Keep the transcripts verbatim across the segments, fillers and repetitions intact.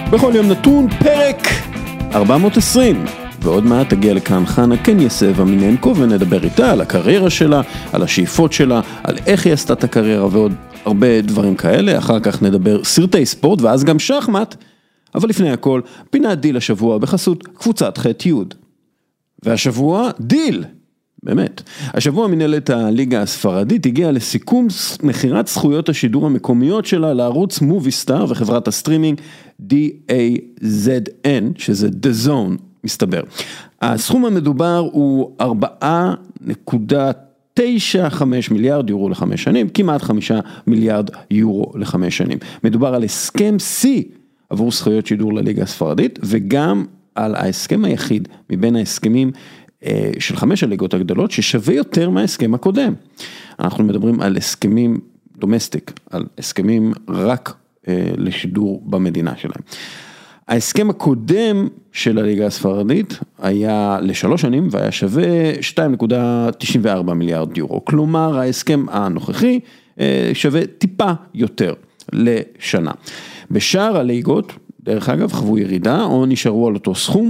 בכל יום נתון פרק ארבע מאות ועשרים, ועוד מעט תגיע לכאן חנה קניאסבה מנינקו ונדבר איתה על הקריירה שלה, על השאיפות שלה, על איך היא עשתה את הקריירה ועוד הרבה דברים כאלה. אחר כך נדבר סרטי ספורט ואז גם שחמט, אבל לפני הכל פינת דיל השבוע בחסות קבוצת ח' י'. והשבוע דיל, באמת. השבוע מנהלת הליגה הספרדית הגיעה לסיכום מחירת זכויות השידור המקומיות שלה לערוץ מובי סטאר וחברת הסטרימינג די איי זד אן, שזה The Zone, מסתבר. הסכום המדובר הוא ארבע נקודה תשע חמש מיליארד יורו לחמש שנים, כמעט חמישה מיליארד יורו לחמש שנים. מדובר על הסכם C עבור זכויות שידור לליגה הספרדית, וגם על ההסכם היחיד מבין ההסכמים של חמש הליגות הגדולות, ששווה יותר מההסכם הקודם. אנחנו מדברים על הסכמים דומסטיק, על הסכמים רק לשידור במדינה שלהם. ההסכם הקודם של הליגה הספרדית היה לשלוש שנים, והיה שווה שתיים נקודה תשעים וארבע מיליארד יורו. כלומר, ההסכם הנוכחי שווה טיפה יותר לשנה. בשאר הליגות, דרך אגב, חוו ירידה, או נשארו על אותו סכום,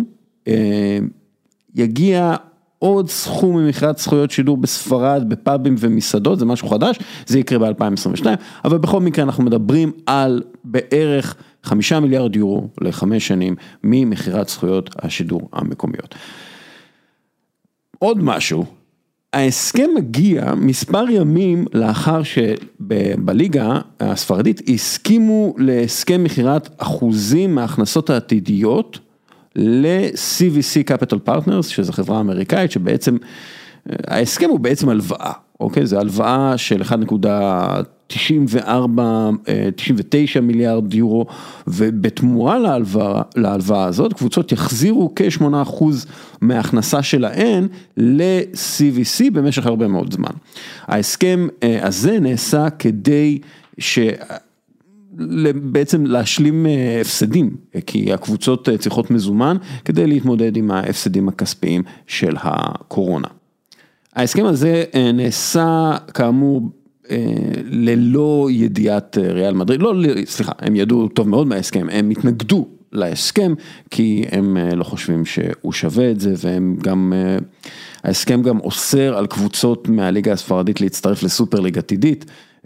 יגיע עוד סכום ממכירת זכויות שידור בספרד, בפאבים ומסעדות, זה משהו חדש, זה יקרה ב-אלפיים עשרים ושתיים, אבל בכל מקרה אנחנו מדברים על בערך חמישה מיליארד יורו לחמש שנים ממכירת זכויות השידור המקומיות. עוד משהו, ההסכם מגיע מספר ימים לאחר שבליגה הספרדית הסכימו להסכם מכירת אחוזים מההכנסות העתידיות, ל-סי וי סי Capital Partners, שזו חברה אמריקאית, שבעצם, ההסכם הוא בעצם הלוואה, אוקיי? זה הלוואה של אחת נקודה תשעים וארבע, תשעים ותשע מיליארד יורו, ובתמורה להלוואה, להלוואה הזאת, קבוצות יחזירו כ-שמונה אחוז מההכנסה שלהן ל-סי וי סי במשך הרבה מאוד זמן. ההסכם הזה נעשה כדי ש... בעצם להשלים הפסדים, כי הקבוצות צריכות מזומן כדי להתמודד עם ההפסדים הכספיים של הקורונה. ההסכם הזה נעשה כאמור ללא ידיעת ריאל מדריד, לא, סליחה, הם ידעו טוב מאוד מההסכם, הם התנגדו להסכם, כי הם לא חושבים שהוא שווה את זה, והם גם, ההסכם גם אוסר על קבוצות מהליגה הספרדית להצטרף לסופר ליגה עתידית,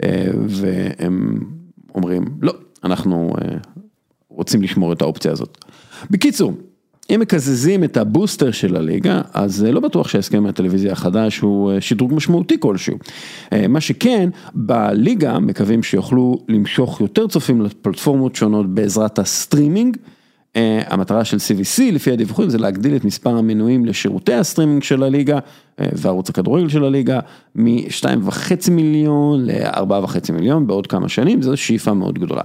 והם אומרים, לא, אנחנו רוצים לשמור את האופציה הזאת. בקיצור, אם מקזזים את הבוסטר של הליגה, אז לא בטוח שההסכם מהטלוויזיה החדש הוא שדרוג משמעותי כלשהו. מה שכן, בליגה מקווים שיוכלו למשוך יותר צופים לפלטפורמות שונות בעזרת הסטרימינג. המטרה של סי וי סי, לפי הדיווחים, זה להגדיל את מספר המנויים לשירותי הסטרימינג של הליגה, וערוץ הכדורגל של הליגה, מ-שתיים וחצי מיליון ל-ארבע וחצי מיליון בעוד כמה שנים, זו שאיפה מאוד גדולה.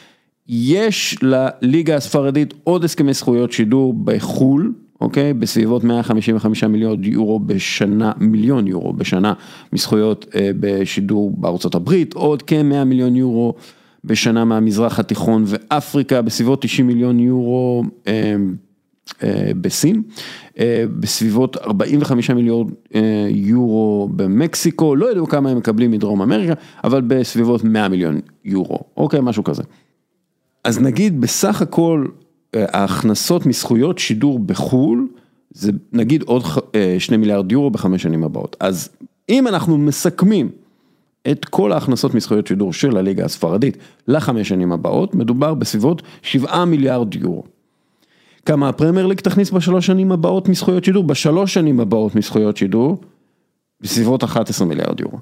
יש לליגה הספרדית עוד הסכמי זכויות שידור בחול, אוקיי? בסביבות מאה חמישים וחמישה מיליון יורו בשנה, מיליון יורו בשנה, מזכויות בשידור בארצות הברית, עוד כ-מאה מיליון יורו בשנה מהמזרח התיכון ואפריקה, בסביבות תשעים מיליון יורו אה, אה, בסין, אה, בסביבות ארבעים וחמישה מיליון אה, יורו במקסיקו, לא ידעו כמה הם מקבלים מדרום אמריקה, אבל בסביבות מאה מיליון יורו, אוקיי, משהו כזה. אז נגיד בסך הכל אה, ההכנסות מזכויות שידור בחול, זה נגיד עוד אה, שני מיליארד יורו בחמש שנים הבאות. אז אם אנחנו מסכמים, את כל ההכנסות מזכויות שידור של הליגה הספרדית לחמש שנים הבאות, מדובר בסביבות שבעה מיליארד יורו. כמה הפרמייר ליג תכניס בשלוש שנים הבאות מזכויות שידור? בשלוש שנים הבאות מזכויות שידור, בסביבות אחת עשרה מיליארד יורו.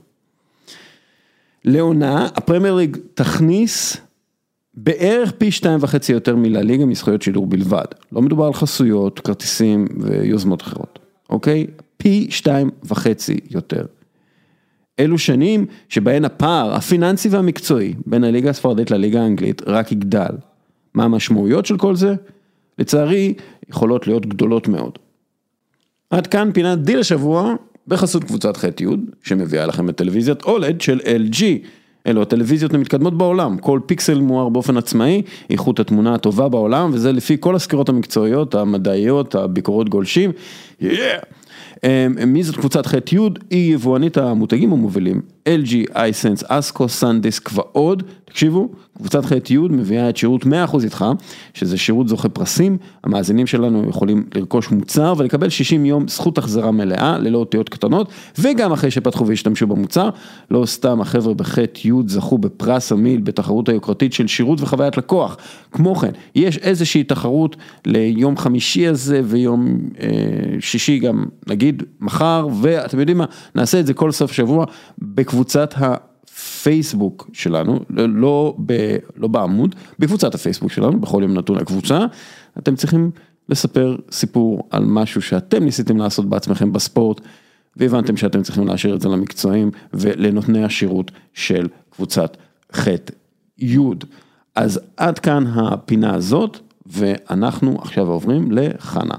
לעונה, הפרמייר ליג תכניס בערך פי שתיים וחצי יותר מלליגה מזכויות שידור בלבד. לא מדובר על חסויות, כרטיסים ויוזמות אחרות. אוקיי? פי שתיים וחצי יותר. אלו שנים שבהן הפער הפיננסי והמקצועי בין הליגה הספרדית לליגה האנגלית רק יגדל. מה המשמעויות של כל זה? לצערי, יכולות להיות גדולות מאוד. עד כאן פינת דיל השבוע בחסות קבוצת ח' י' שמביאה לכם את טלוויזיית אולד של אל ג'י. אלו הטלוויזיות המתקדמות בעולם, כל פיקסל מואר באופן עצמאי, איכות התמונה הטובה בעולם, וזה לפי כל הסקירות המקצועיות, המדעיות, הביקורות גולשים. Yeah! מי זאת קבוצת ח' י' היא יבואנית המותגים המובילים אל ג'י, אייסנס, אסקו, סנדיסק ועוד. תקשיבו, קבוצת ח' י' מביאה את שירות מאה אחוז איתך, שזה שירות זוכה פרסים, המאזינים שלנו יכולים לרכוש מוצר ולקבל שישים יום זכות החזרה מלאה, ללא אותיות קטנות, וגם אחרי שפתחו והשתמשו במוצר, לא סתם החבר'ה בח' י' זכו בפרס המיל בתחרות היוקרתית של שירות וחוויית לקוח. כמו כן, יש איזושהי תחרות ליום חמישי הזה ויום אה, שישי גם נגיד מחר, ואתם יודעים מה, נעשה את זה כל סוף שבוע בקבוצת ה... פייסבוק שלנו, לא, ב, לא בעמוד, בקבוצת הפייסבוק שלנו, בכל יום נתון הקבוצה, אתם צריכים לספר סיפור על משהו שאתם ניסיתם לעשות בעצמכם בספורט, והבנתם שאתם צריכים להשאיר את זה למקצועים, ולנותני השירות של קבוצת ח' י'. אז עד כאן הפינה הזאת, ואנחנו עכשיו עוברים לחנה.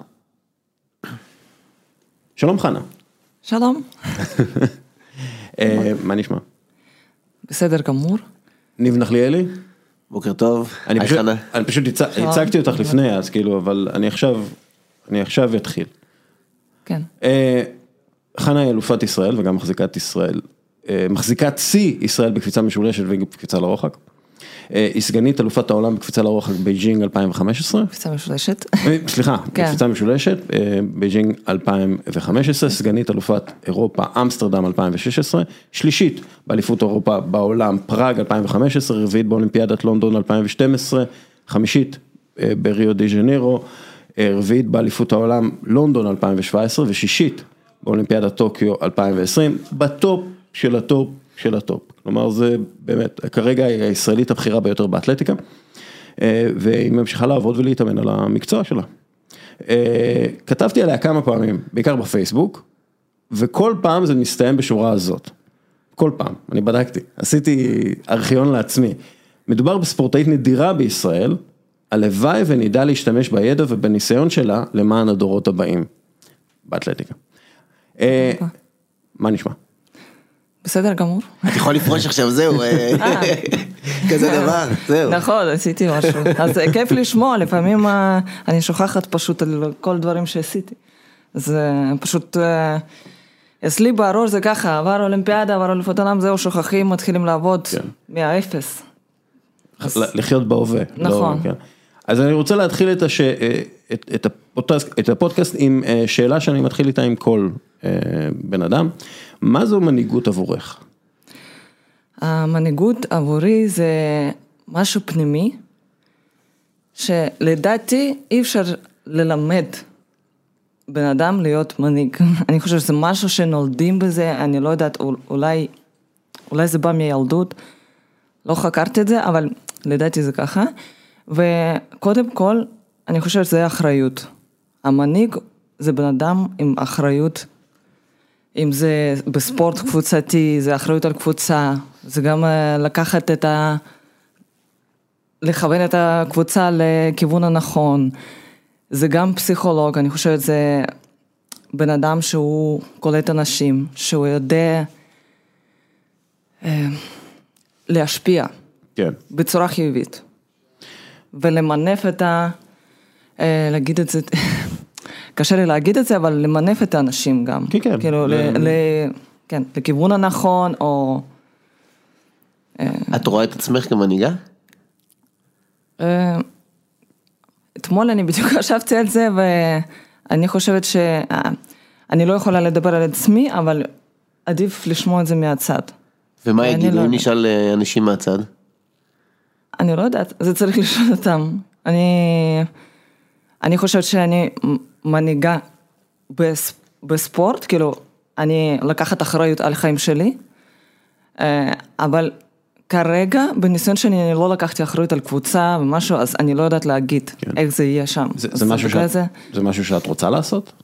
שלום חנה. שלום. מה נשמע? בסדר גמור. ניב נחליאלי? בוקר טוב. אני פשוט, אני פשוט הצגתי אותך לפני, אז כאילו, אבל אני עכשיו, אני עכשיו אתחיל. כן. חנה היא אלופת ישראל, וגם מחזיקת ישראל, מחזיקת צי ישראל בקפיצה משולשת ובקפיצה לרוחק. היא סגנית אלופת העולם בקפיצה לרוחק בייג'ינג אלפיים וחמש עשרה. קפיצה משולשת. סליחה, קפיצה משולשת, בייג'ינג אלפיים וחמש עשרה, סגנית אלופת אירופה, אמסטרדם אלפיים ושש עשרה, שלישית באליפות אירופה בעולם, פראג אלפיים וחמש עשרה, רביעית באולימפיאדת לונדון אלפיים ושתים עשרה, חמישית בריו די ז'ניירו, רביעית באליפות העולם לונדון אלפיים ושבע עשרה, ושישית באולימפיאדת טוקיו אלפיים ועשרים, בטופ של הטופ של הטופ. כלומר, זה באמת, כרגע היא הישראלית הבחירה ביותר באתלטיקה, והיא ממשיכה לעבוד ולהתאמן על המקצוע שלה. כתבתי עליה כמה פעמים, בעיקר בפייסבוק, וכל פעם זה מסתיים בשורה הזאת. כל פעם, אני בדקתי, עשיתי ארכיון לעצמי. מדובר בספורטאית נדירה בישראל, הלוואי ונדע להשתמש בידע ובניסיון שלה למען הדורות הבאים, באתלטיקה. מה נשמע? בסדר גמור. את יכול לפרוש עכשיו, זהו, כזה דבר, זהו. נכון, עשיתי משהו. אז כיף לשמוע, לפעמים אני שוכחת פשוט על כל דברים שעשיתי. זה פשוט, אצלי בראש זה ככה, עבר אולימפיאדה, עבר אליפות העולם, זהו, שוכחים, מתחילים לעבוד מהאפס. לחיות בהווה. נכון. אז אני רוצה להתחיל את הפודקאסט עם שאלה שאני מתחיל איתה עם כל בן אדם. מה זו מנהיגות עבורך? המנהיגות עבורי זה משהו פנימי, שלדעתי אי אפשר ללמד בן אדם להיות מנהיג. אני חושב שזה משהו שנולדים בזה, אני לא יודעת, אולי, אולי זה בא מילדות, לא חקרתי את זה, אבל לדעתי זה ככה. וקודם כל, אני חושבת שזה אחריות. המנהיג זה בן אדם עם אחריות, אם זה בספורט קבוצתי, זה אחריות על קבוצה, זה גם לקחת את ה... לכוון את הקבוצה לכיוון הנכון, זה גם פסיכולוג, אני חושבת זה בן אדם שהוא קולט אנשים, שהוא יודע להשפיע כן. בצורה חיובית, ולמנף את ה... להגיד את זה... קשה לי להגיד את זה, אבל למנף את האנשים גם. כן, כן. כאילו, ל, ל, כן, לכיוון הנכון, או... את רואה את עצמך כמנהיגה? אתמול אני בדיוק חשבתי על זה, ואני חושבת שאני לא יכולה לדבר על עצמי, אבל עדיף לשמוע את זה מהצד. ומה יגידו אם נשאל אנשים מהצד? אני לא יודעת, זה צריך לשאול אותם. אני... אני חושבת שאני מנהיגה בספורט, כאילו, אני לקחת אחריות על החיים שלי, אבל כרגע, בניסיון שאני אני לא לקחתי אחריות על קבוצה ומשהו, אז אני לא יודעת להגיד כן. איך זה יהיה שם. זה, זה, משהו שאת, זה... זה משהו שאת רוצה לעשות?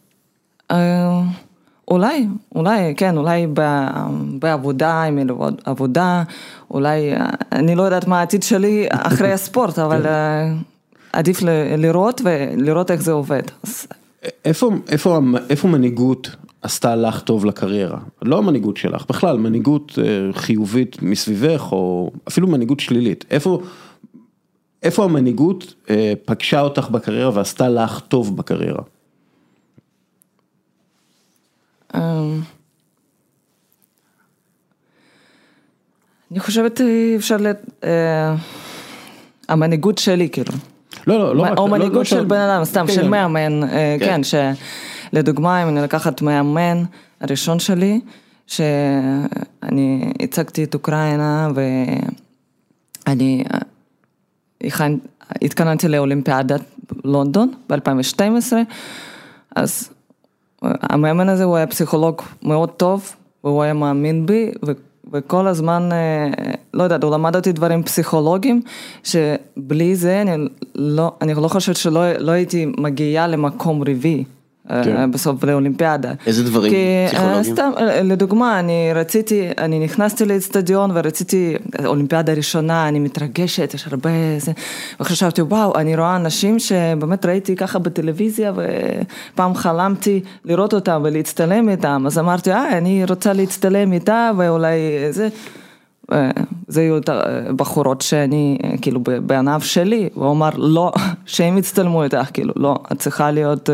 אולי, אולי, כן, אולי בעבודה, עם עבודה, אולי, אני לא יודעת מה העתיד שלי אחרי הספורט, אבל... עדיף לראות ולראות איך זה עובד. איפה, איפה, איפה מנהיגות עשתה לך טוב לקריירה? לא המנהיגות שלך, בכלל, מנהיגות חיובית מסביבך, או אפילו מנהיגות שלילית. איפה, איפה המנהיגות פגשה אותך בקריירה ועשתה לך טוב בקריירה? חושבת אפשר, המנהיגות שלי כאילו. לא, לא, לא רק. או מנהיגות של בן אדם, סתם, של מאמן, כן, שלדוגמה, אם אני לקחת מאמן הראשון שלי, שאני הצגתי את אוקראינה, ואני התכוננתי לאולימפיאדת לונדון ב-אלפיים ושתים עשרה, אז המאמן הזה הוא היה פסיכולוג מאוד טוב, והוא היה מאמין בי, וכל הזמן, לא יודעת, הוא למד אותי דברים פסיכולוגיים, שבלי זה אני לא, אני לא חושבת שלא לא הייתי מגיעה למקום רביעי, כן. בסוף לאולימפיאדה. איזה דברים כי, פסיכולוגיים? סתם, לדוגמה, אני רציתי, אני נכנסתי לאצטדיון ורציתי, אולימפיאדה ראשונה, אני מתרגשת, יש הרבה זה, וחשבתי, וואו, אני רואה אנשים שבאמת ראיתי ככה בטלוויזיה, ופעם חלמתי לראות אותם ולהצטלם איתם, אז אמרתי, אה, אני רוצה להצטלם איתה, ואולי זה, זה היו בחורות שאני, כאילו, בענף שלי, הוא אמר, לא, שהם יצטלמו איתך, כאילו, לא, את צריכה להיות...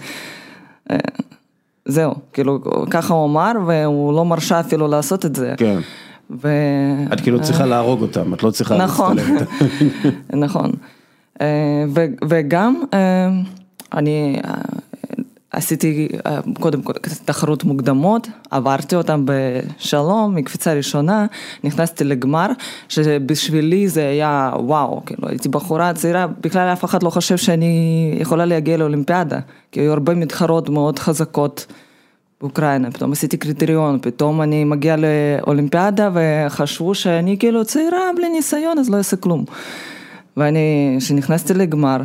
זהו, כאילו, ככה הוא אמר, והוא לא מרשה אפילו לעשות את זה. כן. ו... את כאילו צריכה להרוג אותם, את לא צריכה נכון, להצטלם איתם. נכון. ו... וגם, אני עשיתי קודם כל תחרות מוקדמות, עברתי אותם בשלום, מקפיצה ראשונה, נכנסתי לגמר, שבשבילי זה היה וואו, כאילו הייתי בחורה צעירה, בכלל אף אחד לא חושב שאני יכולה להגיע לאולימפיאדה, כי היו הרבה מתחרות מאוד חזקות באוקראינה, פתאום עשיתי קריטריון, פתאום אני מגיעה לאולימפיאדה, וחשבו שאני כאילו צעירה בלי ניסיון, אז לא אעשה כלום. ואני, שנכנסתי לגמר,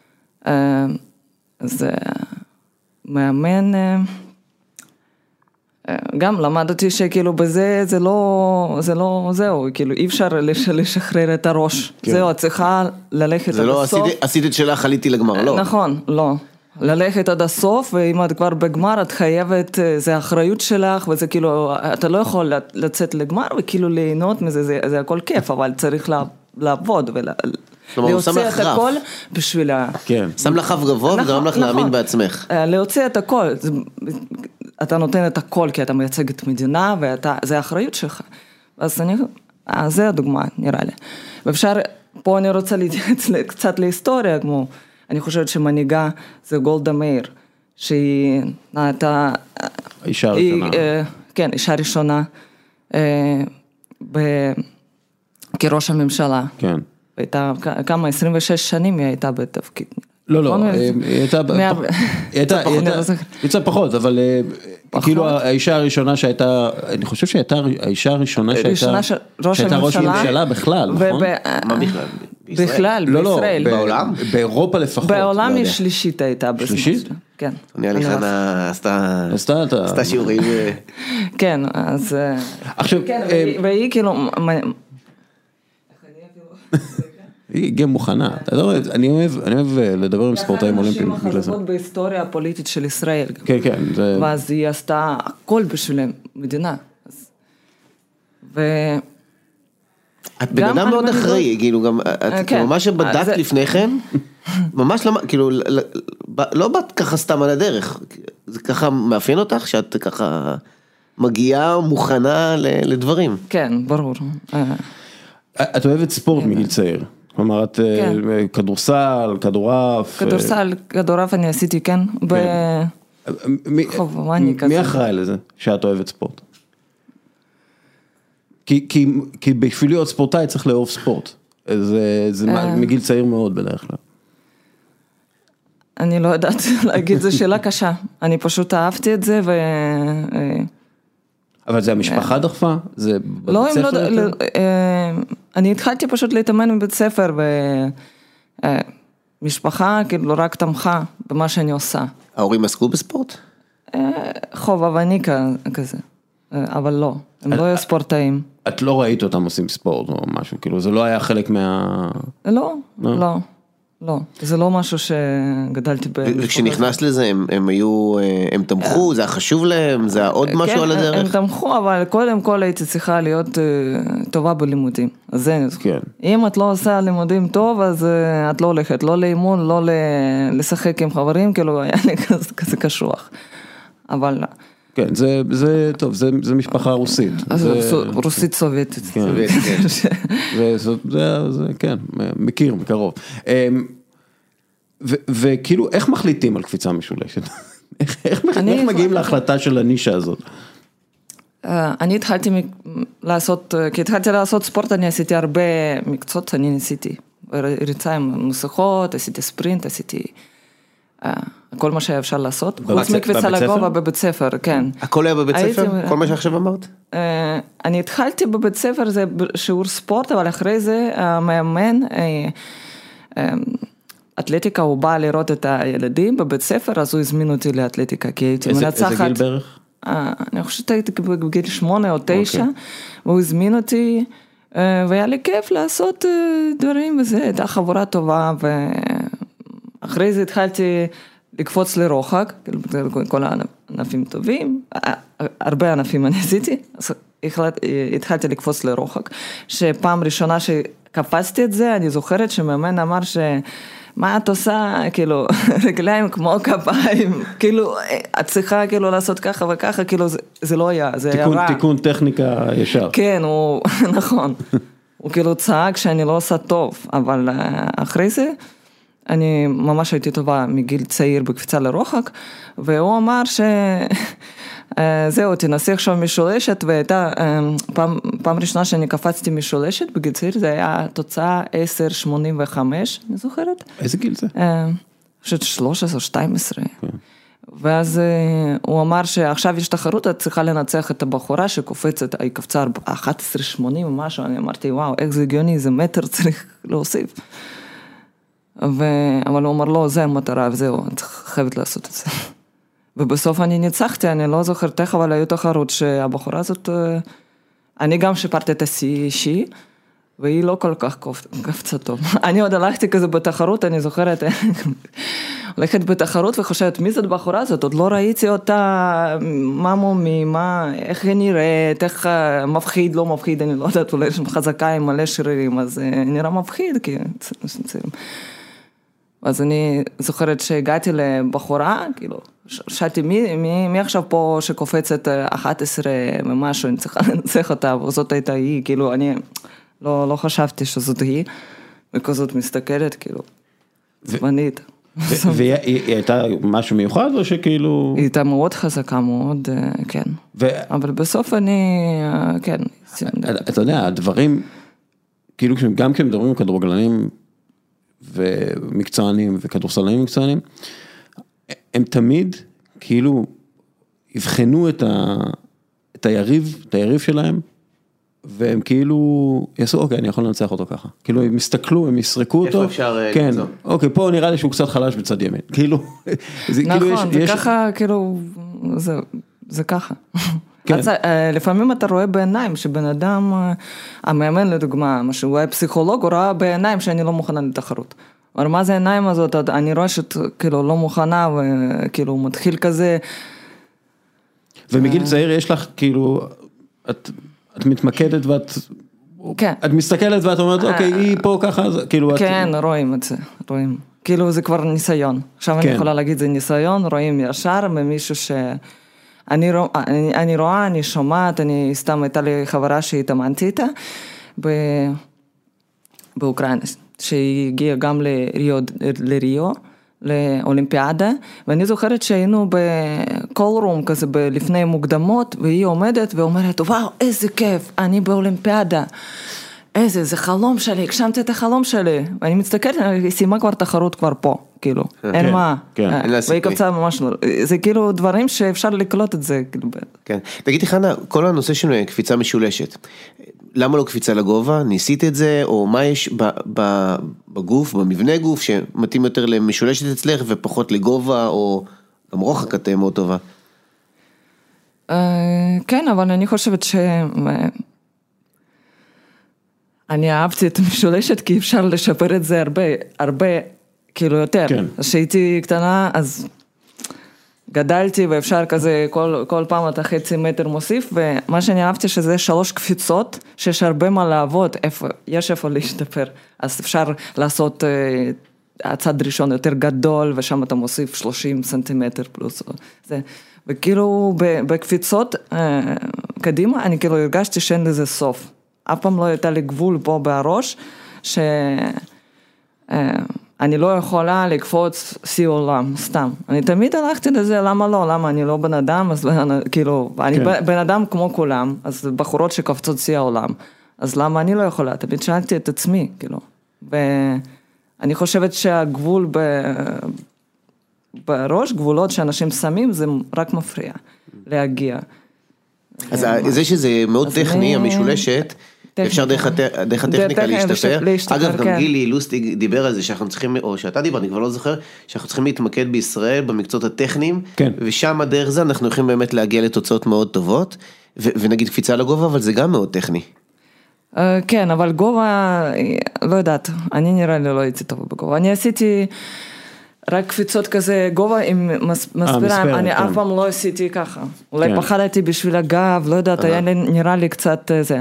אז... מאמן, גם למדתי שכאילו בזה זה לא, זה לא, זהו, כאילו אי אפשר לשחרר את הראש, זהו, צריכה ללכת עד הסוף. זה לא, עשית את שלך, עליתי לגמר, לא. נכון, לא. ללכת עד הסוף, ואם את כבר בגמר, את חייבת, זה האחריות שלך, וזה כאילו, אתה לא יכול לצאת לגמר, וכאילו ליהנות מזה, זה, זה הכל כיף, אבל צריך לעבוד ול... להוציא את הכל בשביל ה... כן. שם לך אף גבוה וגרם לך להאמין בעצמך. להוציא את הכל, אתה נותן את הכל כי אתה מייצג את מדינה, וזה האחריות שלך. אז אני, זה הדוגמה, נראה לי. ואפשר, פה אני רוצה להתייחס קצת להיסטוריה, כמו, אני חושבת שמנהיגה זה גולדה מאיר, שהיא נהייתה... האישה הראשונה. כן, אישה ראשונה, כראש הממשלה. כן. הייתה כמה, עשרים ושש שנים היא הייתה בתפקיד. לא, לא, היא הייתה, היא הייתה פחות, אבל כאילו האישה הראשונה שהייתה, אני חושב שהייתה האישה הראשונה שהייתה ראש הממשלה בכלל, נכון? מה בכלל? בכלל, בישראל. בעולם? באירופה לפחות. בעולם היא שלישית הייתה. שלישית? כן. אני הליך עשתה שיעורים. כן, אז... עכשיו... והיא כאילו... היא גם מוכנה, אני אוהב, אני אוהב לדבר עם ספורטאים אולימפיים. אחת הנשים החזקות בהיסטוריה הפוליטית של ישראל. כן, כן. ואז היא עשתה הכל בשביל המדינה. ו... את בן אדם מאוד אחראי, כאילו גם, את ממש שבדקת לפני כן, ממש לא, כאילו, לא באת ככה סתם על הדרך, זה ככה מאפיין אותך, שאת ככה מגיעה מוכנה לדברים. כן, ברור. את אוהבת ספורט מגיל צעיר, כלומר את כדורסל, כדורעף. כדורסל, כדורעף אני עשיתי, כן. מי אחראי לזה שאת אוהבת ספורט? כי בשביל להיות ספורטאי צריך לאהוב ספורט, זה מגיל צעיר מאוד בדרך כלל. אני לא יודעת להגיד, זו שאלה קשה, אני פשוט אהבתי את זה ו... אבל זה המשפחה דחפה? זה בבית ספר יותר? אני התחלתי פשוט להתאמן בבית ספר, ומשפחה כאילו רק תמכה במה שאני עושה. ההורים עסקו בספורט? חובבני כזה, אבל לא, הם לא היו ספורטאים. את לא ראית אותם עושים ספורט או משהו, כאילו זה לא היה חלק מה... לא, לא. לא, זה לא משהו שגדלתי ב... וכשנכנס לזה, הם, הם היו, הם תמכו, זה היה חשוב להם, זה היה עוד משהו על הדרך? הם תמכו, אבל קודם כל הייתי צריכה להיות טובה בלימודים. אז זה, אם את לא עושה לימודים טוב, אז את לא הולכת, לא לאימון, לא לשחק עם חברים, כאילו היה לי כזה קשוח. אבל... כן, זה, זה, טוב, זה, זה משפחה רוסית. זה רוסית סובייטית. כן, זה, זה, זה, כן, מכיר, מקרוב. וכאילו, איך מחליטים על קפיצה משולשת? איך מגיעים להחלטה של הנישה הזאת? אני התחלתי לעשות, כי התחלתי לעשות ספורט, אני עשיתי הרבה מקצועות, אני ניסיתי. ריצה עם מסכות, עשיתי ספרינט, עשיתי כל מה שהיה אפשר לעשות. חוץ מקפיצה לגובה בבית ספר, כן. הכל היה בבית ספר? כל מה שעכשיו אמרת? אני התחלתי בבית ספר, זה שיעור ספורט, אבל אחרי זה המאמן, אתלטיקה, הוא בא לראות את הילדים בבית ספר, אז הוא הזמין אותי לאתלטיקה, כי הייתי מנצחת. איזה גיל בערך? אני חושבת הייתי בגיל שמונה או תשע, והוא הזמין אותי, והיה לי כיף לעשות דברים, וזה הייתה חבורה טובה, ואחרי זה התחלתי לקפוץ לרוחק, כל הענפים טובים, הרבה ענפים אני עשיתי, אז התחלתי לקפוץ לרוחק, שפעם ראשונה שקפצתי את זה, אני זוכרת שמאמן אמר ש... מה את עושה, כאילו, רגליים כמו כפיים, כאילו, את צריכה כאילו לעשות ככה וככה, כאילו, זה, זה לא היה, זה תיקון, היה רע. תיקון טכניקה ישר. כן, הוא, נכון, הוא כאילו צעק שאני לא עושה טוב, אבל אחרי זה, אני ממש הייתי טובה מגיל צעיר בקפיצה לרוחק, והוא אמר ש... זהו, תנסי עכשיו משולשת, והייתה פעם, פעם ראשונה שאני קפצתי משולשת בגיל צעיר, זה היה תוצאה עשר שמונים וחמש, אני זוכרת. איזה גיל זה? אני חושבת שלוש עשרה או שתים עשרה. ואז הוא אמר שעכשיו יש תחרות, את צריכה לנצח את הבחורה שקופצת, היא קפצה אחת עשרה שמונים או משהו, אני אמרתי, וואו, איך זה הגיוני, זה מטר צריך להוסיף. ו... אבל הוא אמר, לא, זה המטרה, וזהו, את חייבת לעשות את זה. ובסוף אני ניצחתי, אני לא זוכרת איך, אבל היו תחרות שהבחורה הזאת, אני גם שיפרתי את השיא אישי, והיא לא כל כך קפצה טוב. אני עוד הלכתי כזה בתחרות, אני זוכרת, הולכת בתחרות וחושבת, מי זאת בחורה הזאת? עוד לא ראיתי אותה, מה מומי, מה, איך היא נראית, איך מפחיד, לא מפחיד, אני לא יודעת, אולי יש חזקה עם מלא שרירים, אז נראה מפחיד, כי... אז אני זוכרת שהגעתי לבחורה, כאילו, שאלתי, מי, מי, מי עכשיו פה שקופצת אחת עשרה ומשהו, אני צריכה לנצח אותה, וזאת הייתה היא, כאילו, אני לא, לא חשבתי שזאת היא, וכזאת מסתכלת, כאילו, זמנית. והיא הייתה משהו מיוחד, או שכאילו... היא הייתה מאוד חזקה, מאוד, כן. אבל בסוף אני, כן. אתה יודע, הדברים, כאילו, גם כשמדברים עם כדורגלנים, ומקצוענים וכדורסלנים מקצוענים, הם תמיד כאילו יבחנו את ה, את היריב, את היריב שלהם, והם כאילו יעשו, אוקיי, אני יכול לנצח אותו ככה. כאילו הם יסתכלו, הם יסרקו אותו. איפה אפשר כן, למצוא? אוקיי, פה נראה לי שהוא קצת חלש בצד ימין. כאילו, זה נכון, כאילו יש, זה יש... ככה, כאילו, זה, זה ככה. כן. אז, לפעמים אתה רואה בעיניים שבן אדם, המאמן לדוגמה, שהוא היה פסיכולוג, הוא ראה בעיניים שאני לא מוכנה לתחרות. אבל מה זה העיניים הזאת? אני רואה שאת כאילו לא מוכנה, וכאילו הוא מתחיל כזה. ומגיל צעיר יש לך כאילו, את, את מתמקדת ואת, כן. את מסתכלת ואת אומרת, אוקיי, היא פה ככה, כאילו את... כן, רואים את זה, רואים. כאילו זה כבר ניסיון. עכשיו כן. אני יכולה להגיד, זה ניסיון, רואים ישר ממישהו ש... אני, רוא, אני, אני רואה, אני שומעת, אני סתם הייתה לי חברה שהתאמנתי איתה ב, באוקראינה, שהיא הגיעה גם לריו, לריו, לאולימפיאדה, ואני זוכרת שהיינו בקול רום כזה לפני מוקדמות, והיא עומדת ואומרת, וואו, איזה כיף, אני באולימפיאדה, איזה, זה חלום שלי, הגשמתי את החלום שלי, ואני מצטערת, היא סיימה כבר תחרות כבר פה, כאילו, אין מה, והיא קפצה ממש, זה כאילו דברים שאפשר לקלוט את זה, כאילו. כן, תגידי חנה, כל הנושא של קפיצה משולשת, למה לא קפיצה לגובה? ניסית את זה, או מה יש בגוף, במבנה גוף, שמתאים יותר למשולשת אצלך, ופחות לגובה, או גם רוחק את מאוד טובה? כן, אבל אני חושבת ש... אני אהבתי את המשולשת, כי אפשר לשפר את זה הרבה, הרבה, כאילו יותר. כן. כשהייתי קטנה, אז גדלתי, ואפשר כזה, כל, כל פעם אתה חצי מטר מוסיף, ומה שאני אהבתי שזה שלוש קפיצות, שיש הרבה מה לעבוד, איפה, יש איפה להשתפר. אז אפשר לעשות הצד ראשון יותר גדול, ושם אתה מוסיף שלושים סנטימטר פלוס, זה, וכאילו בקפיצות קדימה, אני כאילו הרגשתי שאין לזה סוף, אף פעם לא הייתה לי גבול פה בראש, ש... אני לא יכולה לקפוץ שיא עולם, סתם. אני תמיד הלכתי לזה, למה לא? למה אני לא בן אדם? אז כאילו, אני בן אדם כמו כולם, אז בחורות שקפצות שיא העולם. אז למה אני לא יכולה? תמיד שאלתי את עצמי, כאילו. ואני חושבת שהגבול בראש, גבולות שאנשים שמים, זה רק מפריע להגיע. אז זה שזה מאוד טכני, המשולשת, אפשר דרך הטכניקה להשתפר. אגב, גם גילי לוסטי דיבר על זה שאנחנו צריכים, או שאתה דיבר, אני כבר לא זוכר, שאנחנו צריכים להתמקד בישראל במקצועות הטכניים, ושם הדרך זה אנחנו יכולים באמת להגיע לתוצאות מאוד טובות, ונגיד קפיצה לגובה, אבל זה גם מאוד טכני. כן, אבל גובה, לא יודעת, אני נראה לי לא הייתי טובה בגובה. אני עשיתי רק קפיצות כזה, גובה עם מספריים, אני אף פעם לא עשיתי ככה. אולי פחדתי בשביל הגב, לא יודעת, היה נראה לי קצת זה.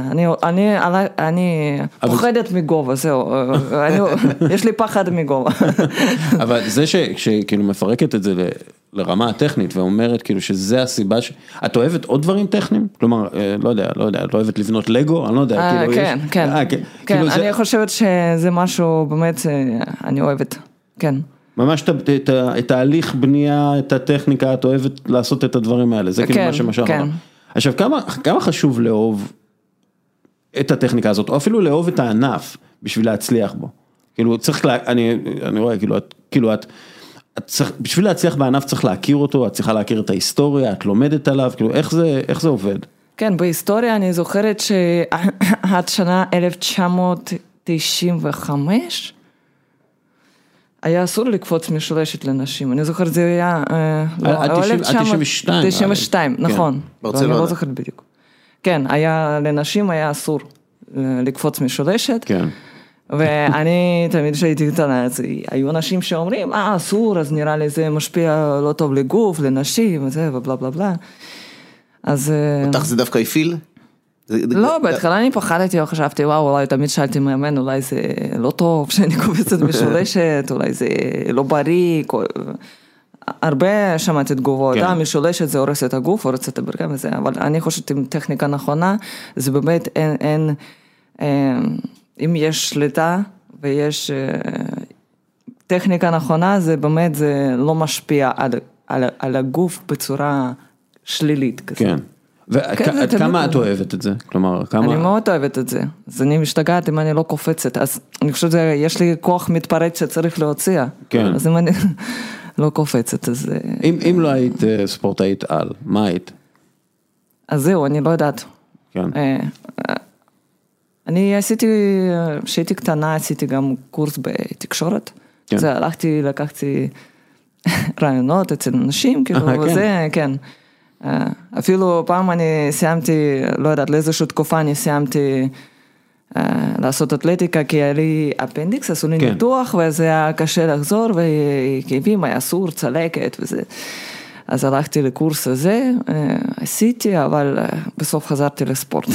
אני פוחדת מגובה, זהו. יש לי פחד מגובה. אבל זה שכאילו מפרקת את זה לרמה הטכנית, ואומרת כאילו שזה הסיבה ש... את אוהבת עוד דברים טכניים? כלומר, לא יודע, לא יודע, את אוהבת לבנות לגו? אני לא יודע, כאילו כן, כן. כן, אני חושבת שזה משהו, באמת, אני אוהבת. כן. ממש את ההליך בנייה, את הטכניקה, את אוהבת לעשות את הדברים האלה, זה כאילו מה שמשך. עכשיו, כמה חשוב לאהוב את הטכניקה הזאת, או אפילו לאהוב את הענף, בשביל להצליח בו? כאילו, צריך, אני רואה, כאילו, את, בשביל להצליח בענף צריך להכיר אותו, את צריכה להכיר את ההיסטוריה, את לומדת עליו, כאילו, איך זה, איך זה עובד? כן, בהיסטוריה אני זוכרת שעד שנה אלף תשע מאות תשעים וחמש, היה אסור לקפוץ משולשת לנשים, אני זוכרת זה היה, עד תשעים ושתיים, תשעים ושתיים, נכון, אני לא זוכרת בדיוק. כן, היה, לנשים היה אסור לקפוץ משולשת, כן. ואני תמיד שהייתי קטנה, היו אנשים שאומרים, אה, אסור, אז נראה לי זה משפיע לא טוב לגוף, לנשים, וזה, ובלה בלה בלה. אז... אותך זה דווקא הפיל? לא, בהתחלה אני פחדתי, או חשבתי, וואו, אולי תמיד שאלתי מאמן, אולי זה לא טוב שאני קופצת משולשת, אולי זה לא בריא, הרבה שמעתי תגובות, אה, משולשת זה הורס את הגוף, הורס את הברכיים וזה, אבל אני חושבת עם טכניקה נכונה, זה באמת אין, אם יש שליטה ויש טכניקה נכונה, זה באמת, זה לא משפיע על הגוף בצורה שלילית כזה. כן. ועד כמה את אוהבת את זה? כלומר, כמה... אני מאוד אוהבת את זה. אז אני משתגעת אם אני לא קופצת. אז אני חושבת שיש לי כוח מתפרץ שצריך להוציא. כן. אז אם אני לא קופצת, אז... אם לא היית ספורטאית על, מה היית? אז זהו, אני לא יודעת. כן. אני עשיתי, כשהייתי קטנה, עשיתי גם קורס בתקשורת. כן. זה הלכתי, לקחתי רעיונות אצל אנשים, כאילו, וזה, כן. אפילו פעם אני סיימתי, לא יודעת, לאיזושהי תקופה אני סיימתי לעשות אתלטיקה, כי היה לי אפנדיקס, עשו לי ניתוח, וזה היה קשה לחזור, וכאבים, היה סור, צלקת, וזה. אז הלכתי לקורס הזה, עשיתי, אבל בסוף חזרתי לספורט.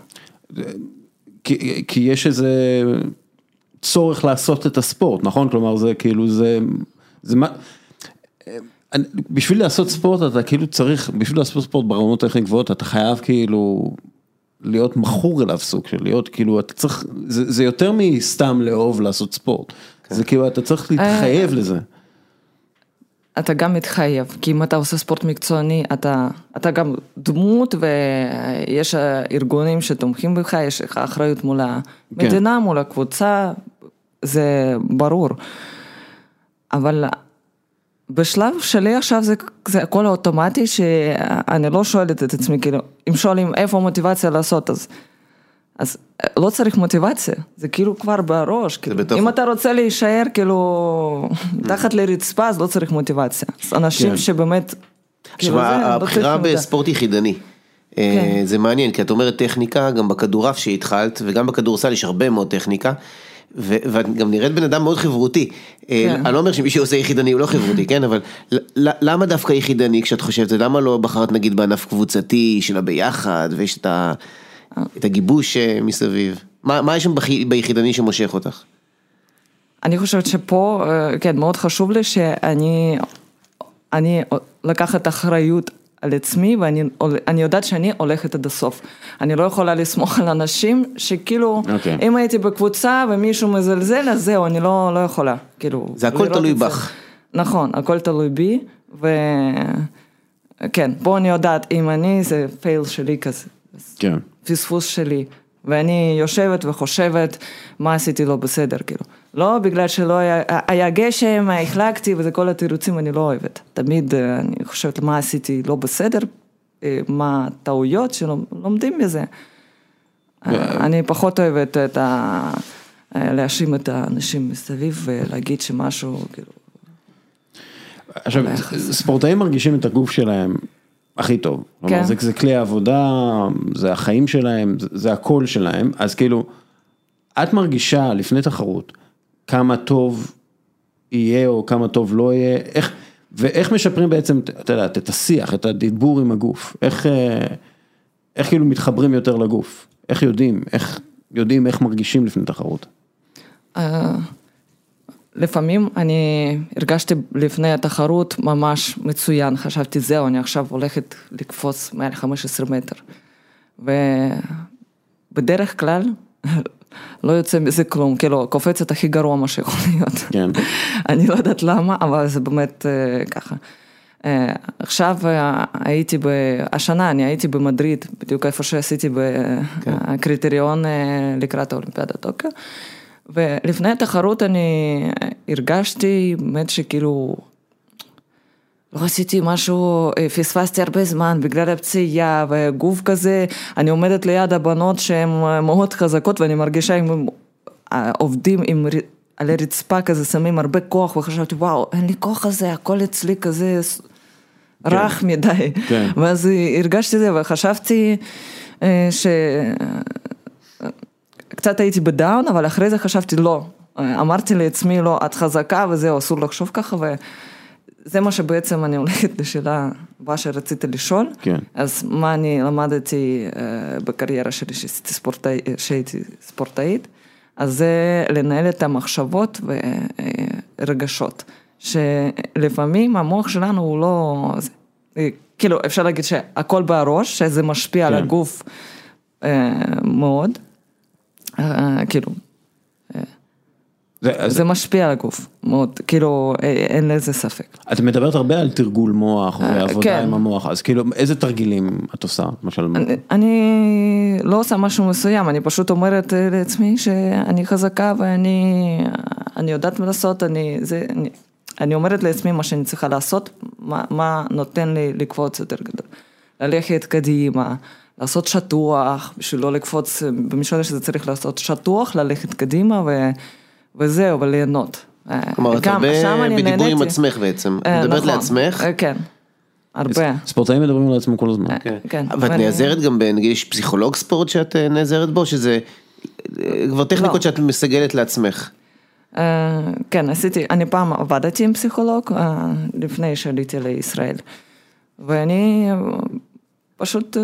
כי, כי יש איזה צורך לעשות את הספורט, נכון? כלומר, זה כאילו, זה, זה מה... בשביל לעשות ספורט, אתה כאילו צריך, בשביל לעשות ספורט ברמות הכי גבוהות, אתה חייב כאילו להיות מכור אליו סוג של להיות, כאילו, אתה צריך, זה, זה יותר מסתם לאהוב לעשות ספורט. זה כאילו, אתה צריך להתחייב לזה. אתה גם מתחייב, כי אם אתה עושה ספורט מקצועני, אתה, אתה גם דמות, ויש ארגונים שתומכים בך, יש לך אחריות מול המדינה, מול הקבוצה, זה ברור. אבל בשלב שלי עכשיו זה, זה הכל אוטומטי, שאני לא שואלת את עצמי, כאילו, אם שואלים איפה מוטיבציה לעשות, אז, אז לא צריך מוטיבציה, זה כאילו כבר בראש, כאילו, אם אתה רוצה להישאר, כאילו, תחת לרצפה, אז לא צריך מוטיבציה, אז אנשים כן. שבאמת, כאילו, זה, הבחירה בספורט יחידני, כן. זה מעניין, כי את אומרת טכניקה, גם בכדורעף שהתחלת, וגם בכדורסל יש הרבה מאוד טכניקה, ואת גם נראית בן אדם מאוד חברותי, אני לא אומר שמי שעושה יחידני הוא לא חברותי, כן, אבל למה דווקא יחידני כשאת חושבת, למה לא בחרת נגיד בענף קבוצתי שלה ביחד, ויש את הגיבוש מסביב, מה יש שם ביחידני שמושך אותך? אני חושבת שפה, כן, מאוד חשוב לי שאני, אני לקחת אחריות על עצמי, ואני אני יודעת שאני הולכת עד הסוף. אני לא יכולה לסמוך על אנשים שכאילו, okay. אם הייתי בקבוצה ומישהו מזלזל, אז זהו, אני לא, לא יכולה. כאילו, זה הכל תלוי בך. נכון, הכל תלוי בי, וכן, פה אני יודעת, אם אני, זה פייל שלי כזה. כן. פספוס שלי. ואני יושבת וחושבת מה עשיתי לא בסדר, כאילו. לא בגלל שלא היה, היה גשם, החלקתי, וזה כל התירוצים אני לא אוהבת. תמיד אני חושבת מה עשיתי לא בסדר, מה הטעויות שלומדים מזה. אני פחות אוהבת את ה... להאשים את האנשים מסביב ולהגיד שמשהו, כאילו... עכשיו, ספורטאים מרגישים את הגוף שלהם הכי טוב. כן. זה, זה כלי העבודה, זה החיים שלהם, זה, זה הכל שלהם. אז כאילו, את מרגישה לפני תחרות, כמה טוב יהיה או כמה טוב לא יהיה, איך, ואיך משפרים בעצם, אתה יודע, את השיח, את הדיבור עם הגוף, איך, איך כאילו מתחברים יותר לגוף, איך יודעים, איך יודעים איך מרגישים לפני תחרות? לפעמים אני הרגשתי לפני התחרות ממש מצוין, חשבתי זהו, אני עכשיו הולכת לקפוץ מעל חמישה עשר מטר, ובדרך כלל לא יוצא מזה כלום, כאילו קופצת הכי גרוע מה שיכול להיות. כן. אני לא יודעת למה, אבל זה באמת ככה. עכשיו הייתי, השנה אני הייתי במדריד, בדיוק איפה שעשיתי בקריטריון לקראת האולימפיאדה טוקיו, ולפני התחרות אני הרגשתי באמת שכאילו לא עשיתי משהו, פספסתי הרבה זמן בגלל הפציעה וגוף כזה, אני עומדת ליד הבנות שהן מאוד חזקות ואני מרגישה עם עובדים עם, על הרצפה כזה שמים הרבה כוח וחשבתי וואו אין לי כוח הזה, הכל אצלי כזה רך כן. מדי, כן. ואז הרגשתי זה וחשבתי ש... קצת הייתי בדאון, אבל אחרי זה חשבתי לא, אמרתי לעצמי לא, את חזקה וזהו, אסור לחשוב ככה, וזה מה שבעצם אני הולכת לשאלה הבאה שרציתי לשאול, כן. אז מה אני למדתי בקריירה שלי שהייתי ספורטאי, שהייתי ספורטאית, אז זה לנהל את המחשבות ורגשות, שלפעמים המוח שלנו הוא לא, כאילו אפשר להגיד שהכל בראש, שזה משפיע כן. על הגוף מאוד, כאילו, זה משפיע על הגוף, מאוד, כאילו, אין לזה ספק. את מדברת הרבה על תרגול מוח ועבודה עם המוח, אז כאילו, איזה תרגילים את עושה, למשל? אני לא עושה משהו מסוים, אני פשוט אומרת לעצמי שאני חזקה ואני יודעת מה לעשות, אני אומרת לעצמי מה שאני צריכה לעשות, מה נותן לי לקפוץ יותר גדול, ללכת קדימה, לעשות שטוח, בשביל לא לקפוץ, במשל שזה צריך לעשות שטוח, ללכת קדימה ו... וזהו, וליהנות. כלומר, את הרבה בדיבור עם עצמך בעצם, את מדברת לעצמך? כן, הרבה. ספורטאים מדברים על עצמם כל הזמן. כן. ואת נעזרת גם בנגיד, יש פסיכולוג ספורט שאת נעזרת בו, שזה כבר טכניקות שאת מסגלת לעצמך. כן, עשיתי, אני פעם עבדתי עם פסיכולוג, לפני שעליתי לישראל, ואני פשוט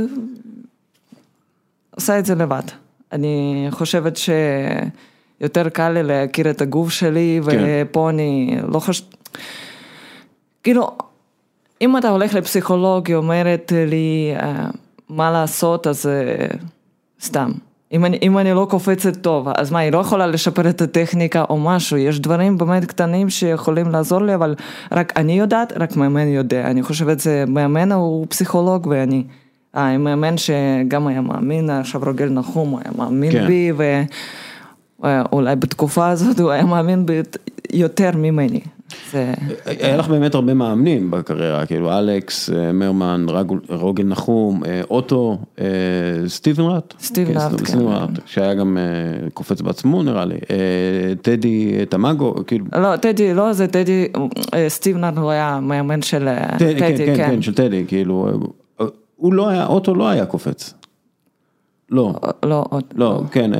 עושה את זה לבד. אני חושבת שיותר קל לי להכיר את הגוף שלי, ופה אני לא חושב... כאילו, אם אתה הולך לפסיכולוג, היא אומרת לי מה לעשות, אז סתם. אם אני, אם אני לא קופצת טוב, אז מה, היא לא יכולה לשפר את הטכניקה או משהו, יש דברים באמת קטנים שיכולים לעזור לי, אבל רק אני יודעת, רק מאמן יודע. אני חושבת זה, מאמן הוא פסיכולוג ואני... אה, מאמן שגם היה מאמין, עכשיו רוגל נחום, הוא היה מאמין כן. בי, ואולי בתקופה הזאת הוא היה מאמין בי יותר ממני. זה... היה לך באמת הרבה מאמנים בקריירה, כאילו אלכס, מרמן, רוגל נחום, אוטו, סטיבן ראט. סטיבן ראט, כן. ראט, שהיה גם קופץ בעצמו נראה לי, טדי תמאגו, כאילו. לא, טדי, לא, זה טדי, סטיבן ראט הוא היה מאמן של טדי, כן, כן, כן, של טדי, כאילו... הוא לא היה, אוטו לא היה קופץ. לא. לא, לא, כן.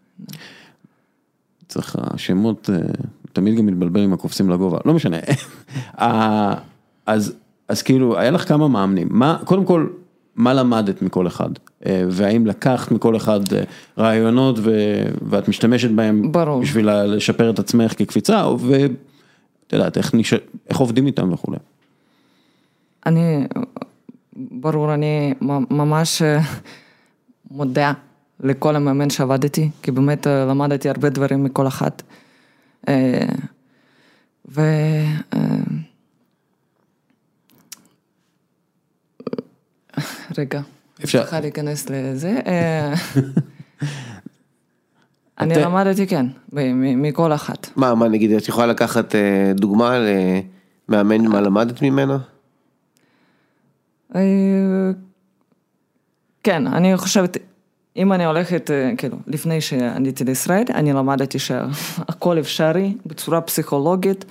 צריך, השמות, תמיד גם מתבלבל עם הקופסים לגובה, לא משנה. אז, אז כאילו, היה לך כמה מאמנים. מה, קודם כל, מה למדת מכל אחד, והאם לקחת מכל אחד רעיונות ואת משתמשת בהם ברור. בשביל לשפר את עצמך כקפיצה, ואת יודעת, איך, נש... איך עובדים איתם וכו'. אני, ברור, אני ממש מודה לכל המאמן שעבדתי, כי באמת למדתי הרבה דברים מכל אחת. ו... רגע, צריכה להיכנס לזה. אני למדתי, כן, מכל אחת. מה, מה נגיד, את יכולה לקחת דוגמה למאמן מה למדת ממנו? כן, אני חושבת, אם אני הולכת, כאילו, לפני שעליתי לישראל, אני למדתי שהכל אפשרי, בצורה פסיכולוגית,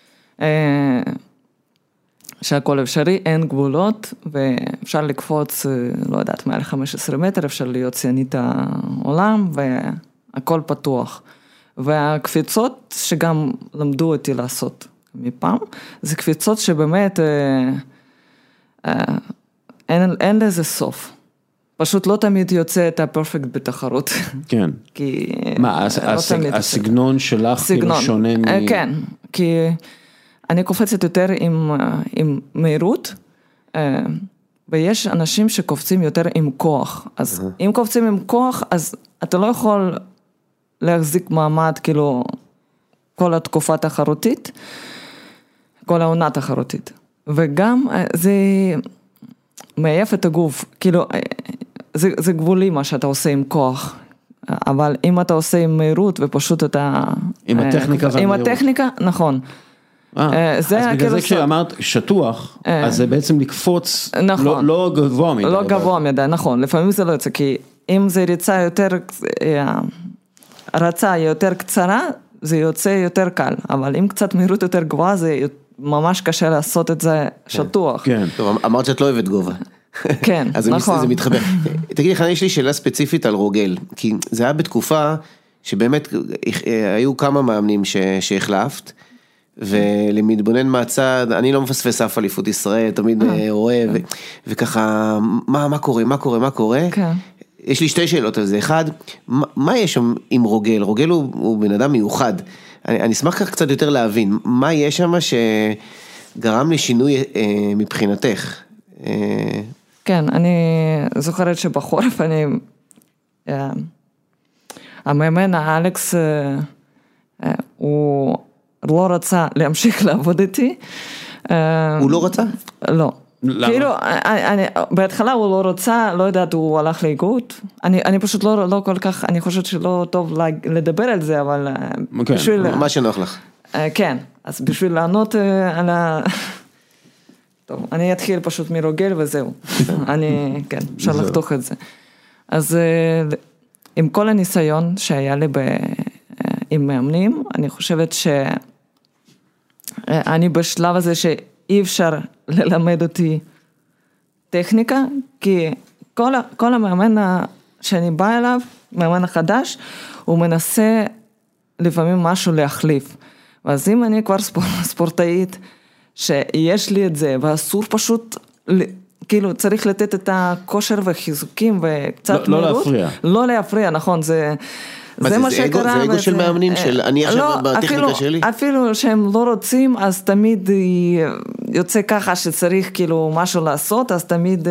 שהכל אפשרי, אין גבולות, ואפשר לקפוץ, לא יודעת, מעל חמישה עשר מטר, אפשר להיות ציונית העולם, והכל פתוח. והקפיצות שגם למדו אותי לעשות מפעם, זה קפיצות שבאמת אין, אין לזה סוף. פשוט לא תמיד יוצא את הפרפקט בתחרות. כן. כי... מה, הסגנון שלך כאילו שונה מ... כן, כי אני קופצת יותר עם, עם מהירות, ויש אנשים שקופצים יותר עם כוח. אז אם קופצים עם כוח, אז אתה לא יכול להחזיק מעמד, כאילו, כל התקופה תחרותית, כל העונה תחרותית. וגם זה מעייף את הגוף, כאילו, זה, זה גבולי מה שאתה עושה עם כוח, אבל אם אתה עושה עם מהירות ופשוט אתה... עם הטכניקה והמהירות. עם הטכניקה, נכון. אה, אז בגלל זה כשאמרת שטוח, אז זה בעצם לקפוץ לא גבוה מדי. לא גבוה מדי, נכון, לפעמים זה לא יוצא, כי אם זה ריצה יותר, הרצה יותר קצרה, זה יוצא יותר קל, אבל אם קצת מהירות יותר גבוהה, זה ממש קשה לעשות את זה שטוח. כן. טוב, אמרת שאת לא אוהבת גובה. כן, נכון. אז זה מתחבר. תגידי, חנה, יש לי שאלה ספציפית על רוגל, כי זה היה בתקופה שבאמת היו כמה מאמנים שהחלפת, ולמתבונן מהצד, אני לא מפספס אף אליפות ישראל, תמיד רואה, וככה, מה קורה, מה קורה, מה קורה? כן. יש לי שתי שאלות על זה. אחד, מה יש שם עם רוגל? רוגל הוא בן אדם מיוחד. אני אשמח כך קצת יותר להבין, מה יש שם שגרם לשינוי מבחינתך? כן, אני זוכרת שבחורף אני, המאמן האלכס, הוא לא רצה להמשיך לעבוד איתי. הוא לא רצה? לא. כאילו, אני, בהתחלה הוא לא רוצה, לא יודעת, הוא הלך לאיגוד. אני, אני פשוט לא, לא כל כך, אני חושבת שלא טוב לדבר על זה, אבל בשביל... מה שנוח לך. כן, אז בשביל לענות על ה... טוב, אני אתחיל פשוט מרוגל וזהו. אני, כן, אפשר לחתוך את זה. אז עם כל הניסיון שהיה לי עם מאמנים, אני חושבת שאני בשלב הזה שאי אפשר ללמד אותי טכניקה, כי כל, כל המאמן שאני באה אליו, מאמן החדש, הוא מנסה לפעמים משהו להחליף. ואז אם אני כבר ספורטאית, שיש לי את זה, ואסור פשוט, כאילו צריך לתת את הכושר וחיזוקים וקצת לא, לא להפריע. לא להפריע, נכון, זה... מה זה, זה, זה אגו, זה אגו של מאמנים של אני עכשיו לא, בטכניקה אפילו, שלי? אפילו שהם לא רוצים, אז תמיד יוצא ככה שצריך כאילו משהו לעשות, אז תמיד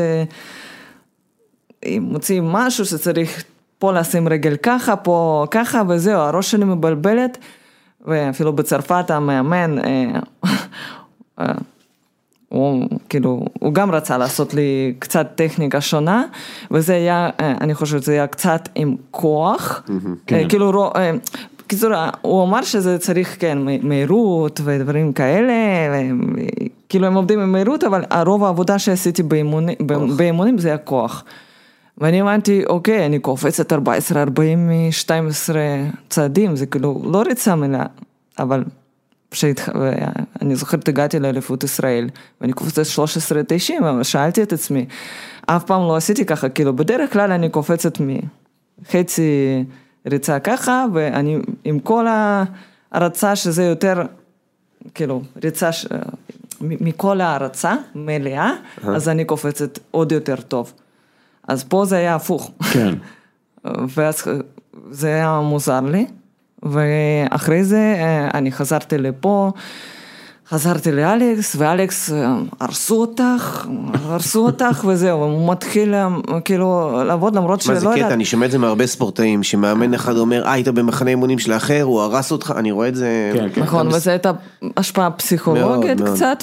מוצאים משהו שצריך פה לשים רגל ככה, פה ככה, וזהו, הראש שלי מבלבלת, ואפילו בצרפת המאמן, הוא, כאילו, הוא גם רצה לעשות לי קצת טכניקה שונה, וזה היה, אני חושבת, זה היה קצת עם כוח, כאילו, קיצור, הוא אמר שזה צריך, כן, מהירות ודברים כאלה, כאילו הם עובדים עם מהירות, אבל הרוב העבודה שעשיתי באימונים זה היה כוח. ואני אמרתי, אוקיי, אני קופצת ארבע עשרה ארבעים שתיים עשרה צעדים, זה כאילו לא ריצה מלאה, אבל... אני זוכרת, הגעתי לאליפות ישראל, ואני קופצת שלוש עשרה תשעים, אבל שאלתי את עצמי, אף פעם לא עשיתי ככה, כאילו בדרך כלל אני קופצת מחצי ריצה ככה, ואני עם כל הרצה שזה יותר, כאילו, ריצה, מכל הרצה מלאה, אז אני קופצת עוד יותר טוב. אז פה זה היה הפוך. כן. ואז זה היה מוזר לי, ואחרי זה אני חזרתי לפה, חזרתי לאלכס, ואלכס, הרסו אותך, הרסו אותך, וזהו, הוא מתחיל כאילו לעבוד, למרות שלא יודעת. מה זה קטע, אני שומע את זה מהרבה ספורטאים, שמאמן אחד אומר, אה, היית במחנה אימונים של האחר, הוא הרס אותך, אני רואה את זה. נכון, וזה הייתה השפעה פסיכולוגית קצת,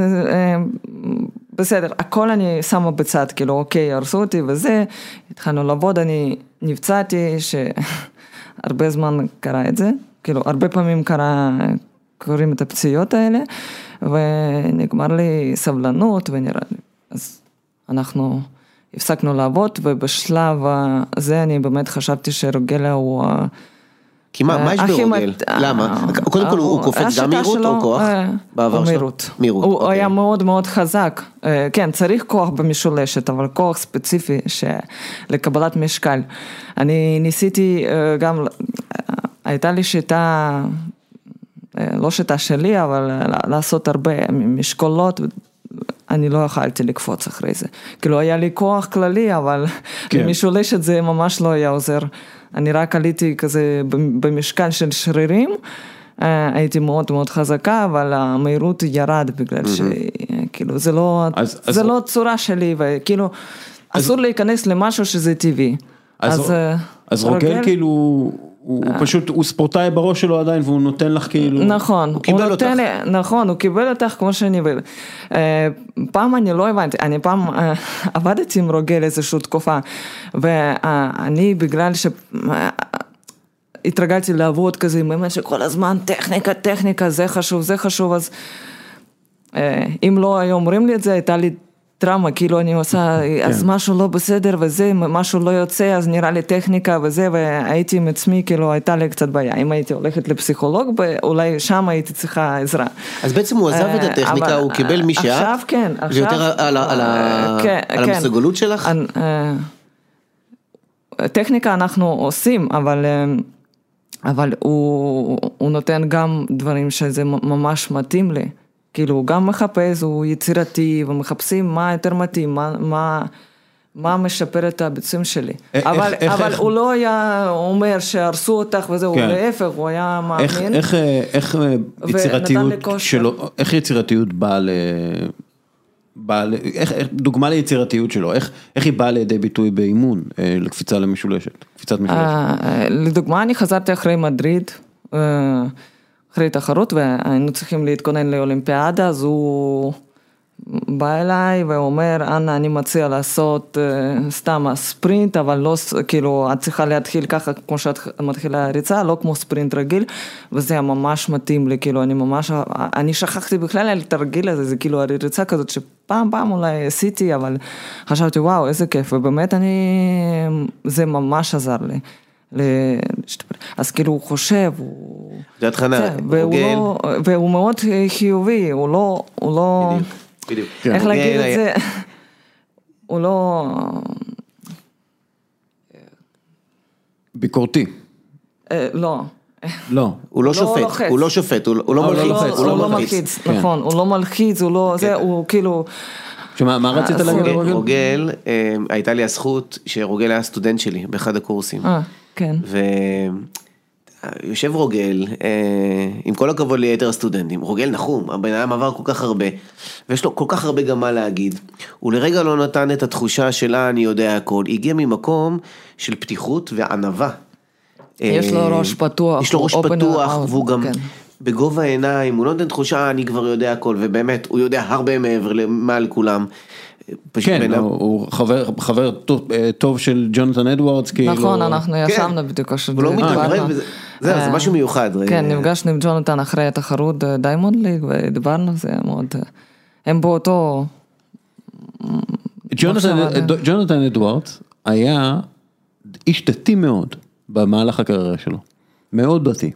ובסדר, הכל אני שמה בצד, כאילו, אוקיי, הרסו אותי וזה, התחלנו לעבוד, אני נפצעתי, שהרבה זמן קרה את זה, כאילו, הרבה פעמים קרה... קוראים את הפציעות האלה, ונגמר לי סבלנות, ונראה לי, אז אנחנו הפסקנו לעבוד, ובשלב הזה אני באמת חשבתי שרוגלה הוא... כי מה, מה יש ברוגל? למה? קודם כל הוא קופץ גם מהירות או כוח? בעבר שלו? מהירות. הוא היה מאוד מאוד חזק, כן, צריך כוח במשולשת, אבל כוח ספציפי לקבלת משקל. אני ניסיתי גם, הייתה לי שיטה... לא שיטה שלי, אבל לעשות הרבה משקולות, אני לא יכולתי לקפוץ אחרי זה. כאילו היה לי כוח כללי, אבל משולשת זה ממש לא היה עוזר. אני רק עליתי כזה במשקל של שרירים, הייתי מאוד מאוד חזקה, אבל המהירות ירד בגלל שכאילו זה לא, זה לא צורה שלי, וכאילו אסור להיכנס למשהו שזה טבעי. אז רוגל כאילו... הוא פשוט, הוא ספורטאי בראש שלו עדיין, והוא נותן לך כאילו... נכון, הוא קיבל אותך. נכון, הוא קיבל אותך כמו שאני... פעם אני לא הבנתי, אני פעם עבדתי עם רוגל איזושהי תקופה, ואני בגלל ש... התרגלתי לעבוד כזה, באמת שכל הזמן טכניקה, טכניקה, זה חשוב, זה חשוב, אז אם לא היו אומרים לי את זה, הייתה לי... טראומה, כאילו אני עושה, אז משהו לא בסדר וזה, משהו לא יוצא, אז נראה לי טכניקה וזה, והייתי עם עצמי, כאילו הייתה לי קצת בעיה, אם הייתי הולכת לפסיכולוג, אולי שם הייתי צריכה עזרה. אז בעצם הוא עזב את הטכניקה, הוא קיבל מי שאת? עכשיו כן, עכשיו. ויותר על המסוגלות שלך? טכניקה אנחנו עושים, אבל... אבל הוא, הוא נותן גם דברים שזה ממש מתאים לי. כאילו, הוא גם מחפש, הוא יצירתי, ומחפשים מה יותר מתאים, מה, מה, מה משפר את הביצועים שלי. אבל, איך, אבל איך, הוא לא היה אומר שהרסו אותך וזהו, כן. להפך, הוא היה מאמין. איך, איך, איך יצירתיות שלו, איך יצירתיות באה ל... בא, איך, איך, דוגמה ליצירתיות שלו, איך, איך היא באה לידי ביטוי באימון, לקפיצה למשולשת, קפיצת משולשת? לדוגמה, אני חזרתי אחרי מדריד, אחרי תחרות, והיינו צריכים להתכונן לאולימפיאדה, אז הוא בא אליי ואומר, אנה, אני מציע לעשות uh, סתם ספרינט, אבל לא, כאילו, את צריכה להתחיל ככה, כמו שאת מתחילה ריצה, לא כמו ספרינט רגיל, וזה היה ממש מתאים לי, כאילו, אני ממש, אני שכחתי בכלל על תרגיל הזה, זה כאילו הריצה כזאת, שפעם פעם אולי עשיתי, אבל חשבתי, וואו, איזה כיף, ובאמת אני, זה ממש עזר לי. אז כאילו הוא חושב, זה התחנה, רוגל. והוא מאוד חיובי, הוא לא, הוא לא, בדיוק. איך להגיד את זה, הוא לא... ביקורתי. לא. לא. הוא לא שופט, הוא לא שופט, הוא לא מלחיץ. הוא לא מלחיץ, נכון, הוא לא מלחיץ, הוא לא, זה, הוא כאילו... שמה, מה רצית להגיד רוגל? רוגל, הייתה לי הזכות שרוגל היה סטודנט שלי באחד הקורסים. אה, כן. ויושב רוגל, עם כל הכבוד ליתר הסטודנטים, רוגל נחום, הבן אדם עבר כל כך הרבה, ויש לו כל כך הרבה גם מה להגיד. הוא לרגע לא נתן את התחושה שלה, אני יודע הכל, הגיע ממקום של פתיחות וענווה. יש לו ראש פתוח. יש לו ראש פתוח, והוא גם... בגובה העיניים, הוא לא נותן תחושה, אני כבר יודע הכל, ובאמת, הוא יודע הרבה מעבר למעל כולם. כן, הוא חבר טוב של ג'ונתן אדוארדס. נכון, אנחנו ישבנו בדיוק. הוא לא מתרברב, זה משהו מיוחד. כן, נפגשנו עם ג'ונתן אחרי התחרות דיימונד ליג, ודיברנו, זה מאוד, הם באותו... ג'ונתן אדוארדס היה איש דתי מאוד, במהלך הקריירה שלו. מאוד דתי.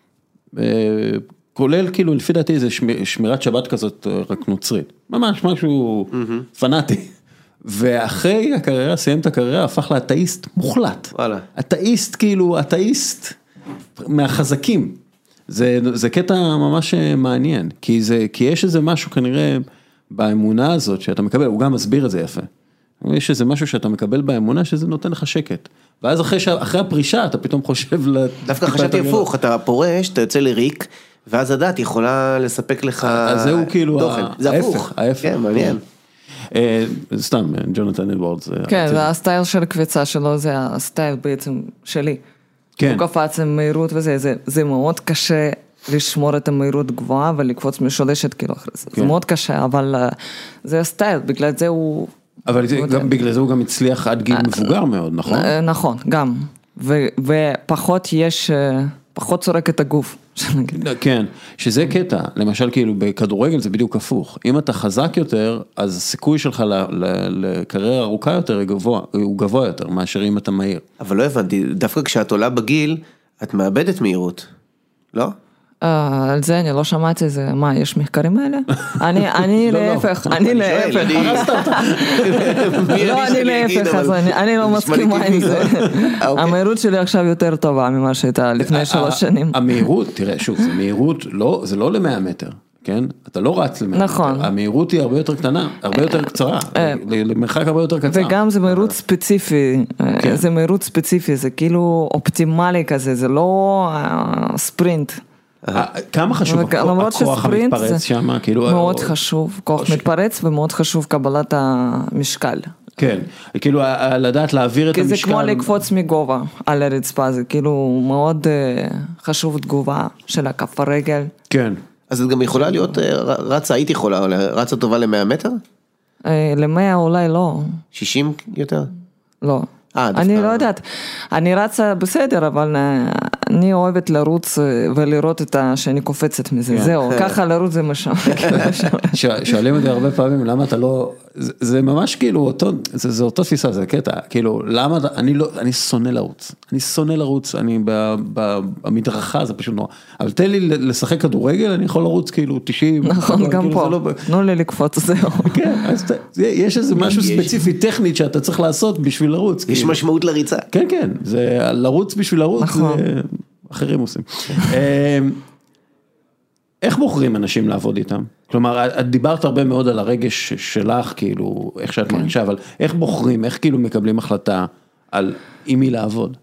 כולל כאילו לפי דעתי זה שמירת שבת כזאת רק נוצרית, ממש משהו פנאטי, ואחרי הקריירה, סיים את הקריירה, הפך לאתאיסט מוחלט, אתאיסט כאילו, אתאיסט מהחזקים, זה, זה קטע ממש מעניין, כי זה, כי יש איזה משהו כנראה באמונה הזאת שאתה מקבל, הוא גם מסביר את זה יפה, יש איזה משהו שאתה מקבל באמונה שזה נותן לך שקט. ואז אחרי, אחרי הפרישה אתה פתאום חושב... דווקא חשבתי הפוך, אתה פורש, אתה יוצא לריק, ואז הדת יכולה לספק לך תוכן. אז זהו כאילו ההפך, ההפך. כן, מעניין. סתם, ג'ונתן אדוורדס. כן, והסטייל של הקביצה שלו זה הסטייל בעצם שלי. הוא קפץ עם מהירות וזה, זה מאוד קשה לשמור את המהירות גבוהה ולקפוץ משולשת כאילו אחרי זה. זה מאוד קשה, אבל זה הסטייל, בגלל זה הוא... אבל בגלל זה הוא גם הצליח עד גיל מבוגר מאוד, נכון? נכון, גם. ופחות יש, פחות צורק את הגוף. כן, שזה קטע, למשל כאילו בכדורגל זה בדיוק הפוך, אם אתה חזק יותר, אז הסיכוי שלך לקריירה ארוכה יותר הוא גבוה יותר, מאשר אם אתה מהיר. אבל לא הבנתי, דווקא כשאת עולה בגיל, את מאבדת מהירות, לא? על זה אני לא שמעתי, זה, מה, יש מחקרים האלה? אני להפך, אני להפך. לא, אני להפך, אז אני לא מסכימה עם זה. המהירות שלי עכשיו יותר טובה ממה שהייתה לפני שלוש שנים. המהירות, תראה, שוב, זה מהירות, זה לא למאה מטר, כן? אתה לא רץ למאה מטר. נכון. המהירות היא הרבה יותר קטנה, הרבה יותר קצרה, למרחק הרבה יותר קצר. וגם זה מהירות ספציפי, זה מהירות ספציפי, זה כאילו אופטימלי כזה, זה לא ספרינט. כמה חשוב הכוח המתפרץ שם? מאוד חשוב, כוח מתפרץ ומאוד חשוב קבלת המשקל. כן, כאילו לדעת להעביר את המשקל. כי זה כמו לקפוץ מגובה על הרצפה, זה כאילו מאוד חשוב תגובה של הכף הרגל. כן. אז את גם יכולה להיות רצה, היית יכולה, רצה טובה למאה מטר? למאה אולי לא. שישים יותר? לא. אני לא יודעת, אני רצה בסדר, אבל אני אוהבת לרוץ ולראות את שאני קופצת מזה, זהו, ככה לרוץ זה משם. שואלים אותי הרבה פעמים, למה אתה לא, זה ממש כאילו, זה אותו תפיסה, זה קטע, כאילו, למה, אני לא, אני שונא לרוץ, אני שונא לרוץ, אני במדרכה, זה פשוט נורא, אבל תן לי לשחק כדורגל, אני יכול לרוץ כאילו תשעים. נכון, גם פה, תנו לי לקפוץ, זהו. כן, אז יש איזה משהו ספציפי, טכנית, שאתה צריך לעשות בשביל לרוץ. יש משמעות לריצה. כן, כן, זה לרוץ בשביל לרוץ, אחרים עושים. איך בוחרים אנשים לעבוד איתם? כלומר, את דיברת הרבה מאוד על הרגש שלך, כאילו, איך שאת מרגישה, אבל איך בוחרים, איך כאילו מקבלים החלטה על עם מי לעבוד?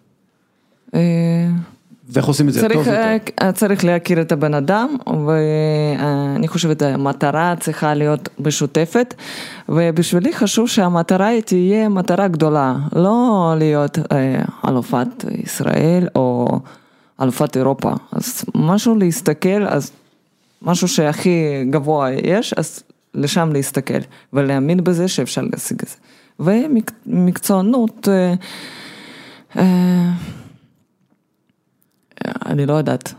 ואיך עושים את זה טוב יותר? צריך להכיר את הבן אדם, ואני חושבת המטרה צריכה להיות משותפת, ובשבילי חשוב שהמטרה תהיה מטרה גדולה, לא להיות אלופת ישראל או אלופת אירופה, אז משהו להסתכל, אז משהו שהכי גבוה יש, אז לשם להסתכל, ולהאמין בזה שאפשר להשיג את זה. ומקצוענות, אני לא יודעת,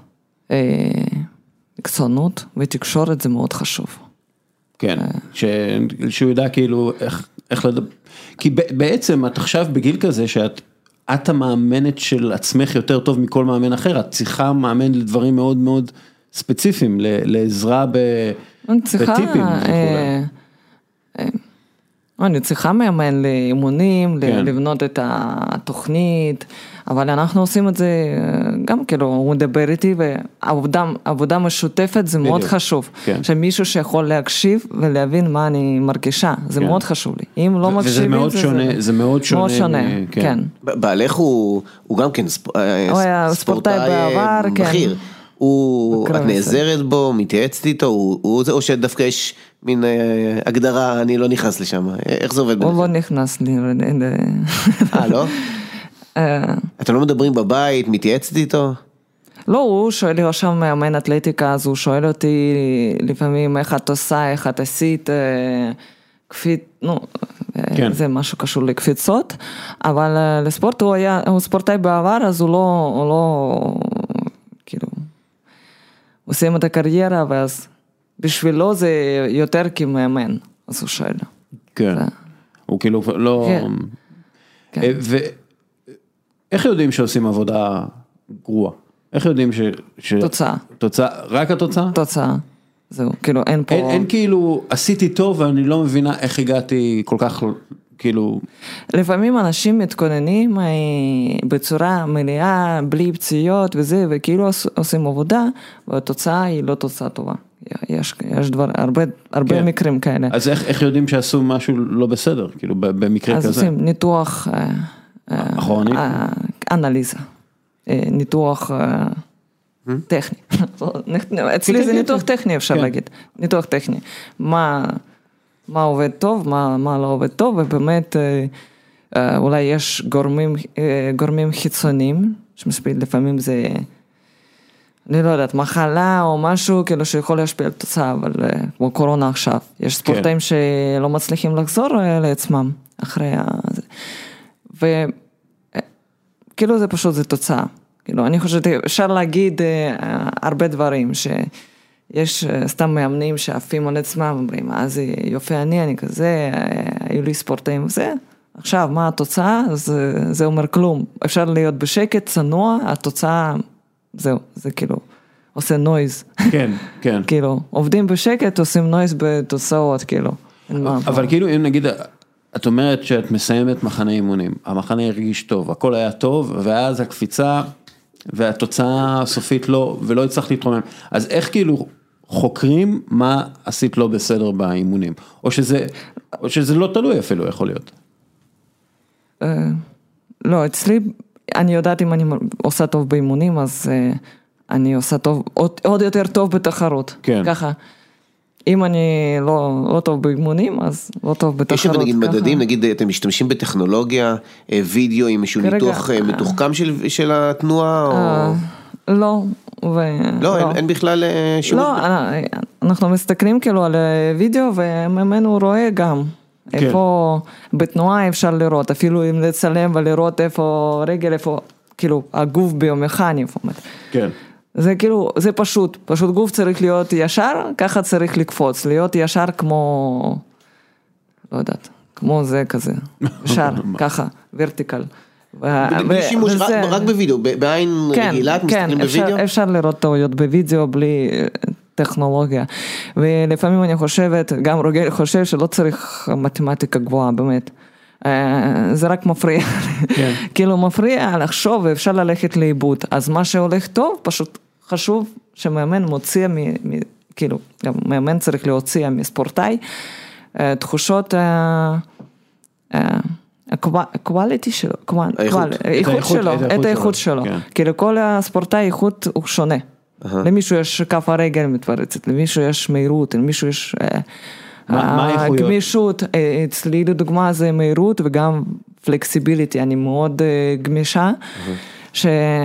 מקצוענות ותקשורת זה מאוד חשוב. כן, שהוא ידע כאילו איך לדבר, כי בעצם את עכשיו בגיל כזה שאת, את המאמנת של עצמך יותר טוב מכל מאמן אחר, את צריכה מאמן לדברים מאוד מאוד ספציפיים, לעזרה בטיפים. אני צריכה מאמן לאימונים, לבנות את התוכנית, אבל אנחנו עושים את זה, גם כאילו, הוא מדבר איתי, ועבודה משותפת זה מאוד חשוב, שמישהו שיכול להקשיב ולהבין מה אני מרגישה, זה מאוד חשוב לי. אם לא מקשיבים, זה מאוד שונה. כן. בעלך הוא גם כן ספורטאי בכיר. את נעזרת בו, מתייעצת איתו, או שדווקא יש מין הגדרה, אני לא נכנס לשם, איך זה עובד? הוא לא נכנס לי. אה, לא? אתם לא מדברים בבית, מתייעצת איתו? לא, הוא שואל לי עכשיו מאמן אתלטיקה, אז הוא שואל אותי לפעמים איך את עושה, איך את עשית, קפיץ, נו, זה משהו קשור לקפיצות, אבל לספורט הוא היה, הוא ספורטאי בעבר, אז הוא לא, הוא לא, כאילו, הוא סיים את הקריירה, ואז בשבילו זה יותר כמאמן, אז הוא שואל. כן, הוא כאילו לא... כן. ואיך יודעים שעושים עבודה גרועה? איך יודעים ש... תוצאה. תוצאה, רק התוצאה? תוצאה. זהו, כאילו אין פה... אין, אין כאילו, עשיתי טוב ואני לא מבינה איך הגעתי כל כך, כאילו... לפעמים אנשים מתכוננים בצורה מלאה, בלי פציעות וזה, וכאילו עושים עבודה, והתוצאה היא לא תוצאה טובה. יש, יש דבר, הרבה, הרבה כן. מקרים כאלה. אז איך, איך יודעים שעשו משהו לא בסדר, כאילו, במקרה אז כזה? עושים ניתוח, אחורנית? אנליזה, ניתוח טכני, אצלי זה ניתוח טכני אפשר להגיד, ניתוח טכני, מה, מה עובד טוב, מה, מה לא עובד טוב, ובאמת אולי יש גורמים, גורמים חיצוניים, שמשפיעים לפעמים זה, אני לא יודעת, מחלה או משהו כאילו שיכול להשפיע על תוצאה, אבל כמו קורונה עכשיו, יש ספורטאים שלא מצליחים לחזור לעצמם אחרי זה, וכאילו זה פשוט, זה תוצאה. כאילו, אני חושבת, אפשר להגיד הרבה דברים, שיש סתם מאמנים שעפים על עצמם, אומרים, מה זה יופי אני, אני כזה, היו לי ספורטאים וזה, עכשיו, מה התוצאה? זה, זה אומר כלום. אפשר להיות בשקט, צנוע, התוצאה, זהו, זה כאילו, עושה נויז. כן, כן. כאילו, עובדים בשקט, עושים נויז בתוצאות, כאילו. אבל כאילו, אם נגיד, את אומרת שאת מסיימת מחנה אימונים, המחנה הרגיש טוב, הכל היה טוב, ואז הקפיצה, והתוצאה הסופית לא, ולא הצלחת להתרומם. אז איך כאילו חוקרים מה עשית לא בסדר באימונים? או שזה, או שזה לא תלוי אפילו, יכול להיות. לא, אצלי, אני יודעת אם אני עושה טוב באימונים, אז אני עושה טוב, עוד יותר טוב בתחרות. כן. ככה. אם אני לא, לא טוב באימונים, אז לא טוב בתחרות. יש אבל נגיד מדדים, נגיד אתם משתמשים בטכנולוגיה, וידאו עם איזשהו ניתוח מתוחכם של, של התנועה? או... לא. ו... לא, אין, אין בכלל שימוש? לא, אנחנו מסתכלים כאילו על וידאו, וממנו רואה גם. כן. איפה בתנועה אפשר לראות, אפילו אם לצלם ולראות איפה רגל, איפה, כאילו, הגוף ביומכני, איפה אומרת. כן. זה כאילו, זה פשוט, פשוט גוף צריך להיות ישר, ככה צריך לקפוץ, להיות ישר כמו, לא יודעת, כמו זה כזה, ישר, ככה, ורטיקל. בלי שימוש, רק בווידאו, בעין רגילה, אתם מסתכלים בווידאו? כן, אפשר לראות טעויות בווידאו בלי טכנולוגיה, ולפעמים אני חושבת, גם רוגל חושב שלא צריך מתמטיקה גבוהה, באמת. זה רק מפריע, כאילו מפריע לחשוב ואפשר ללכת לאיבוד, אז מה שהולך טוב, פשוט חשוב שמאמן מוציא, כאילו, מאמן צריך להוציא מספורטאי, תחושות, הקואליטי שלו, האיכות שלו, את האיכות שלו, כי לכל הספורטאי איכות הוא שונה, למישהו יש כף הרגל מתפרצת, למישהו יש מהירות, למישהו יש... גמישות, אצלי לדוגמה זה מהירות וגם פלקסיביליטי, אני מאוד גמישה, שזה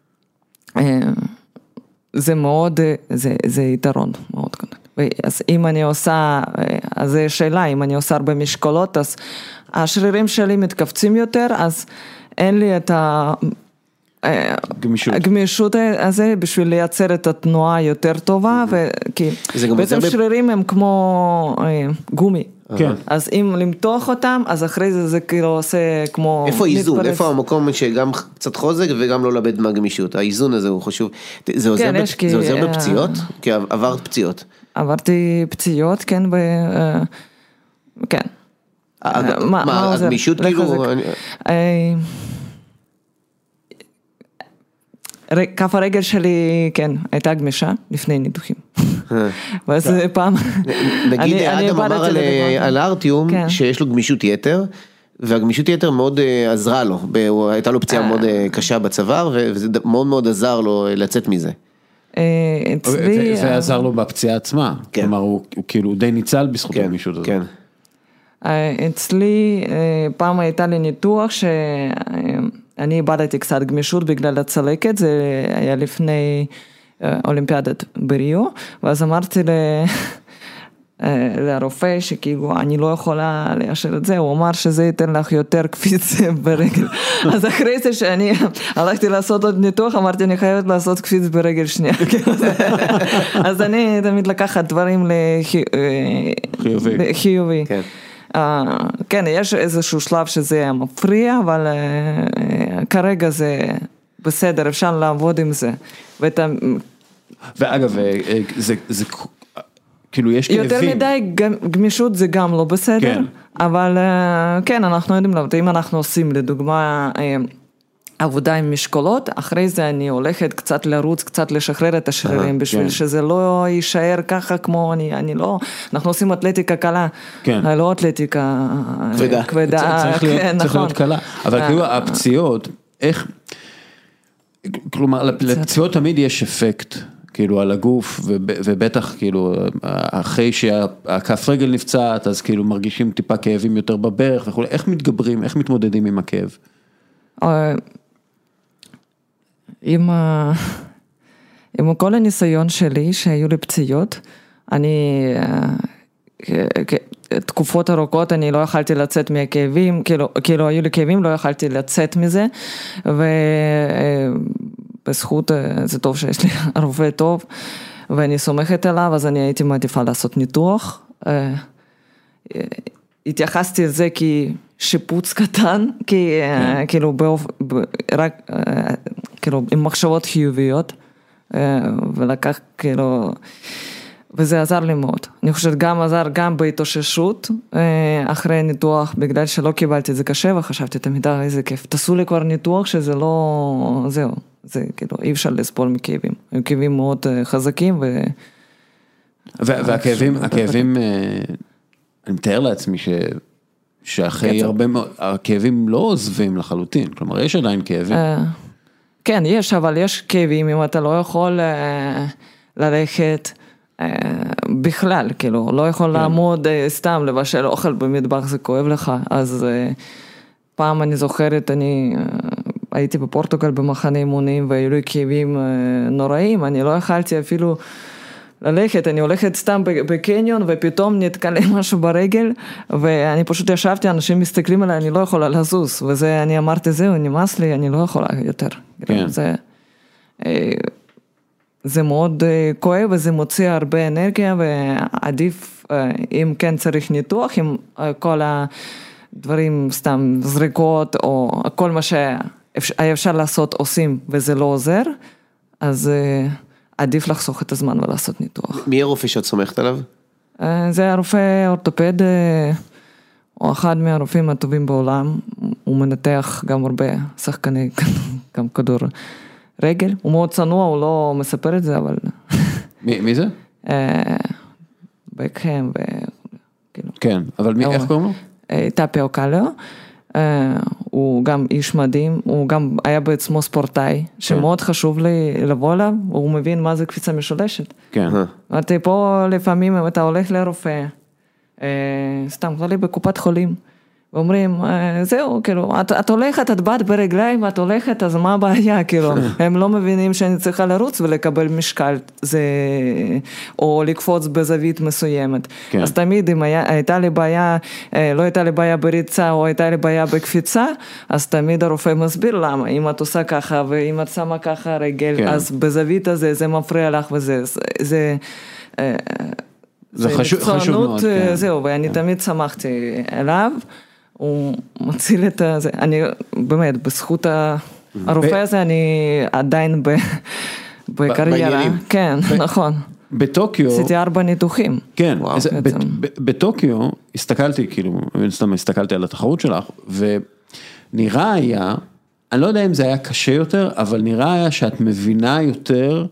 מאוד, זה יתרון מאוד. אז אם אני עושה, אז זה שאלה, אם אני עושה הרבה משקולות, אז השרירים שלי מתכווצים יותר, אז אין לי את ה... גמישות. הגמישות הזה בשביל לייצר את התנועה יותר טובה, וכי בעצם שרירים הם כמו גומי. כן. אז אם למתוח אותם, אז אחרי זה זה כאילו עושה כמו... איפה האיזון? איפה המקום שגם קצת חוזק וגם לא לאבד מהגמישות? האיזון הזה הוא חשוב. זה עוזר בפציעות? כי עברת פציעות. עברתי פציעות, כן. כן. מה, הגמישות כאילו... כף הרגל שלי, כן, הייתה גמישה לפני ניתוחים. ואז פעם... נגיד, אדם אמר על הארטיום שיש לו גמישות יתר, והגמישות יתר מאוד עזרה לו, הייתה לו פציעה מאוד קשה בצוואר, וזה מאוד מאוד עזר לו לצאת מזה. זה עזר לו בפציעה עצמה, כלומר הוא כאילו די ניצל בזכות הגמישות הזאת. כן. אצלי פעם הייתה לי ניתוח ש... אני איבדתי קצת גמישות בגלל הצלקת, זה היה לפני אולימפיאדת בריו, ואז אמרתי לרופא שכאילו אני לא יכולה לאשר את זה, הוא אמר שזה ייתן לך יותר קפיץ ברגל, אז אחרי זה שאני הלכתי לעשות עוד ניתוח, אמרתי אני חייבת לעשות קפיץ ברגל שנייה, אז אני תמיד לקחת דברים לחיובי. כן. כן, יש איזשהו שלב שזה מפריע, אבל כרגע זה בסדר, אפשר לעבוד עם זה. ואגב, זה כאילו יש כאבים. יותר מדי גמישות זה גם לא בסדר, אבל כן, אנחנו יודעים לעבוד, אם אנחנו עושים לדוגמה עבודה עם משקולות, אחרי זה אני הולכת קצת לרוץ, קצת לשחרר את השרירים, בשביל שזה לא יישאר ככה כמו אני, אני לא, אנחנו עושים אתלטיקה קלה, לא אתלטיקה כבדה, צריך להיות קלה, אבל כאילו הפציעות, איך, כלומר, לפציעות תמיד יש אפקט, כאילו על הגוף, ובטח כאילו, אחרי שהכף רגל נפצעת, אז כאילו מרגישים טיפה כאבים יותר בברך וכו', איך מתגברים, איך מתמודדים עם הכאב? עם, עם כל הניסיון שלי שהיו לי פציעות, אני, תקופות ארוכות אני לא יכלתי לצאת מהכאבים, כאילו, כאילו היו לי כאבים, לא יכלתי לצאת מזה, ובזכות, זה טוב שיש לי רופא טוב, ואני סומכת עליו, אז אני הייתי מעדיפה לעשות ניתוח, התייחסתי לזה כי שיפוץ קטן, כי כאילו רק כאילו עם מחשבות חיוביות, ולקח כאילו, וזה עזר לי מאוד. אני חושבת גם עזר גם בהתאוששות, אחרי ניתוח, בגלל שלא קיבלתי את זה קשה, וחשבתי תמיד, איזה כיף, תעשו לי כבר ניתוח שזה לא, זהו, זה כאילו אי אפשר לסבול מכאבים, הם כאבים מאוד חזקים, ו... והכאבים, הכאבים, אני מתאר לעצמי ש... שאחרי הרבה מאוד, הכאבים לא עוזבים לחלוטין, כלומר יש עדיין כאבים. כן, יש, אבל יש כאבים, אם אתה לא יכול ללכת בכלל, כאילו, לא יכול לעמוד סתם לבשל אוכל במטבח, זה כואב לך, אז פעם אני זוכרת, אני הייתי בפורטוגל במחנה אימונים, והיו לי כאבים נוראים, אני לא יכלתי אפילו ללכת, אני הולכת סתם בקניון, ופתאום נתקע לי משהו ברגל, ואני פשוט ישבתי, אנשים מסתכלים עליי, אני לא יכולה לזוז, וזה, אני אמרתי, זהו, נמאס לי, אני לא יכולה יותר. כן. זה, זה מאוד כואב, וזה מוציא הרבה אנרגיה, ועדיף, אם כן צריך ניתוח, עם כל הדברים, סתם זריקות, או כל מה שהיה אפשר לעשות, עושים, וזה לא עוזר, אז עדיף לחסוך את הזמן ולעשות ניתוח. מי הרופא שאת סומכת עליו? זה הרופא אורתופד, או אחד מהרופאים הטובים בעולם, הוא מנתח גם הרבה שחקני, גם כדור רגל, הוא מאוד צנוע, הוא לא מספר את זה, אבל... מי זה? בקהם, ו... כן, אבל מי, איך קוראים לו? טאפיו קאלו, הוא גם איש מדהים, הוא גם היה בעצמו ספורטאי, שמאוד חשוב לי לבוא אליו, הוא מבין מה זה קפיצה משולשת. כן. אמרתי, פה לפעמים אם אתה הולך לרופא, סתם כללי בקופת חולים, ואומרים, זהו, כאילו, את, את הולכת, את באת ברגליים, את הולכת, אז מה הבעיה, כאילו, הם לא מבינים שאני צריכה לרוץ ולקבל משקל, זה, או לקפוץ בזווית מסוימת. כן. אז תמיד, אם היה, הייתה לי בעיה, לא הייתה לי בעיה בריצה, או הייתה לי בעיה בקפיצה, אז תמיד הרופא מסביר למה, אם את עושה ככה, ואם את שמה ככה רגל, כן. אז בזווית הזה, זה מפריע לך, וזה, זה, זה, זה חשוב, חשוב מאוד. כן. זהו, ואני תמיד שמחתי אליו, הוא מציל את זה, אני באמת, בזכות הרופא הזה, אני עדיין בקריירה, כן, נכון. בטוקיו, עשיתי ארבע ניתוחים. כן, בטוקיו, הסתכלתי, כאילו, סתם הסתכלתי על התחרות שלך, ונראה היה, אני לא יודע אם זה היה קשה יותר, אבל נראה היה שאת מבינה יותר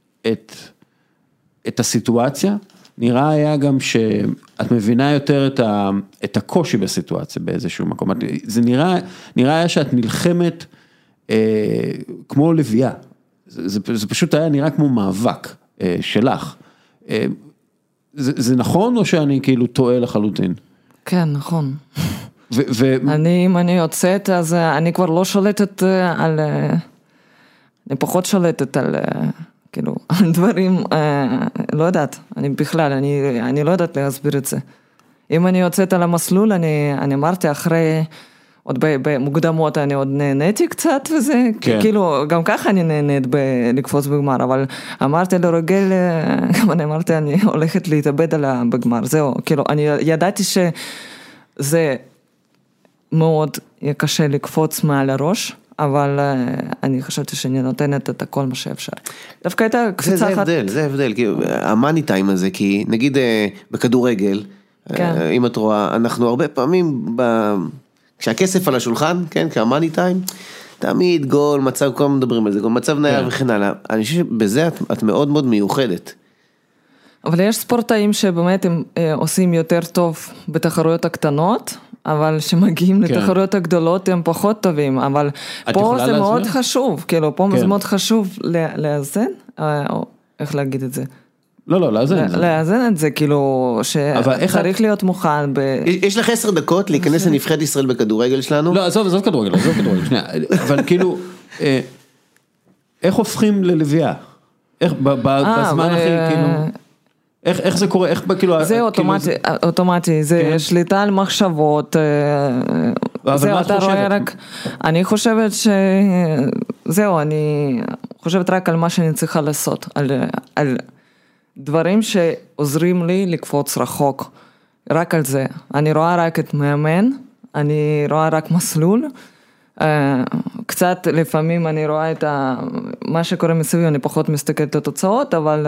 את הסיטואציה, נראה היה גם שאת מבינה יותר את, ה, את הקושי בסיטואציה באיזשהו מקום. זה נראה, נראה היה שאת נלחמת אה, כמו לביאה. זה, זה, זה פשוט היה נראה כמו מאבק אה, שלך. אה, זה, זה נכון או שאני כאילו טועה לחלוטין? כן, נכון. ו, ו... אני, אם אני יוצאת, אז אני כבר לא שולטת על... אני פחות שולטת על... כאילו, דברים, אה, לא יודעת, אני בכלל, אני, אני לא יודעת להסביר את זה. אם אני יוצאת על המסלול, אני, אני אמרתי אחרי, עוד במוקדמות אני עוד נהניתי קצת וזה, כן. כאילו, גם ככה אני נהנית לקפוץ בגמר, אבל אמרתי לרגל, גם אני אמרתי, אני הולכת להתאבד על בגמר, זהו, כאילו, אני ידעתי שזה מאוד קשה לקפוץ מעל הראש, אבל אני חשבתי שאני נותנת את הכל מה שאפשר. דווקא הייתה קפיצה אחת... זה הבדל, זה הבדל, כאילו, המאני טיים הזה, כי נגיד בכדורגל, אם את רואה, אנחנו הרבה פעמים, כשהכסף על השולחן, כן, כהמאני טיים, תמיד גול, מצב, כל מדברים על זה, גול, מצב נייח וכן הלאה. אני חושב שבזה את, את מאוד מאוד מיוחדת. אבל יש ספורטאים שבאמת הם אה, עושים יותר טוב בתחרויות הקטנות, אבל שמגיעים כן. לתחרויות הגדולות הם פחות טובים, אבל פה זה להסביר? מאוד חשוב, כאילו, פה כן. זה מאוד חשוב לאזן, או איך להגיד את זה? לא, לא, לאזן את זה. לאזן את זה, כאילו, שצריך להיות מוכן. יש לך עשר דקות להיכנס לנבחרת ישראל בכדורגל שלנו? לא, עזוב, עזוב כדורגל, עזוב כדורגל, שנייה, אבל כאילו, איך הופכים ללוויה? איך, בזמן הכי, כאילו... איך, איך זה קורה, איך כאילו... זה אוטומטי, אוטומטי, זה שליטה על מחשבות, זהו, אתה רואה רק, אני חושבת ש... זהו, אני חושבת רק על מה שאני צריכה לעשות, על, על דברים שעוזרים לי לקפוץ רחוק, רק על זה. אני רואה רק את מאמן, אני רואה רק מסלול, קצת לפעמים אני רואה את מה שקורה מסביב, אני פחות מסתכלת על התוצאות, אבל...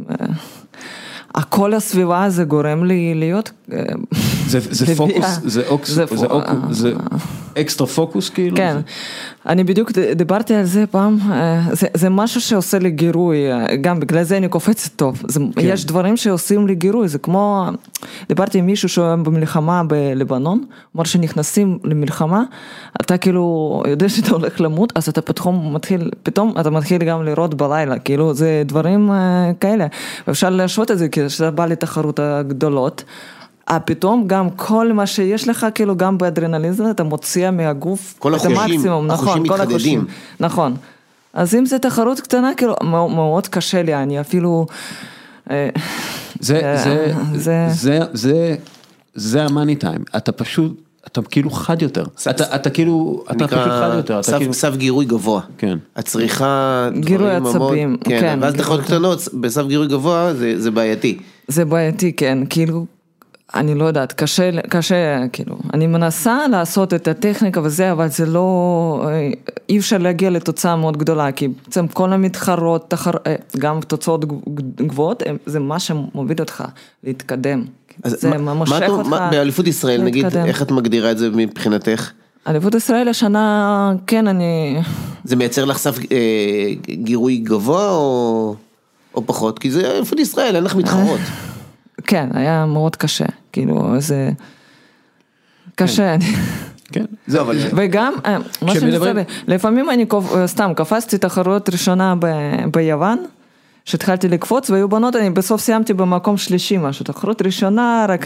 הכל הסביבה הזה גורם לי להיות... זה פוקוס, זה אקסטרה פוקוס כאילו? כן, אני בדיוק דיברתי על זה פעם, זה משהו שעושה לי גירוי, גם בגלל זה אני קופצת טוב, יש דברים שעושים לי גירוי, זה כמו, דיברתי עם מישהו שהוא במלחמה בלבנון, אומר שנכנסים למלחמה, אתה כאילו יודע שאתה הולך למות, אז אתה פתאום מתחיל, פתאום אתה מתחיל גם לראות בלילה, כאילו זה דברים כאלה, ואפשר להשוות את זה, כי כשאתה בא לתחרות הגדולות, פתאום גם כל מה שיש לך, כאילו גם באדרנליזם, אתה מוציע מהגוף כל את המקסימום, החושים נכון, מתחדדים. נכון. אז אם זה תחרות קטנה, כאילו, מאוד קשה לי, אני אפילו... זה, זה, זה, זה, זה המאני טיים, אתה פשוט, אתה כאילו חד יותר, אתה, אתה כאילו, אתה פשוט חד יותר. סף גירוי גבוה. כן. את צריכה... גירוי עצבים. כן, ואז תחרות קטנות, בסף גירוי גבוה, זה בעייתי. זה בעייתי, כן, כאילו... אני לא יודעת, קשה, קשה, כאילו, אני מנסה לעשות את הטכניקה וזה, אבל זה לא, אי אפשר להגיע לתוצאה מאוד גדולה, כי בעצם כל המתחרות, תחר, גם תוצאות גבוהות, זה מה שמוביל אותך להתקדם. זה ממשך אותך. באליפות ישראל, נגיד, איך את מגדירה את זה מבחינתך? אליפות ישראל השנה, כן, אני... זה מייצר לך סף גירוי גבוה או, או פחות? כי זה אליפות ישראל, אין לך מתחרות. כן, היה מאוד קשה, כאילו, זה קשה. כן. וגם, מה שאני מסתכל, לפעמים אני סתם קפצתי תחרות ראשונה ביוון, שהתחלתי לקפוץ, והיו בנות, אני בסוף סיימתי במקום שלישי משהו, תחרות ראשונה, רק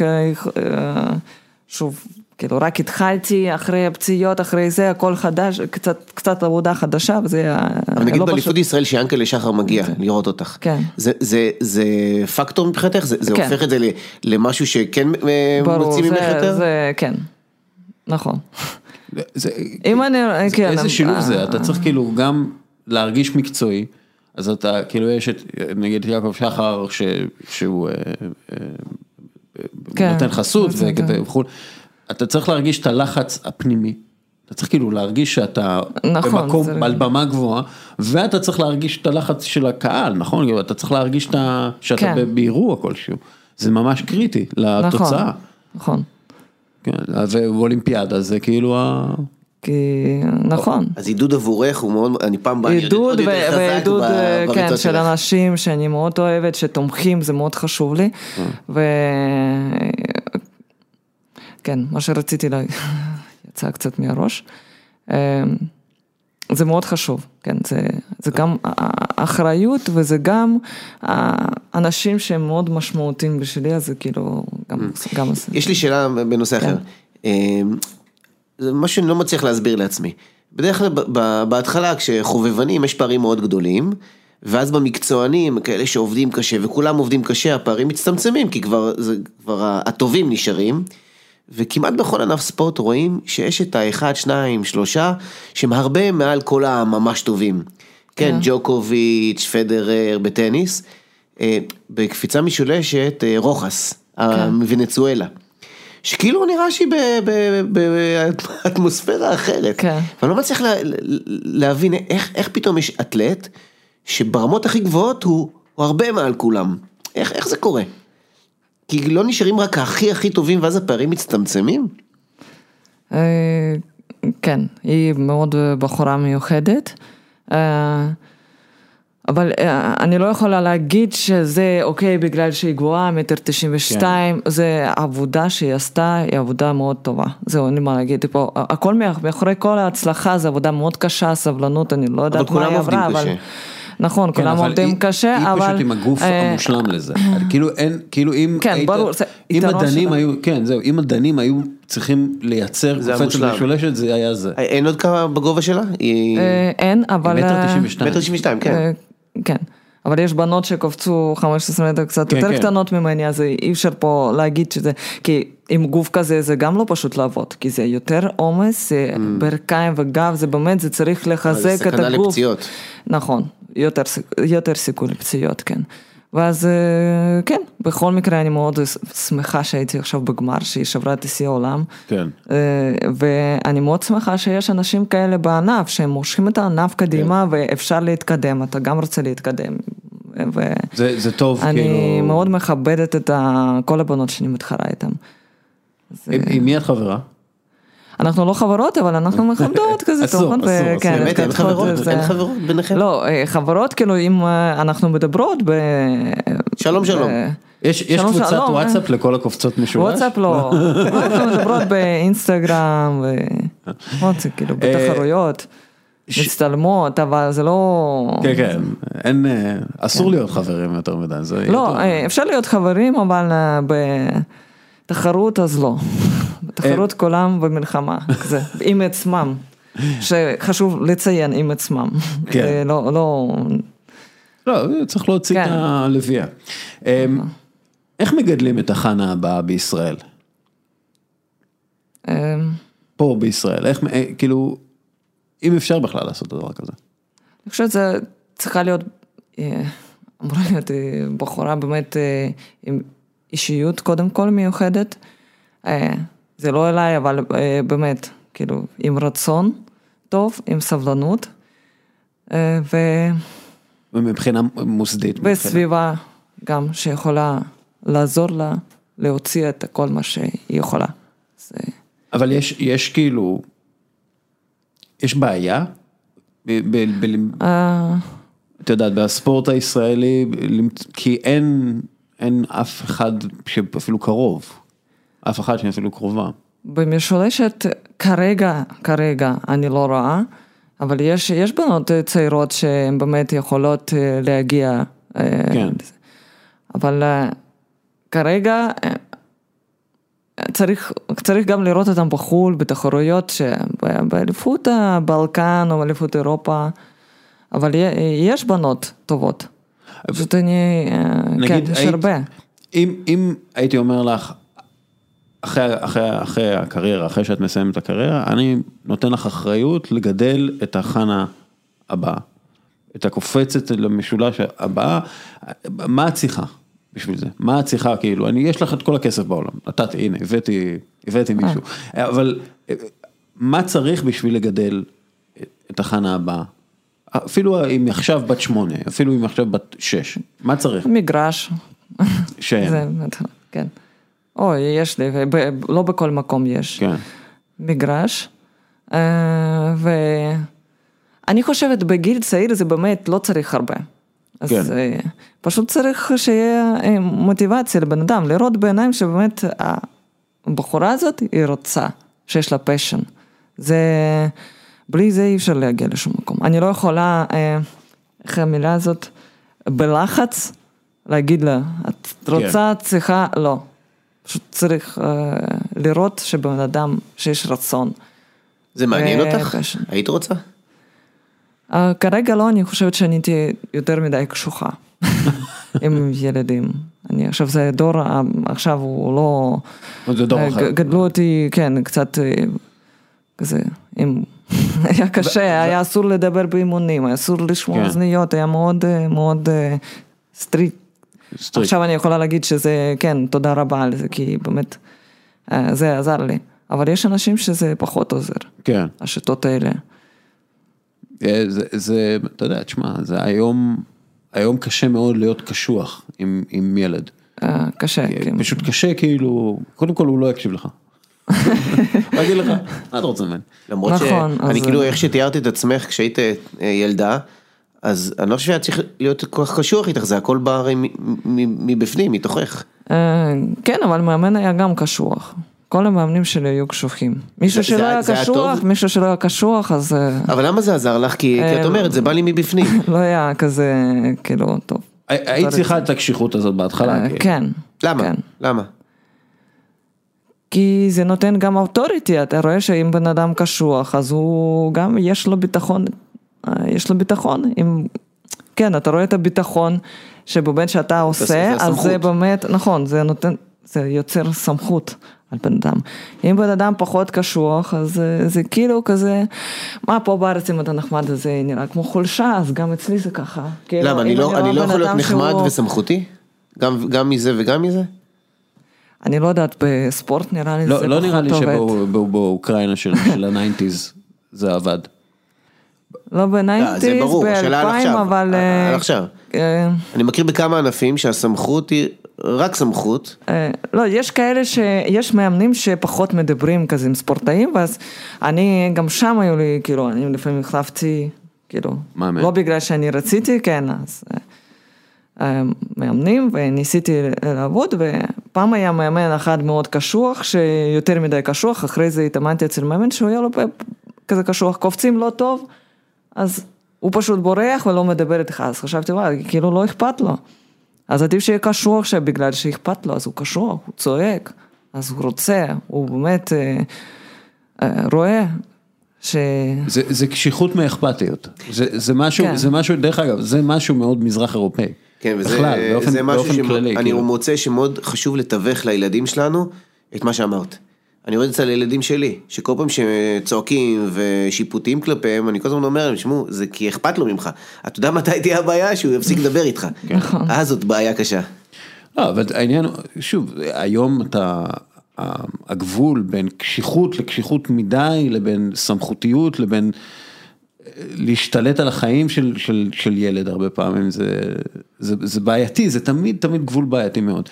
שוב, כאילו, רק התחלתי אחרי הפציעות, אחרי זה, הכל חדש, קצת, קצת עבודה חדשה, וזה... אבל נגיד באליפות ישראל שיאנקל'ה שחר מגיע לראות אותך. כן. זה, זה, זה פקטור מבחינתך? זה, זה הופך את זה למשהו שכן מוציא ממך יותר? זה, כן. נכון. אם אני... איזה שילוב זה? אתה צריך כאילו גם להרגיש מקצועי, אז אתה, כאילו, יש את, נגיד, יעקב שחר, שהוא נותן חסות וכו'. אתה צריך להרגיש את הלחץ הפנימי, אתה צריך כאילו להרגיש שאתה נכון, במקום, זה... על במה גבוהה, ואתה צריך להרגיש את הלחץ של הקהל, נכון? אתה צריך להרגיש שאתה כן. באירוע כלשהו, זה ממש קריטי לתוצאה. נכון. כן, ואולימפיאדה זה כאילו ה... כי, נכון. אז עידוד עבורך הוא מאוד, אני פעם בא, עידוד ועידוד, כן, של אנשים שאני מאוד אוהבת, שתומכים, זה מאוד חשוב לי, ו... כן, מה שרציתי לה... יצא קצת מהראש. זה מאוד חשוב, כן, זה, זה גם האחריות, וזה גם האנשים שהם מאוד משמעותיים בשבילי, אז זה כאילו גם... גם יש לי שאלה בנושא אחר. זה משהו שאני לא מצליח להסביר לעצמי. בדרך כלל בהתחלה, כשחובבנים יש פערים מאוד גדולים, ואז במקצוענים, כאלה שעובדים קשה, וכולם עובדים קשה, הפערים מצטמצמים, כי כבר, זה, כבר הטובים נשארים, וכמעט בכל ענף ספורט רואים שיש את האחד, שניים, שלושה, שהם הרבה מעל כל הממש טובים. כן, ג'וקוביץ', פדרר, בטניס, בקפיצה משולשת, רוחס, מוונצואלה. שכאילו נראה שהיא באטמוספירה אחרת. כן. ואני לא מצליח להבין איך, איך פתאום יש אתלט, שברמות הכי גבוהות הוא, הוא הרבה מעל כולם. איך, איך זה קורה? כי לא נשארים רק הכי הכי טובים, ואז הפערים מצטמצמים? כן, היא מאוד בחורה מיוחדת. אבל אני לא יכולה להגיד שזה אוקיי בגלל שהיא גבוהה, מטר תשעים ושתיים, זה עבודה שהיא עשתה, היא עבודה מאוד טובה. זהו, אני מה להגיד, פה, הכל מאחורי כל ההצלחה, זה עבודה מאוד קשה, סבלנות, אני לא יודעת מה היא עברה, אבל... נכון, כולם עובדים קשה, אבל... היא פשוט עם הגוף המושלם לזה. כאילו אין, כאילו אם... כן, ברור, אם הדנים היו, כן, זהו, אם הדנים היו צריכים לייצר קופצת משולשת, זה היה זה. אין עוד כמה בגובה שלה? אין, אבל... מטר תשעים ושתיים. מטר תשעים ושתיים, כן. כן, אבל יש בנות שקופצו חמש עשרה מטר קצת יותר קטנות ממני, אז אי אפשר פה להגיד שזה, כי עם גוף כזה זה גם לא פשוט לעבוד, כי זה יותר עומס, ברכיים וגב, זה באמת, זה צריך לחזק את הגוף. סכנה לפציעות. נכון, יותר סיכוי לפציעות, כן. ואז כן, בכל מקרה אני מאוד שמחה שהייתי עכשיו בגמר, שהיא שברה את שיא העולם. כן. ואני מאוד שמחה שיש אנשים כאלה בענף, שהם מושכים את הענף קדימה, ואפשר להתקדם, אתה גם רוצה להתקדם. זה, זה טוב, כאילו... אני מאוד מכבדת את כל הבנות שאני מתחרה איתן. עם מי את חברה? אנחנו לא חברות, אבל אנחנו מכבדות כזה. אסור, אסור, אסור. באמת, אין חברות? אין חברות ביניכם? לא, חברות, כאילו, אם אנחנו מדברות ב... שלום, שלום. יש קבוצת וואטסאפ לכל הקופצות משולש? וואטסאפ לא. אנחנו מדברות באינסטגרם, כאילו, בתחרויות, מצטלמות, אבל זה לא... כן, כן, אין, אסור להיות חברים יותר מדי. לא, אפשר להיות חברים, אבל בתחרות אז לא. בתחרות כולם במלחמה, כזה, עם עצמם, שחשוב לציין עם עצמם. כן. לא, לא... לא, צריך להוציא את הלוויה. איך מגדלים את החנה הבאה בישראל? פה בישראל, איך, כאילו, אם אפשר בכלל לעשות דבר כזה? אני חושבת שזה צריכה להיות, אמורה להיות בחורה באמת עם אישיות קודם כל מיוחדת, זה לא אליי, אבל באמת, כאילו, עם רצון טוב, עם סבלנות, ו... ומבחינה מוסדית. וסביבה גם, שיכולה לעזור לה, להוציא את כל מה שהיא יכולה. זה... אבל יש, יש כאילו, יש בעיה? ב, ב, ב, uh... את יודעת, בספורט הישראלי, כי אין, אין אף אחד שאפילו קרוב. אף אחד שאפילו קרובה. במשולשת כרגע, כרגע אני לא רואה, אבל יש, יש בנות צעירות שהן באמת יכולות להגיע. כן. אבל כרגע צריך, צריך גם לראות אותם בחול, בתחרויות שבאליפות הבלקן או באליפות אירופה, אבל יש בנות טובות. פשוט אני, כן, יש הרבה. אם, אם הייתי אומר לך, אחרי, אחרי, אחרי הקריירה, אחרי שאת מסיימת את הקריירה, אני נותן לך אחריות לגדל את החנה הבאה, את הקופצת למשולש הבאה, מה את צריכה בשביל זה? מה את צריכה, כאילו, אני, יש לך את כל הכסף בעולם, נתתי, הנה, הבאתי, הבאתי מישהו, אבל מה צריך בשביל לגדל את החנה הבאה? אפילו אם עכשיו בת שמונה, אפילו אם עכשיו בת שש, מה צריך? מגרש. שם. כן. או, יש לי, לא בכל מקום יש. כן. מגרש. ואני חושבת, בגיל צעיר זה באמת לא צריך הרבה. אז כן. פשוט צריך שיהיה מוטיבציה לבן אדם, לראות בעיניים שבאמת הבחורה הזאת היא רוצה, שיש לה פשן. זה, בלי זה אי אפשר להגיע לשום מקום. אני לא יכולה, איך המילה הזאת, בלחץ, להגיד לה, את רוצה, צריכה, לא. פשוט צריך לראות שבן אדם שיש רצון. זה מעניין אותך? היית רוצה? כרגע לא, אני חושבת שאני הייתי יותר מדי קשוחה עם ילדים. אני עכשיו זה דור, עכשיו הוא לא... זה דור אחר. גדלו אותי, כן, קצת כזה, היה קשה, היה אסור לדבר באימונים, היה אסור לשמוע אוזניות, היה מאוד מאוד סטריט. עכשיו אני יכולה להגיד שזה, כן, תודה רבה על זה, כי באמת זה עזר לי. אבל יש אנשים שזה פחות עוזר. כן. השיטות האלה. זה, זה, אתה יודע, תשמע, זה היום, היום קשה מאוד להיות קשוח עם, עם ילד. קשה, כן. פשוט קשה, כאילו, קודם כל הוא לא יקשיב לך. אגיד לך, מה אתה רוצה ממני? למרות שאני כאילו, איך שתיארתי את עצמך כשהיית ילדה, אז אני לא חושב שהיה צריך להיות כל כך קשוח איתך, זה הכל בא הרי מבפנים, מתוכך. כן, אבל מאמן היה גם קשוח. כל המאמנים שלי היו קשוחים. מישהו שלא היה קשוח, מישהו שלא היה קשוח, אז... אבל למה זה עזר לך? כי את אומרת, זה בא לי מבפנים. לא היה כזה, כאילו, טוב. היית צריכה את הקשיחות הזאת בהתחלה. כן. למה? למה? כי זה נותן גם אוטוריטי, אתה רואה שאם בן אדם קשוח, אז הוא גם, יש לו ביטחון, יש לו ביטחון, אם, כן, אתה רואה את הביטחון, שבאמת שאתה עושה, אז זה באמת, נכון, זה נותן, זה יוצר סמכות על בן אדם. אם בן אדם פחות קשוח, אז זה כאילו כזה, מה פה בארץ אם אתה נחמד, אז זה נראה כמו חולשה, אז גם אצלי זה ככה. למה, אני לא יכול להיות נחמד וסמכותי? גם מזה וגם מזה? אני לא יודעת, בספורט נראה לי זה פחות עובד. לא נראה לי שבאוקראינה של הניינטיז זה עבד. לא בניינטיז, באלפיים, אבל... על עכשיו. אני מכיר בכמה ענפים שהסמכות היא רק סמכות. לא, יש כאלה שיש מאמנים שפחות מדברים כזה עם ספורטאים, ואז אני גם שם היו לי, כאילו, אני לפעמים החלפתי, כאילו, לא בגלל שאני רציתי, כן, אז... מאמנים, וניסיתי לעבוד, ופעם היה מאמן אחד מאוד קשוח, שיותר מדי קשוח, אחרי זה התאמנתי אצל מאמן, שהוא היה לו כזה קשוח, קופצים לא טוב, אז הוא פשוט בורח ולא מדבר איתך, אז חשבתי, וואי, כאילו לא אכפת לו. אז עדיף שיהיה קשוח, שבגלל שאכפת לו, אז הוא קשוח, הוא צועק, אז הוא רוצה, הוא באמת אה, אה, רואה, ש... זה, זה קשיחות מאכפתיות, זה, זה משהו, כן. זה משהו, דרך אגב, זה משהו מאוד מזרח אירופאי. כן, וזה בכלל, באופן, זה משהו שאני כאילו. מוצא שמאוד חשוב לתווך לילדים שלנו את מה שאמרת. אני רואה את זה לילדים שלי, שכל פעם שצועקים ושיפוטים כלפיהם, אני כל הזמן אומר להם, שמו, זה כי אכפת לו ממך. אתה יודע מתי תהיה הבעיה? שהוא יפסיק לדבר איתך. אז זאת בעיה קשה. לא, אבל העניין, שוב, היום אתה, הגבול בין קשיחות לקשיחות מדי, לבין סמכותיות, לבין להשתלט על החיים של, של, של ילד הרבה פעמים, זה, זה, זה בעייתי, זה תמיד, תמיד גבול בעייתי מאוד.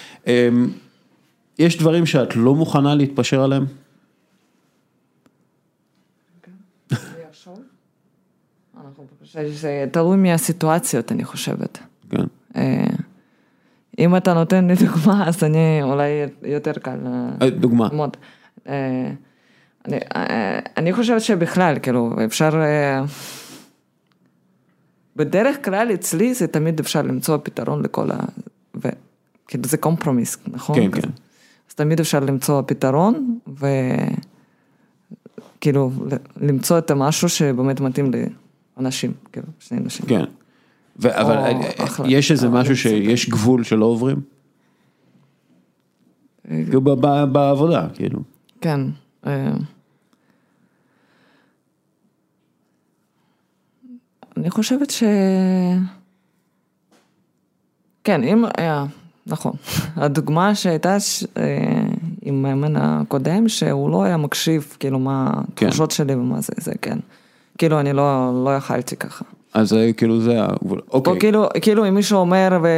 יש דברים שאת לא מוכנה להתפשר עליהם? זה תלוי מהסיטואציות, אני חושבת. כן. אם אתה נותן לי דוגמה, אז אני אולי יותר קל... דוגמה. אני, אני חושבת שבכלל, כאילו, אפשר... בדרך כלל אצלי זה תמיד אפשר למצוא פתרון לכל ה... וכאילו זה קומפרומיס, נכון? כן, כן. אז תמיד אפשר למצוא פתרון, וכאילו, למצוא את המשהו שבאמת מתאים לאנשים, כאילו, שני אנשים. כן. אבל יש איזה משהו שיש גבול שלא עוברים? בעבודה, כאילו. כן. אני חושבת ש... כן, אם היה, נכון. הדוגמה שהייתה עם מאמן הקודם, שהוא לא היה מקשיב, כאילו, מה התחושות שלי ומה זה, זה כן. כאילו, אני לא יכלתי ככה. אז כאילו זה, אוקיי. או כאילו, כאילו אם מישהו אומר ו...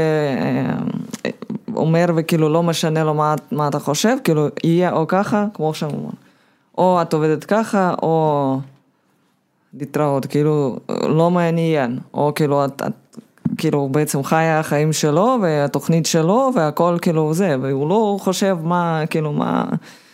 אומר וכאילו לא משנה לו מה, מה אתה חושב, כאילו יהיה או ככה, כמו שם, או את עובדת ככה, או להתראות, כאילו לא מעניין, או כאילו את, את כאילו בעצם חיה החיים שלו, והתוכנית שלו, והכל כאילו זה, והוא לא חושב מה, כאילו מה...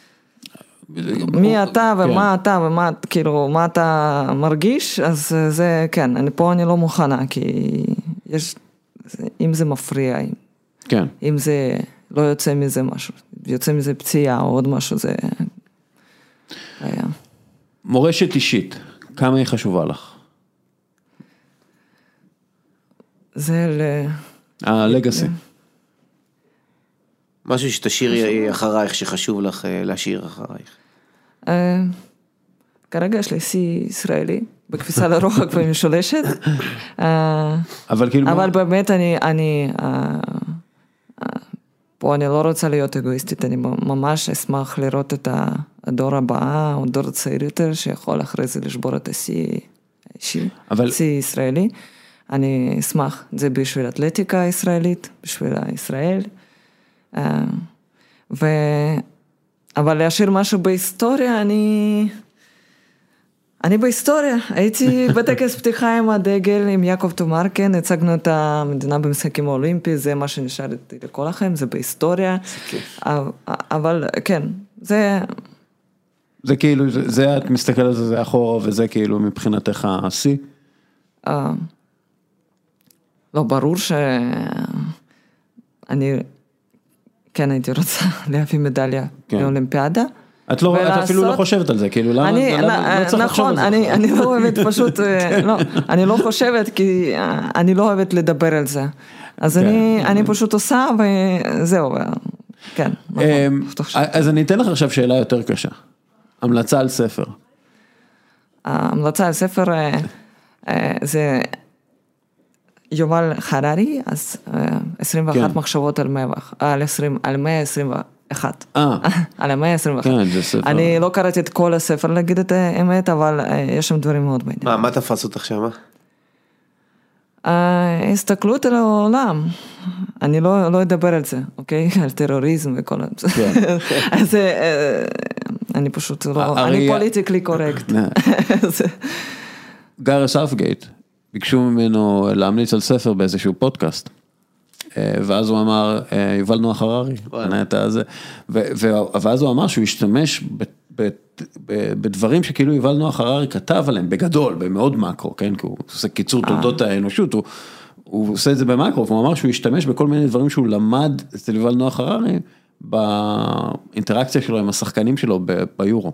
מי אתה ומה אתה ומה, כאילו, מה אתה מרגיש, אז זה, כן, אני פה אני לא מוכנה, כי יש, אם זה מפריע, כן. אם זה לא יוצא מזה משהו, יוצא מזה פציעה או עוד משהו, זה היה. מורשת אישית, כמה היא חשובה לך? זה ל... הלגאסי. משהו שתשאירי אחרייך, שחשוב לך להשאיר אחרייך. כרגע יש לי שיא ישראלי, בכביסה לרוחק ומשולשת. אבל באמת אני, פה אני לא רוצה להיות אגואיסטית, אני ממש אשמח לראות את הדור הבא, או דור צעיר יותר, שיכול אחרי זה לשבור את השיא אישי, שיא ישראלי. אני אשמח, זה בשביל אתלטיקה ישראלית, בשביל ישראל. אבל להשאיר משהו בהיסטוריה, אני... אני בהיסטוריה, הייתי בטקס פתיחה עם הדגל, עם יעקב תומרקן, הצגנו את המדינה במשחקים האולימפיים, זה מה שנשאר איתי לכל החיים, זה בהיסטוריה, אבל כן, זה... זה כאילו, זה את מסתכל על זה, זה אחורה, וזה כאילו מבחינתך השיא? לא, ברור שאני, כן הייתי רוצה להביא מדליה לאולימפיאדה, את לא, את אפילו לא חושבת על זה, כאילו, למה, לא צריך לחשוב על זה? נכון, אני לא אוהבת פשוט, לא, אני לא חושבת, כי אני לא אוהבת לדבר על זה. אז אני פשוט עושה, וזהו, כן. אז אני אתן לך עכשיו שאלה יותר קשה. המלצה על ספר. המלצה על ספר, זה יובל חררי, אז עשרים ואחת מחשבות על מאה עשרים ואחת. על המאה העשרים ואחת. אני לא קראתי את כל הספר להגיד את האמת, אבל יש שם דברים מאוד מעניינים. מה, מה תפס אותך שם? הסתכלות על העולם. אני לא, לא אדבר על זה, אוקיי? על טרוריזם וכל זה. אז אני פשוט לא, אני פוליטיקלי קורקט. גארת' סאות'גייט, ביקשו ממנו להמליץ על ספר באיזשהו פודקאסט. ואז הוא אמר, יובל נוח הררי, ואז הוא אמר שהוא השתמש בדברים שכאילו יובל נוח הררי כתב עליהם, בגדול, במאוד מקרו, כן, כי הוא עושה קיצור תולדות האנושות, הוא עושה את זה במקרו, והוא אמר שהוא השתמש בכל מיני דברים שהוא למד אצל יובל נוח הררי, באינטראקציה שלו עם השחקנים שלו ביורו.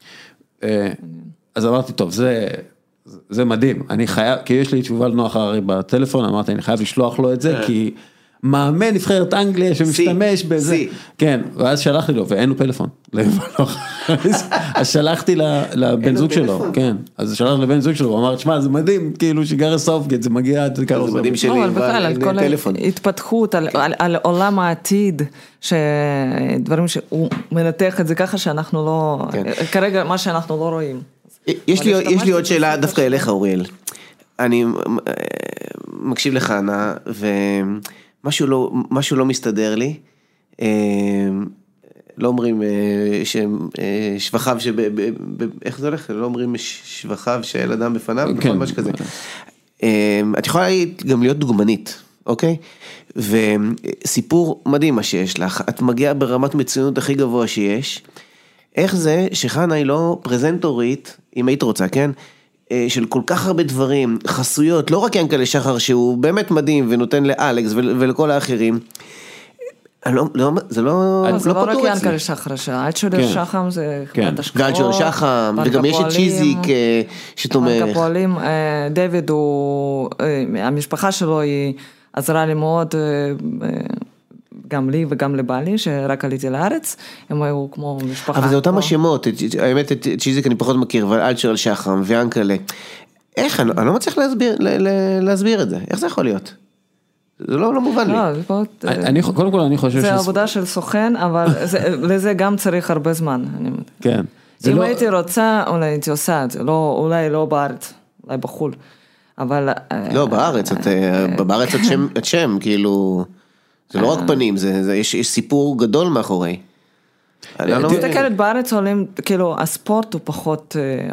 אז אמרתי, טוב, זה... זה מדהים, אני חייב, כי יש לי את יובל נוח הררי בטלפון, אמרתי, אני חייב לשלוח לו את זה, כי מאמן נבחרת אנגליה שמשתמש בזה, כן, ואז שלחתי לו, ואין לו פלאפון, ליובל נוח הררי, אז שלחתי לבן זוג שלו, כן, אז שלחתי לבן זוג שלו, הוא אמר, תשמע, זה מדהים, כאילו שגארת' סאות'גייט, זה מגיע, זה מדהים שלי, על כל ההתפתחות, על עולם העתיד, שדברים שהוא מנתח את זה ככה, שאנחנו לא, כרגע מה שאנחנו לא רואים. יש לי, יש לי עוד שאלה דווקא אליך, אוריאל. אני מקשיב לך, ענה, ומשהו לא, משהו לא מסתדר לי. לא אומרים שבחיו, איך זה הולך? לא אומרים שבחיו של אדם בפניו, נכון, משהו כזה. את יכולה גם להיות דוגמנית, אוקיי? וסיפור מדהים מה שיש לך. את מגיעה ברמת מצוינות הכי גבוה שיש. איך זה שחנה היא לא פרזנטורית, אם היית רוצה, כן? של כל כך הרבה דברים, חסויות, לא רק ינקלה שחר, שהוא באמת מדהים, ונותן לאלכס ולכל האחרים. לא, לא, זה לא, זה לא רק ינקלה שחר, שעד שודר שחם זה חברת השקעות. ועד שודר שחם, וגם יש את צ'יזיק שתומך. בנק הפועלים, דיוויד הוא, המשפחה שלו היא עזרה לי מאוד, גם לי וגם לבעלי, שרק עליתי לארץ, הם היו כמו משפחה. אבל זה אותם השמות, האמת, את צ'יזיק אני פחות מכיר, אבל אלצ'ר שחם ואנקלה. איך, אני לא מצליח להסביר את זה, איך זה יכול להיות? זה לא מובן לי. קודם כל אני חושב... זה עבודה של סוכן, אבל לזה גם צריך הרבה זמן. כן. אם הייתי רוצה, אולי הייתי עושה את זה, אולי לא בארץ, אולי בחול, אבל... לא, בארץ, בארץ את שם, כאילו... זה לא רק פנים, יש סיפור גדול מאחורי. אני מסתכלת בארץ עולים, כאילו, הספורט הוא פחות,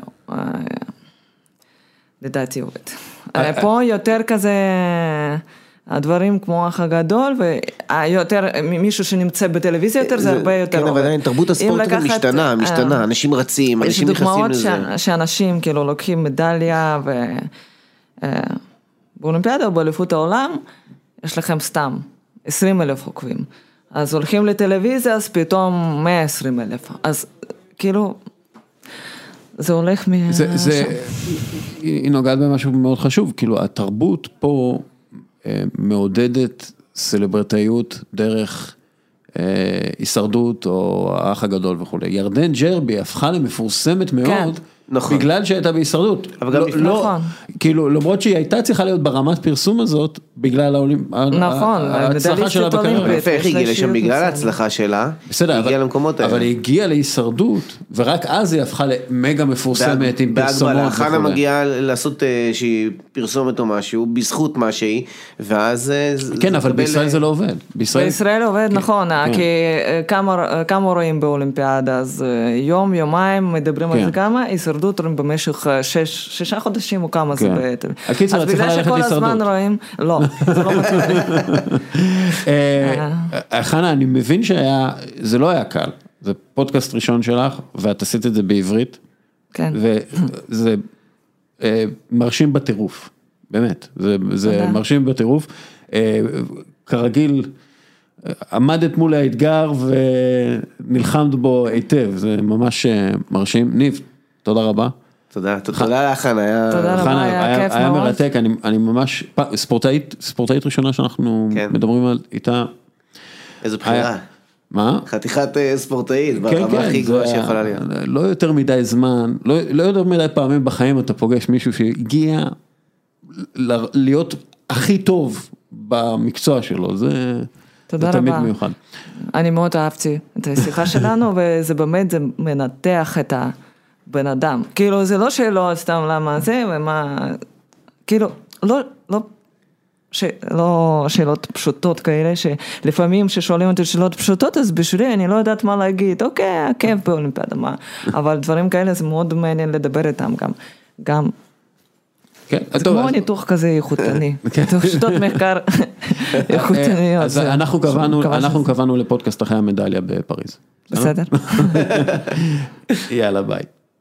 לדעתי עובד. פה יותר כזה, הדברים כמו אח הגדול, ויותר, מישהו שנמצא בטלוויזיה יותר, זה הרבה יותר עובד. כן, אבל עדיין, תרבות הספורט גם משתנה, משתנה, אנשים רצים, אנשים נכנסים לזה. יש דוגמאות שאנשים, כאילו, לוקחים מדליה, ובאולימפיאדה או באליפות העולם, יש לכם סתם. עשרים אלף עוקבים. אז הולכים לטלוויזיה, אז פתאום מאה ועשרים אלף. אז כאילו, זה הולך מ... זה, זה, היא נוגעת במשהו מאוד חשוב, כאילו התרבות פה מעודדת סלברטאיות דרך הישרדות או האח הגדול וכו'. ירדן ג'רבי הפכה למפורסמת מאוד, נכון. בגלל שהייתה בהישרדות. אבל גם לא, לפני, לא, נכון. כאילו, למרות שהיא הייתה צריכה להיות ברמת פרסום הזאת, בגלל העולים, נכון, ההצלחה שלה מדליסטית בקריירה. אולימפית. יפה, איך היא הגיעה לשם? בגלל מסוימת. ההצלחה שלה, בסדר, היא הגיעה אבל, למקומות האלה. אבל היא הגיעה להישרדות, ורק אז היא הפכה למגה מפורסמת עם פרסומות. בהגבלה, חנה וכו'. מגיעה לעשות שהיא פרסומת או משהו, בזכות מה שהיא, ואז... כן, אבל בישראל זה לא עובד. בישראל עובד, נכון, כי כמה רואים באולימפיאדה, אז יום, יומיים מדברים על זה כמה, הישרדות רואים במשך שישה חודשים או כמה זה בעצם. הקיצר, את צריכה ללכת להישרדות. אז בגלל שכל הזמן רואים, לא, זה לא מצליח. חנה, אני מבין שהיה, זה לא היה קל, זה פודקאסט ראשון שלך, ואת עשית את זה בעברית, כן. וזה מרשים בטירוף, באמת, זה מרשים בטירוף, כרגיל, עמדת מול האתגר ונלחמת בו היטב, זה ממש מרשים. ניב, תודה רבה. תודה, תודה לכן, היה... תודה רבה, היה כיף מאוד. היה מרתק, אני ממש, ספורטאית, ספורטאית ראשונה שאנחנו מדברים על איתה. איזו בחירה. מה? חתיכת ספורטאית, ברמה הכי גבוהה שיכולה להיות. לא יותר מדי זמן, לא יותר מדי פעמים בחיים אתה פוגש מישהו שהגיע להיות הכי טוב במקצוע שלו, זה... תודה זה תמיד רבה. מיוחד. אני מאוד אהבתי את השיחה שלנו, וזה באמת, זה מנתח את הבן אדם. כאילו, זה לא שאלות סתם למה זה, ומה, כאילו, לא, לא, ש, לא שאלות פשוטות כאלה, שלפעמים ששואלים אותי שאלות פשוטות, אז בשבילי אני לא יודעת מה להגיד, אוקיי, הכיף באולימפיאדה, מה, אבל דברים כאלה זה מאוד מעניין לדבר איתם גם, גם, כן, זה טוב, כמו אז... ניתוח כזה איכותני, ניתוח שיטות מחקר איכותניות. אז אנחנו קבענו, אנחנו קבענו לפודקאסט אחרי המדליה בפריז. בסדר. יאללה, ביי.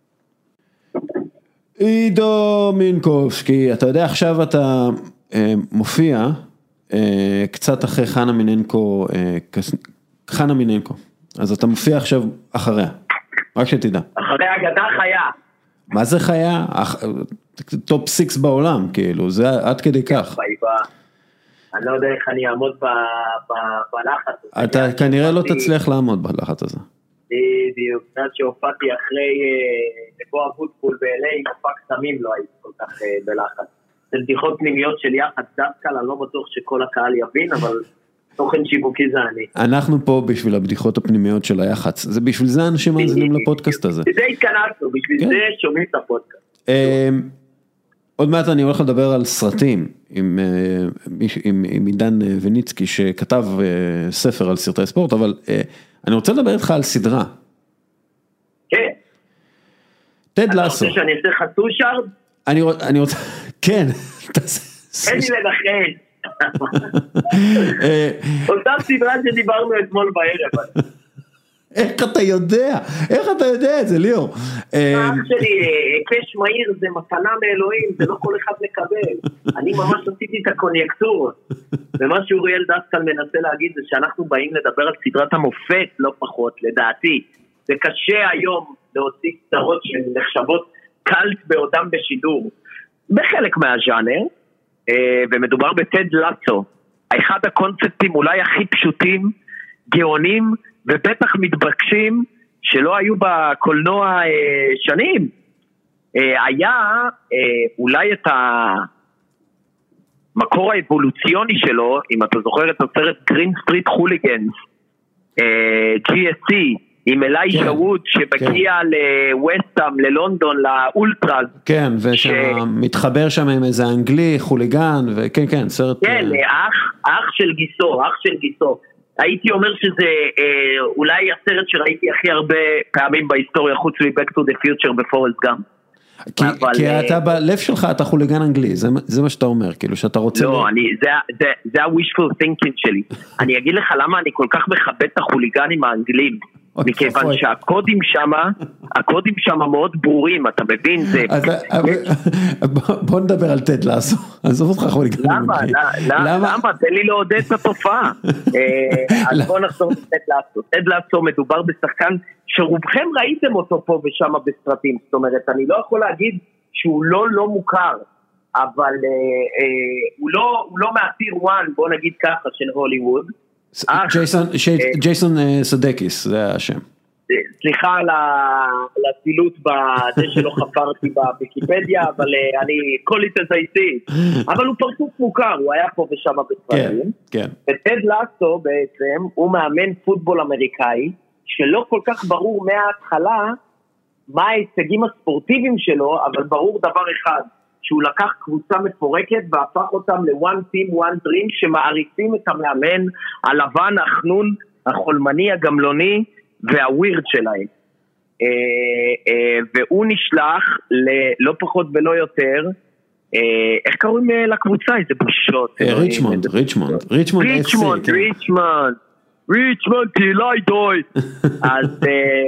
עידו מינקובסקי, אתה יודע, עכשיו אתה מופיע קצת אחרי חנה מיננקו, חנה מיננקו, אז אתה מופיע עכשיו אחריה, רק שתדע. אחרי אגדה חיה. מה זה חיה? טופ סיקס בעולם, כאילו, זה עד כדי כך. אני לא יודע איך אני אעמוד בלחץ. אתה כנראה לא תצליח לעמוד בלחץ הזה. בדיוק, קצת שהופעתי אחרי לבוא אבוטבול ב-אל איי, מופע קסמים לא הייתי כל כך בלחץ. זה בדיחות פנימיות של יחד דווקא, אני לא בטוח שכל הקהל יבין, אבל תוכן שיווקי זה אני. אנחנו פה בשביל הבדיחות הפנימיות של היח"צ, זה בשביל זה אנשים מאזינים לפודקאסט הזה. זה התכנסנו, בשביל זה שומעים את הפודקאסט. עוד מעט אני הולך לדבר על סרטים עם עידן וניצקי שכתב ספר על סרטי ספורט, אבל אני רוצה לדבר איתך על סדרה. כן. טד לאסו. אתה רוצה שאני אעשה לך סושארד? אני רוצה, כן. אין לי לנחש. אותה סדרה שדיברנו אתמול בערב. איך אתה יודע? איך אתה יודע את זה, ליאור? אח שלי, קש מהיר זה מתנה מאלוהים, זה לא כל אחד מקבל. אני ממש עשיתי את הקונייקטורות. ומה שאוריאל דסקל מנסה להגיד זה שאנחנו באים לדבר על סדרת המופת, לא פחות, לדעתי. זה קשה היום להוציא סדרות שנחשבות קלט בעודם בשידור. בחלק מהז'אנר, ומדובר בטד לאסו. אחד הקונספטים אולי הכי פשוטים, גאונים, ובטח מתבקשים שלא היו בקולנוע אה, שנים. אה, היה אה, אולי את המקור האבולוציוני שלו, אם אתה זוכר את הסרט גרין סטריט חוליגנס, ג'י אס סי, עם אליישה ווד שבגיע לווסטהאם, ללונדון, לאולטראז. כן, ושמתחבר שם עם איזה אנגלי, חוליגן, וכן, כן, סרט... כן, אח, אח של גיסו, אח של גיסו. הייתי אומר שזה אה, אולי הסרט שראיתי הכי הרבה פעמים בהיסטוריה, חוץ מ-Back to the Future בפורסט גאמפ. כי, אבל, כי אה, אתה בלב שלך, אתה חוליגן אנגלי, זה, זה מה שאתה אומר, כאילו שאתה רוצה... לא, ל... אני, זה, זה, זה ה-wishful thinking שלי. אני אגיד לך למה אני כל כך מכבד את החוליגנים האנגלים. מכיוון שהקודים שמה, הקודים שמה מאוד ברורים, אתה מבין? זה... בוא נדבר על טד לאסו, עזוב אותך חוליגן. למה? למה? תן לי לעודד את התופעה. אז בוא נחזור לטד לאסו. טד לאסו מדובר בשחקן שרובכם ראיתם אותו פה ושמה בסרטים, זאת אומרת, אני לא יכול להגיד שהוא לא לא מוכר, אבל הוא לא מהטיר וואן, בוא נגיד ככה, של הוליווד. ג'ייסון סודקיס, זה השם. סליחה על הצילות בזה שלא חפרתי בוויקיפדיה, אבל אני קולי תזייתי. אבל הוא פרצוף מוכר, הוא היה פה ושם בספרדים. וטד לסו בעצם הוא מאמן פוטבול אמריקאי, שלא כל כך ברור מההתחלה מה ההישגים הספורטיביים שלו, אבל ברור דבר אחד, שהוא לקח קבוצה מפורקת והפך אותם ל-one team, one dream, שמעריצים את המאמן הלבן, החנון, החולמני, הגמלוני והווירד שלהם. והוא נשלח ללא פחות ולא יותר, איך קוראים לקבוצה? איזה בושות. ריצ'מונד, ריצ'מונד, ריצ'מונד, ריצ'מונד, ריצ'מונד, ריצ'מונד, תהילי דוי. אז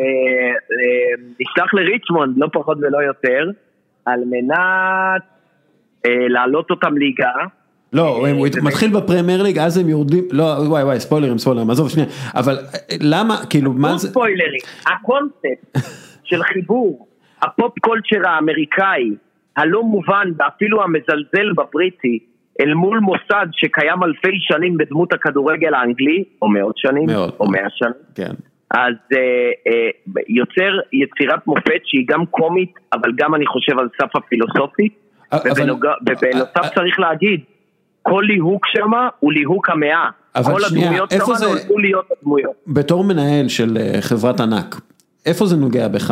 נשלח לריצ'מונד, לא פחות ולא יותר, על מנת לעלות אותם ליגה. לא, הוא מתחיל בפרמייר ליג, אז הם יורדים, לא, וואי וואי, ספוילרים, ספוילרים, עזוב שנייה, אבל למה, כאילו, מה זה? ספוילרים, הקונספט של חיבור, הפופ קולצ'ר האמריקאי, הלא מובן ואפילו המזלזל בבריטי, אל מול מוסד שקיים אלפי שנים בדמות הכדורגל האנגלי, או מאות שנים, או מאה שנים. כן. אז אה, אה, יוצר יצירת מופת שהיא גם קומית, אבל גם אני חושב על סף הפילוסופי, ובנוסף צריך להגיד, כל ליהוק שמה הוא ליהוק המאה, כל הדמויות שמה נולדו להיות הדמויות. בתור מנהל של חברת ענק, איפה זה נוגע בך?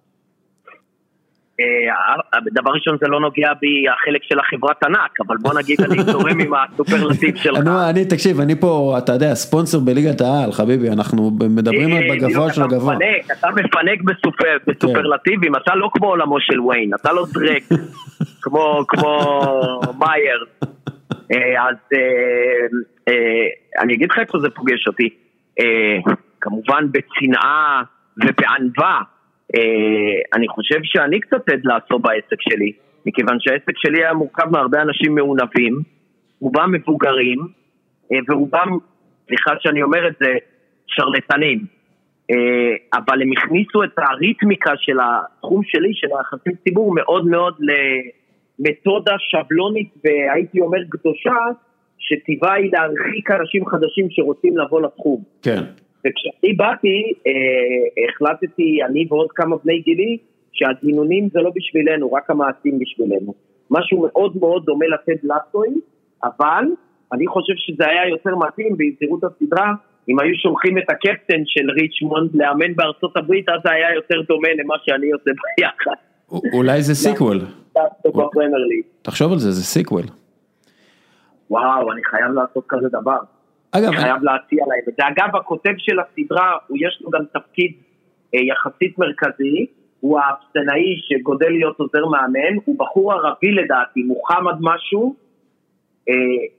דבר ראשון זה לא נוגע בי החלק של החברת ענק, אבל בוא נגיד אני זורם עם הסופרלטיב שלך. אני, תקשיב, אני פה, אתה יודע, ספונסר בליגת העל, חביבי, אנחנו מדברים בגבוה של הגבוה. אתה מפנק בסופרלטיבים, אתה לא כמו עולמו של וויין, אתה לא דרק, כמו מאייר. אז אני אגיד לך איפה זה פוגש אותי, כמובן בצנעה ובענווה, אני חושב שאני קצת עד לעשות בעסק שלי, מכיוון שהעסק שלי היה מורכב מהרבה אנשים מעונבים, רובם מבוגרים, ורובם, סליחה שאני אומר את זה, שרלטנים, אבל הם הכניסו את הריתמיקה של התחום שלי, של היחסים ציבור, מאוד מאוד למתודה שבלונית, והייתי אומר קדושה, שטבעה היא להרחיק אנשים חדשים שרוצים לבוא לתחום. כן. וכשאני באתי, אה, החלטתי, אני ועוד כמה בני גילי, שהגינונים זה לא בשבילנו, רק המעשים בשבילנו. משהו מאוד מאוד דומה לטד לסוי, אבל אני חושב שזה היה יותר מתאים ביצירות הסדרה, אם היו שולחים את הקפטן של ריצ'מונד לאמן בארצות הברית, אז זה היה יותר דומה למה שאני עושה ביחד. אולי זה סיקוול. תחשוב על זה, זה סיקוול. וואו, אני חייב לעשות כזה דבר. אגב, אני חייב להציע להם. זה אגב, הכותב של הסדרה, הוא יש לו גם תפקיד אה, יחסית מרכזי, הוא האפסנאי שגודל להיות עוזר מאמן, הוא בחור ערבי לדעתי, מוחמד משהו, אה,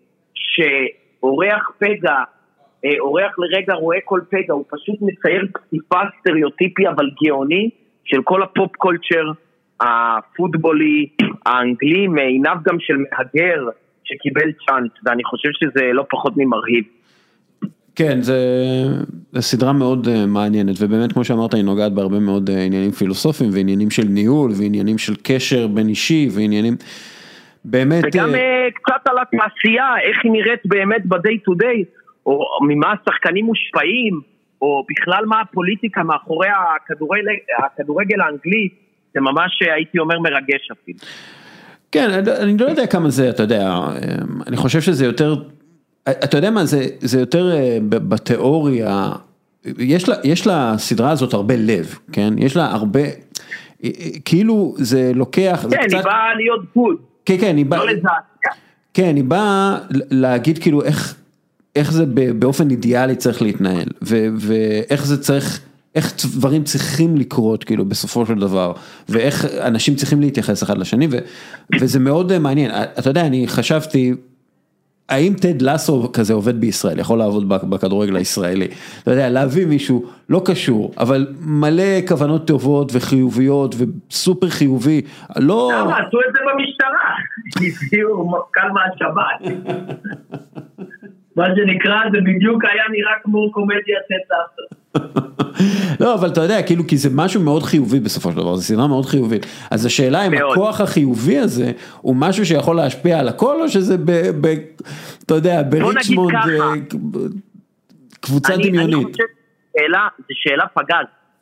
שאורח פגע, אה, אורח לרגע רואה כל פגע, הוא פשוט מצייר פסיפה סטריאוטיפי אבל גאוני, של כל הפופ קולצ'ר, הפוטבולי, האנגלי, מעיניו גם של מהגר, שקיבל צ'אנס, ואני חושב שזה לא פחות ממרהיב. כן, זה, זה סדרה מאוד uh, מעניינת, ובאמת כמו שאמרת, היא נוגעת בהרבה מאוד uh, עניינים פילוסופיים, ועניינים של ניהול, ועניינים של קשר בין אישי, ועניינים באמת... וגם uh, קצת על התעשייה, איך היא נראית באמת ב-day to day, או ממה השחקנים מושפעים, או בכלל מה הפוליטיקה מאחורי הכדורגל, הכדורגל האנגלי, זה ממש הייתי אומר מרגש אפילו. כן, אני לא יודע כמה זה, אתה יודע, אני חושב שזה יותר, אתה יודע מה, זה, זה יותר בתיאוריה, יש לה, יש לה סדרה הזאת הרבה לב, כן? יש לה הרבה, כאילו זה לוקח, כן, היא באה להיות גוד. כן, כן, היא באה, כן, היא באה להגיד כאילו איך, איך זה באופן אידיאלי צריך להתנהל, ואיך זה צריך, איך דברים צריכים לקרות, כאילו, בסופו של דבר, ואיך אנשים צריכים להתייחס אחד לשני, ו, וזה מאוד מעניין. אתה יודע, אני חשבתי, האם טד לסו כזה עובד בישראל, יכול לעבוד בכדורגל הישראלי? אתה יודע, להביא מישהו לא קשור, אבל מלא כוונות טובות וחיוביות, וסופר חיובי, לא... למה, עשו את זה במשטרה, הביאו מפכ"ל מהשבת. מה שנקרא, זה בדיוק היה נראה כמו קומדיה טד לסו. לא, אבל אתה יודע, כאילו, כי זה משהו מאוד חיובי בסופו של דבר, זה סדרה מאוד חיובית. אז השאלה אם הכוח החיובי הזה, הוא משהו שיכול להשפיע על הכל, או שזה ב, ב, אתה יודע, בריצ'מונד, קבוצה דמיונית. אני חושב, זו שאלה פגז.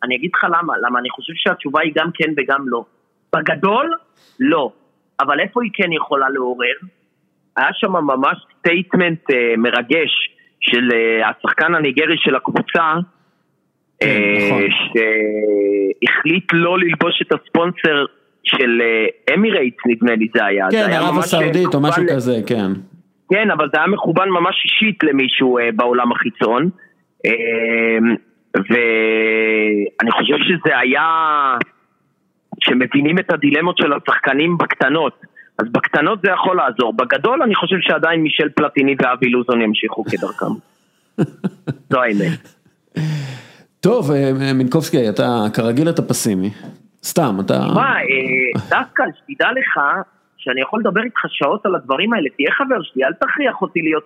אני אגיד לך למה, למה אני חושב שהתשובה היא גם כן וגם לא. בגדול, לא. אבל איפה היא כן יכולה לעורר? היה שם ממש סטייטמנט uh, מרגש של uh, השחקן הניגרי של הקבוצה, כן, uh, נכון. שהחליט לא ללבוש את הספונסר של אמירייטס, uh, נדמה לי זה היה. כן, ערב הסעודית או משהו כזה, כן. כן, אבל זה היה מכוון ממש אישית למישהו uh, בעולם החיצון, uh, ואני חושב שזה היה, שמבינים את הדילמות של השחקנים בקטנות, אז בקטנות זה יכול לעזור, בגדול אני חושב שעדיין מישל פלטיני ואבי לוזון ימשיכו כדרכם. זו האמת. טוב, מינקובסקי, אתה כרגיל אתה פסימי, סתם, אתה... מה, דווקא, שתדע לך, שאני יכול לדבר איתך שעות על הדברים האלה, תהיה חבר שלי, אל תכריח אותי להיות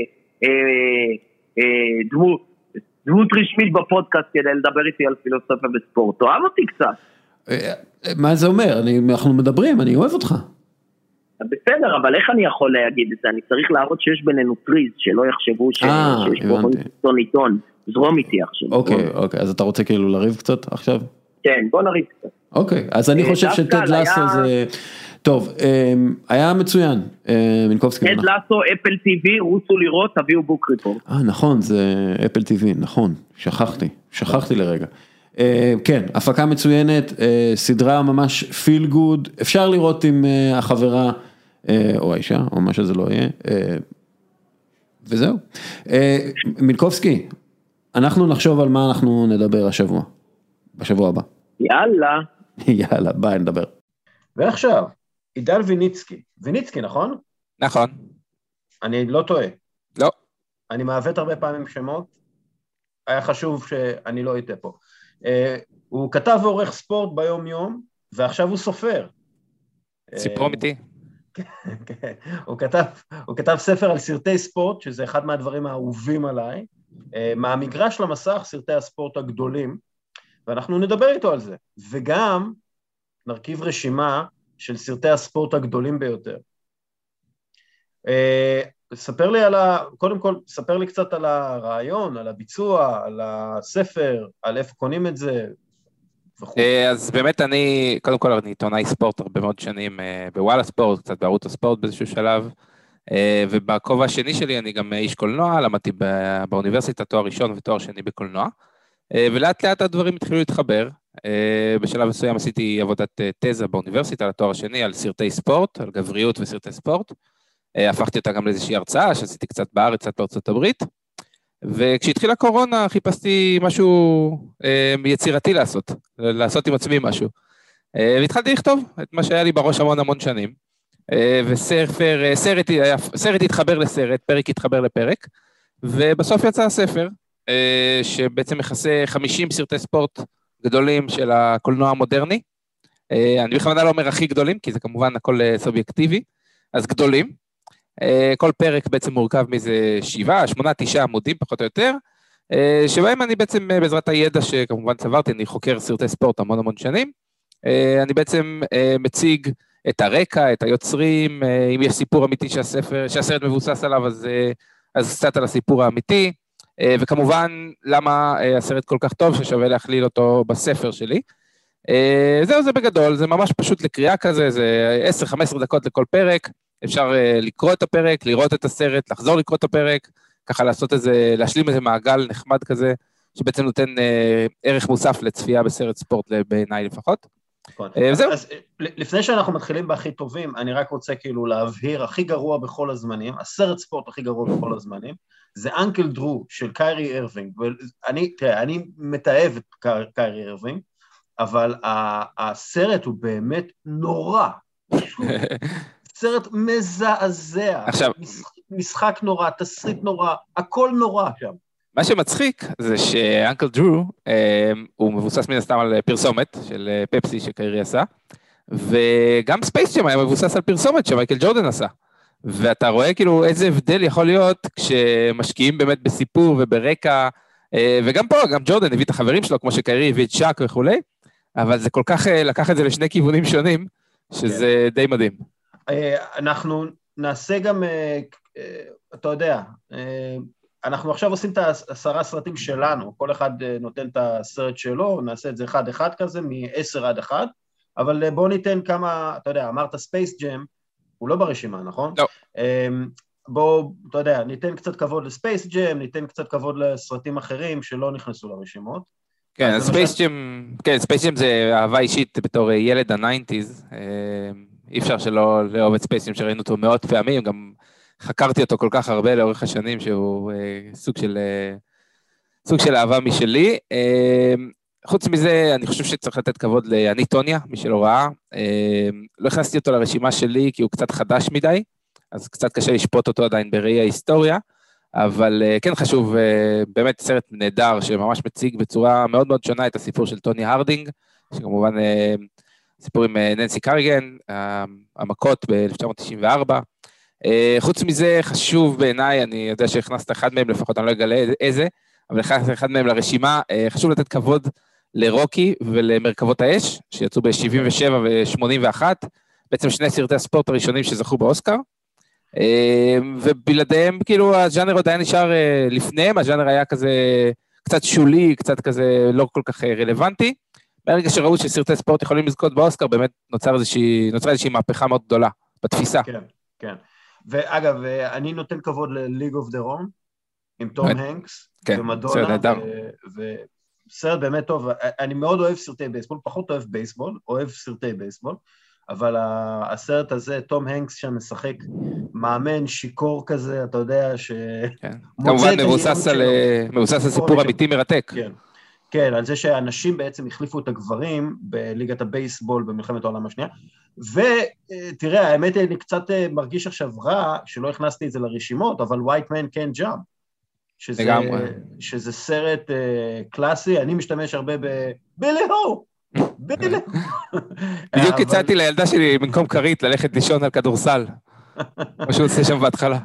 דמות, דמות רשמית בפודקאסט כדי לדבר איתי על פילוסופיה וספורט, תאהב אותי קצת. מה זה אומר? אנחנו מדברים, אני אוהב אותך. בסדר, אבל איך אני יכול להגיד את זה? אני צריך להראות שיש בינינו טריז, שלא יחשבו שיש פה עיתון עיתון, זרום איתי עכשיו. אוקיי, אוקיי, אז אתה רוצה כאילו לריב קצת עכשיו? כן, בוא נריב קצת. אוקיי, אז אני חושב שטד לסו זה... טוב, היה מצוין, מינקובסקי. טד לסו, אפל טי וי, רוצו לראות, תביאו בוק ריפורט. אה, נכון, זה אפל טי וי, נכון, שכחתי, שכחתי לרגע. כן, הפקה מצוינת, סדרה ממש פיל גוד, אפשר לראות עם החברה או האישה, או מה שזה לא יהיה, וזהו. מינקובסקי, אנחנו נחשוב על מה אנחנו נדבר השבוע, בשבוע הבא. יאללה. יאללה, ביי, נדבר. ועכשיו, עידן ויניצקי, ויניצקי, נכון? נכון. אני לא טועה. לא. אני מעוות הרבה פעמים שמות, היה חשוב שאני לא אתן פה. הוא כתב ועורך ספורט ביום יום, ועכשיו הוא סופר. סיפור אמיתי. הוא כתב, הוא כתב ספר על סרטי ספורט, שזה אחד מהדברים האהובים עליי, מהמגרש למסך, סרטי הספורט הגדולים, ואנחנו נדבר איתו על זה, וגם נרכיב רשימה של סרטי הספורט הגדולים ביותר. ספר לי על ה... קודם כל, ספר לי קצת על הרעיון, על הביצוע, על הספר, על איפה קונים את זה, וכו'. אז באמת אני, קודם כל אני עיתונאי ספורט הרבה מאוד שנים בוואלה ספורט, קצת בערוץ הספורט באיזשהו שלב, ובכובע השני שלי אני גם איש קולנוע, למדתי באוניברסיטה תואר ראשון ותואר שני בקולנוע, ולאט לאט הדברים התחילו להתחבר, בשלב מסוים עשיתי עבודת תזה באוניברסיטה לתואר השני על סרטי ספורט, על גבריות וסרטי ספורט, הפכתי אותה גם לאיזושהי הרצאה, שעשיתי קצת בארץ, קצת בארצות הברית, וכשהתחילה הקורונה חיפשתי משהו יצירתי לעשות, לעשות עם עצמי משהו, והתחלתי לכתוב את מה שהיה לי בראש המון המון שנים, וספר, סרט, סרט התחבר לסרט, פרק התחבר לפרק, ובסוף יצא הספר, שבעצם מכסה חמישים סרטי ספורט גדולים של הקולנוע המודרני, אני בכוונה לא אומר הכי גדולים, כי זה כמובן הכל סובייקטיבי, אז גדולים, כל פרק בעצם מורכב מאיזה שבעה, שמונה, תשעה עמודים פחות או יותר, שבהם אני בעצם בעזרת הידע שכמובן צברתי, אני חוקר סרטי ספורט המון המון שנים, אני בעצם מציג את הרקע, את היוצרים, אם יש סיפור אמיתי שהספר, שהסרט מבוסס עליו, אז, אז קצת על הסיפור האמיתי, וכמובן למה הסרט כל כך טוב ששווה להכליל אותו בספר שלי. זהו, זה בגדול, זה ממש פשוט לקריאה כזה, זה עשר חמש עשרה דקות לכל פרק, אפשר לקרוא את הפרק, לראות את הסרט, לחזור לקרוא את הפרק, ככה לעשות איזה, להשלים איזה מעגל נחמד כזה, שבעצם נותן ערך מוסף לצפייה בסרט ספורט בעיניי לפחות. זהו. אז לפני שאנחנו מתחילים בהכי טובים, אני רק רוצה כאילו להבהיר, הכי גרוע בכל הזמנים, הסרט ספורט הכי גרוע בכל הזמנים, זה אנקל דרו של קיירי אירווינג, ואני, תראה, אני מתאהב את קיירי אירווינג, אבל הסרט הוא באמת נורא, סרט מזעזע, עכשיו, משחק נורא, תסריט נורא, הכל נורא שם. מה שמצחיק זה שאנקל דרו, הוא מבוסס מן הסתם על פרסומת של פפסי שקיירי עשה, וגם ספייס ג'ם היה מבוסס על פרסומת שמייקל ג'ורדן עשה, ואתה רואה כאילו איזה הבדל יכול להיות כשמשקיעים באמת בסיפור וברקע, וגם פה, גם ג'ורדן הביא את החברים שלו, כמו שקיירי הביא את שק וכולי, אבל זה כל כך, לקח את זה לשני כיוונים שונים, שזה די מדהים. אנחנו נעשה גם, אתה יודע, אנחנו עכשיו עושים את העשרה סרטים שלנו, כל אחד נותן את הסרט שלו, נעשה את זה אחד אחד כזה, מ-עשר עד אחד, אבל בואו ניתן כמה, אתה יודע, אמרת ספייס ג'ם, הוא לא ברשימה, נכון? לא. בואו, אתה יודע, ניתן קצת כבוד לספייס ג'ם, ניתן קצת כבוד לסרטים אחרים שלא נכנסו לרשימות. כן, ספייס ג'ם, כן, ספייס ג'ם זה אהבה אישית בתור ילד ה-תשעים, אי אפשר שלא לאהוב את ספייס ג'ם, שראינו אותו מאות פעמים, גם חקרתי אותו כל כך הרבה לאורך השנים, שהוא סוג של, סוג של אהבה משלי. חוץ מזה, אני חושב שצריך לתת כבוד לאני טוניה, מי שלא ראה. לא הכנסתי אותו לרשימה שלי, כי הוא קצת חדש מדי, אז קצת קשה לשפוט אותו עדיין בראי ההיסטוריה, אבל כן חשוב, באמת סרט נהדר, שממש מציג בצורה מאוד מאוד שונה את הסיפור של טוני הרדינג, שכמובן סיפור עם ננסי קריגן, המכות ב-אלף תשע מאות תשעים וארבע. חוץ מזה, חשוב בעיניי, אני יודע שהכנסת אחד מהם, לפחות אני לא אגלה איזה, אבל הכנסתי אחד מהם לרשימה, חשוב לתת כבוד לרוקי ולמרכבות האש, שיצאו ב-שבעים ושבע ו-שמונים ואחת, בעצם שני סרטי הספורט הראשונים שזכו באוסקר, ובלעדיהם, כאילו, הז'אנר עוד היה נשאר לפניהם, הז'אנר היה כזה קצת שולי, קצת כזה לא כל כך רלוונטי, ברגע שראו שסרטי ספורט יכולים לזכות באוסקר, באמת נוצר איזושהי, נוצרה איזושהי מהפכה מאוד גדולה בתפיסה. כן, כן. ואגב, אני נותן כבוד ל-League of their own, עם תום הנקס, ומדונה, וסרט באמת טוב, אני מאוד אוהב סרטי בייסבול, פחות אוהב בייסבול, אוהב סרטי בייסבול, אבל הסרט הזה, תום הנקס שם משחק מאמן שיקור כזה, אתה יודע ש... כמובן מבוסס על סיפור אמיתי מרתק. כן, כן, על זה שאנשים בעצם החליפו את הגברים בליגת הבייסבול במלחמת העולם השנייה, ותראה, האמת אני קצת מרגיש עכשיו רע, שלא הכנסתי את זה לרשימות, אבל White Man Can't Jump, שזה, שזה סרט uh, קלאסי, אני משתמש הרבה ב... בילי-הו! בילי-הו! בדיוק הצעתי לילדה שלי, במקום קרית, ללכת לישון על כדורסל, מה שהוא עושה שם בהתחלה.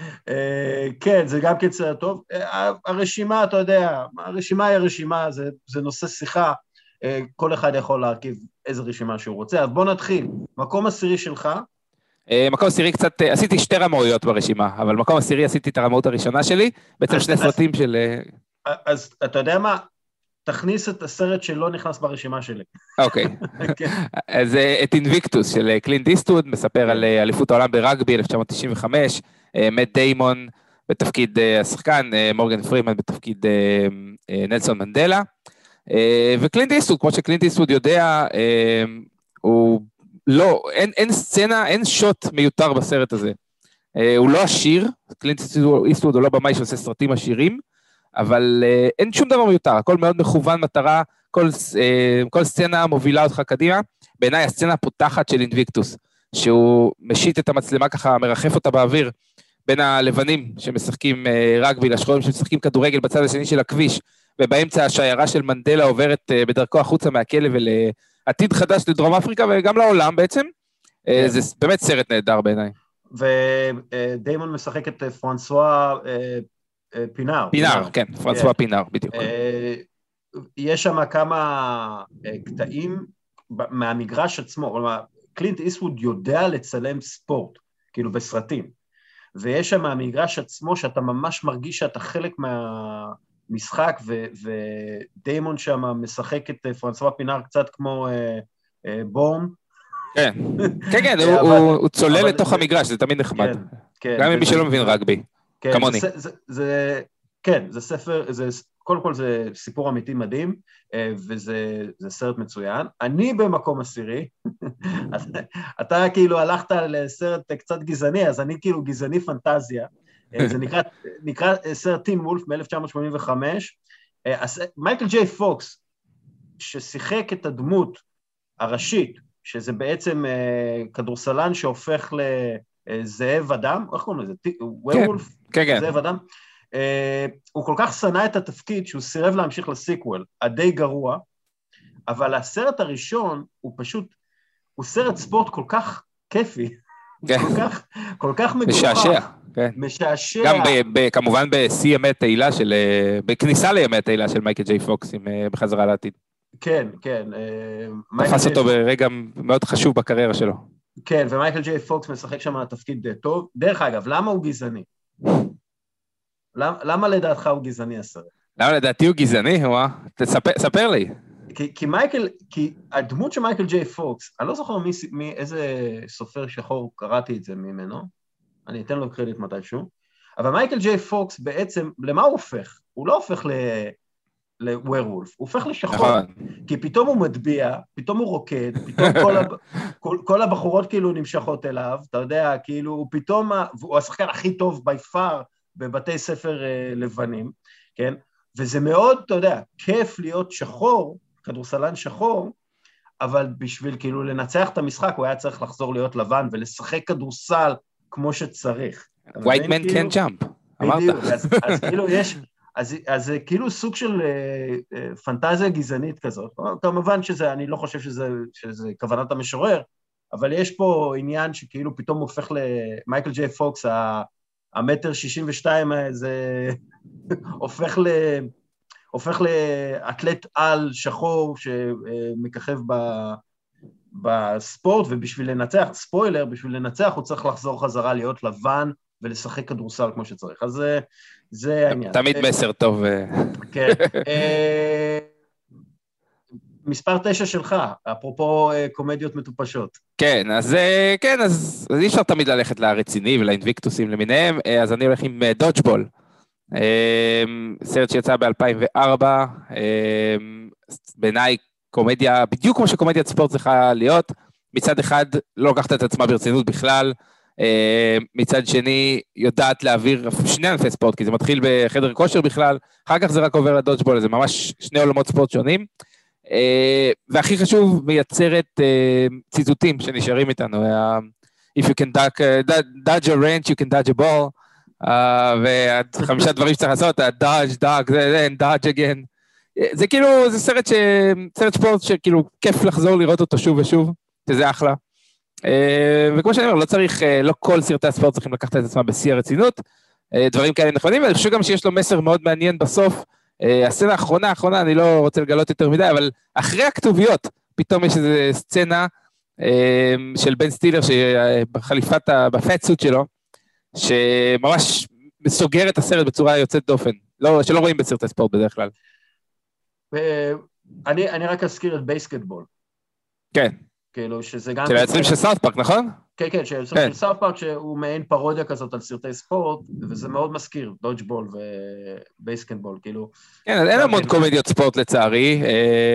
כן, זה גם כן סרט טוב. הרשימה, אתה יודע, הרשימה היא הרשימה, זה, זה נושא שיחה, כל אחד יכול להרכיב איזה רשימה שהוא רוצה, אז בוא נתחיל. מקום עשירי שלך? מקום עשירי קצת, עשיתי שתי רמאויות ברשימה, אבל מקום עשירי עשיתי את הרמאות הראשונה שלי, בעצם שני סרטים של... אז אתה יודע מה? תכניס את הסרט שלא נכנס ברשימה שלי. אוקיי. אז את אינביקטוס של קלינט איסטווד, מספר על אליפות העולם ברגבי אלף תשע מאות תשעים וחמש, מאט דיימון בתפקיד השחקן, מורגן פרימן בתפקיד נלסון מנדלה, וקלינט איסטווד, כמו שקלינט איסטווד יודע, הוא לא, אין, אין סצנה, אין שוט מיותר בסרט הזה. הוא לא עשיר, קלינט איסטווד הוא לא במאי שעושה סרטים עשירים, אבל אין שום דבר מיותר, הכל מאוד מכוון מטרה, כל, כל סצנה מובילה אותך קדימה, בעיניי הסצנה הפותחת של אינביקטוס, שהוא משית את המצלמה ככה, מרחף אותה באוויר, בין הלבנים שמשחקים רגבי, לשחורים שמשחקים כדורגל בצד השני של הכביש, ובאמצע השיירה של מנדלה עוברת בדרכו החוצה מהכלא ולעתיד חדש לדרום אפריקה, וגם לעולם בעצם, זה באמת סרט נהדר בעיניי. ודיימון משחק את פרנסואה פינאר. פינאר, כן, פרנסואה פינאר, בדיוק. יש שם כמה קטעים מהמגרש עצמו, כלומר, קלינט איסטווד יודע לצלם ספורט, כאילו בסרטים, ויש שם מהמגרש עצמו שאתה ממש מרגיש שאתה חלק מהמשחק, ודיימון שם משחק את פרנסואה פינאר קצת כמו בורן. כן, כן, כן, הוא צולל לתוך המגרש, זה תמיד נחמד. גם אם מי שלא מבין רגבי, כמוני. כן, זה ספר, קודם כל זה סיפור אמיתי מדהים, וזה סרט מצוין. אני במקום עשירי, אתה כאילו הלכת לסרט קצת גזעני, אז אני כאילו גזעני פנטזיה, זה נקרא סרט טין וולף מ-אלף תשע מאות שמונים וחמש, מייקל ג'יי פוקס, ששיחק את הדמות הראשית, שזה בעצם כדורסלן שהופך לזאב אדם, איך קוראים לזה? ווירולף? זאב אדם? הוא כל כך שנא את התפקיד שהוא סירב להמשיך לסיקוול, הדי גרוע, אבל הסרט הראשון הוא פשוט, הוא סרט ספורט כל כך כיפי, כל כך, כל כך מגוחך. משעשע. משעשע. גם כמובן בשיא ימי התהילה של, בכניסה לימי התהילה של מייקל ג'יי פוקס בחזרה לעתיד. כן, כן. תפס אותו ברגע מאוד חשוב בקריירה שלו. כן, ומייקל ג'יי פוקס משחק שם תפקיד טוב. דרך אגב, למה הוא גזעני? למה לדעתך הוא גזעני הסרט? למה לדעתי הוא גזעני? ספר לי. כי, כי מייקל, כי הדמות של מייקל ג'יי פוקס, אני לא זוכר מי, מי, איזה סופר שחור קראתי את זה ממנו, אני אתן לו קרדיט מתישהו, אבל מייקל ג'יי פוקס בעצם, למה הוא הופך? הוא לא הופך לווירולף, הוא הופך לשחור, כי פתאום הוא מטביע, פתאום הוא רוקד, פתאום כל, הב, כל, כל הבחורות כאילו נמשכות אליו, אתה יודע, כאילו הוא פתאום, הוא השחקן הכי טוב בי פאר בבתי ספר uh, לבנים, כן? וזה מאוד, אתה יודע, כיף להיות שחור, כדורסלן שחור, אבל בשביל כאילו לנצח את המשחק, הוא היה צריך לחזור להיות לבן ולשחק כדורסל כמו שצריך. White man can't jump, אמרת. אז, אז כאילו יש, אז, אז זה כאילו סוג של uh, uh, פנטזיה גזענית כזאת. כמובן שזה, אני לא חושב שזה, שזה כוונת המשורר, אבל יש פה עניין שכאילו פתאום הופך למייקל ג'יי פוקס, המטר שישים ושתיים הזה, הופך ל... הופך לאתלט על שחור שמככב בספורט, ובשביל לנצח, ספוילר, בשביל לנצח הוא צריך לחזור חזרה להיות לבן ולשחק כדורסל כמו שצריך. אז זה העניין. תמיד מסר טוב. כן. מספר תשע שלך, אפרופו קומדיות מטופשות. כן, אז כן, אז אי אפשר תמיד ללכת לרציני ולאינביקטוסים למיניהם, אז אני הולך עם דודג'בול. סרט שיצא ב-אלפיים וארבע, בעיניי קומדיה, בדיוק כמו שקומדיית ספורט צריכה להיות, מצד אחד לא לוקחת את עצמה ברצינות בכלל, מצד שני יודעת להעביר שני ענפי ספורט, כי זה מתחיל בחדר כושר בכלל, אחר כך זה רק עובר לדודג'בול, זה ממש שני עולמות ספורט שונים, והכי חשוב, מייצרת ציטוטים שנשארים איתנו, if you can dodge a wrench, you can dodge a ball, וחמישה דברים שצריך לעשות, דאג' דאג, זה דאג' אגן, זה כאילו, זה סרט ש... סרט ספורט שכאילו כיף לחזור לראות אותו שוב ושוב, שזה אחלה, וכמו שאני אומר, לא צריך, לא כל סרטי הספורט צריכים לקחת את עצמם בשיא הרצינות, דברים כאלה נכונים, ואני חושב גם שיש לו מסר מאוד מעניין בסוף, הסצנה האחרונה, האחרונה, אני לא רוצה לגלות יותר מדי, אבל אחרי הכתוביות, פתאום יש איזו סצנה של בן סטילר, שבחליפת, בפאטסוט שלו, שממש מסוגר את הסרט בצורה יוצאת דופן, לא, שלא רואים בסרטי ספורט בדרך כלל. אני, אני רק אזכיר את בייסקטבול. כן. כאילו שזה גם... של היוצרים של סאות' פארק, נכון? כן, כן, של היוצרים של סאות' פארק, שהוא מעין פרודיה כזאת על סרטי ספורט, וזה מאוד מזכיר, דודג'בול ובייסקטבול, כאילו... כן, אין המון קומדיות ספורט לצערי.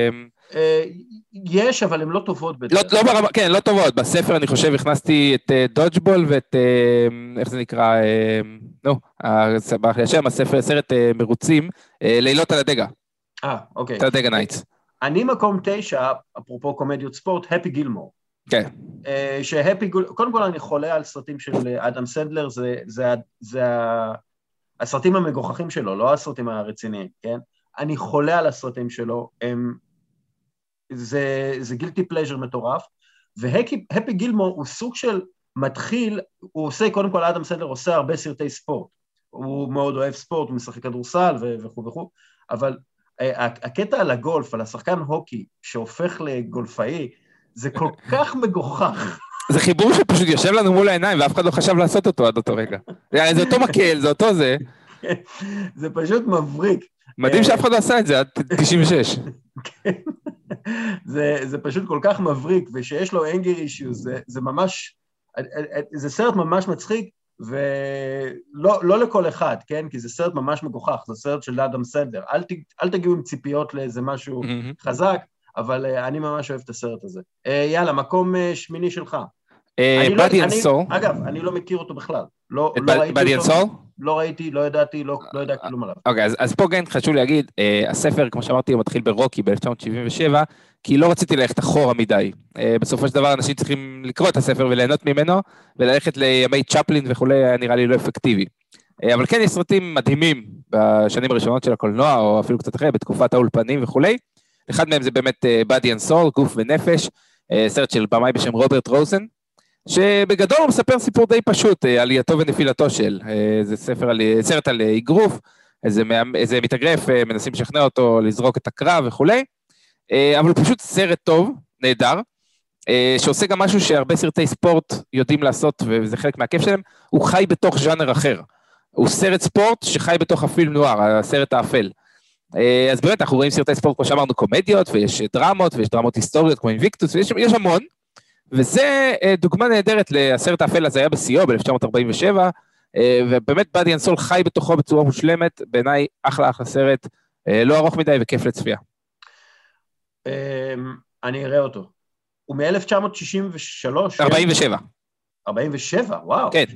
יש, אבל הן לא טובות בדרך. לא ברמה, כן, לא טובות. בספר אני חושב הכנסתי את דודג'בול ואת, איך זה נקרא, נו, השם, הספר, סרט מרוצים, לילות על הדגה. אה, אוקיי. על הדגה נייטס. אני מקום תשע, אפרופו קומדיות ספורט, הפי גילמור. כן. שהפי גילמור, קודם כל אני חולה על סרטים של אדם סנדלר, זה, זה, זה הסרטים המגוחכים שלו, לא הסרטים הרציניים, כן? אני חולה על הסרטים שלו, הם, זה, זה גילטי פלז'ר מטורף, והפי גילמור הוא סוג של מתחיל, הוא עושה, קודם כל אדם סנדלר עושה הרבה סרטי ספורט, הוא מאוד אוהב ספורט, הוא משחק כדורסל וכו' וכו', אבל הקטע על הגולף, על השחקן הוקי, שהופך לגולפאי, זה כל כך מגוחך. זה חיבור שפשוט יושב לנו מול העיניים, ואף אחד לא חשב לעשות אותו עד אותו רגע. זה אותו מקל, זה אותו זה. זה פשוט מבריק. מדהים שאף אחד לא עשה את זה עד תשעים ושש. זה פשוט כל כך מבריק, ושיש לו אנגר אישיוז, זה ממש, זה סרט ממש מצחיק, ולא לא לכל אחד, כן? כי זה סרט ממש מגוחך, זה סרט של אדם סנדלר. אל, ת, אל תגיעו עם ציפיות לאיזה משהו mm-hmm. חזק, אבל uh, אני ממש אוהב את הסרט הזה. Uh, יאללה, מקום uh, שמיני שלך. באדי אנד סול. אגב, אני לא מכיר אותו בכלל. לא, את לא ראיתי באדי אנד סול? לא ראיתי, לא ידעתי, לא, לא יודע כלום עליו. אוקיי, אז, אז פה כן חשוב להגיד, uh, הספר, כמו שאמרתי, הוא מתחיל ברוקי ב-אלף תשע מאות שבעים ושבע, כי לא רציתי ללכת אחורה מדי. Uh, בסופו של דבר אנשים צריכים לקרוא את הספר וליהנות ממנו, וללכת לימי צ'פלין וכולי, היה נראה לי לא אפקטיבי. Uh, אבל כן יש סרטים מדהימים בשנים הראשונות של הקולנוע, או אפילו קצת אחרי, בתקופת האולפנים וכולי. אחד מהם זה באמת באדי אנד סול, גוף ונפש, uh, סרט של במאי בשם רוברט רוזן, שבגדול הוא מספר סיפור די פשוט, uh, עלייתו ונפילתו של, uh, זה ספר על, סרט על אגרוף, איזה, איזה מתאגרף, uh, מנסים לשכנע אותו לזרוק את הקרב וכולי, אבל הוא פשוט סרט טוב, נהדר, שעושה גם משהו שהרבה סרטי ספורט יודעים לעשות, וזה חלק מהכיף שלהם, הוא חי בתוך ז'אנר אחר. הוא סרט ספורט שחי בתוך הפילם נואר, הסרט האפל. אז באמת אנחנו רואים סרטי ספורט, כמו שאמרנו, קומדיות, ויש דרמות, ויש דרמות היסטוריות כמו אינביקטוס, ויש יש המון, וזה דוגמה נהדרת לסרט האפל, אז היה בסיוע ב-אלף תשע מאות ארבעים ושבע, ובאמת באדי אנסול חי בתוכו בצורה מושלמת, בעיניי אחלה אחלה סרט, לא ארוך מדי וכיף לצפייה. אני אראה אותו. הוא מ-אלף תשע מאות שישים ושלוש. ארבעים ושבע. ארבעים ושבע, וואו. כן.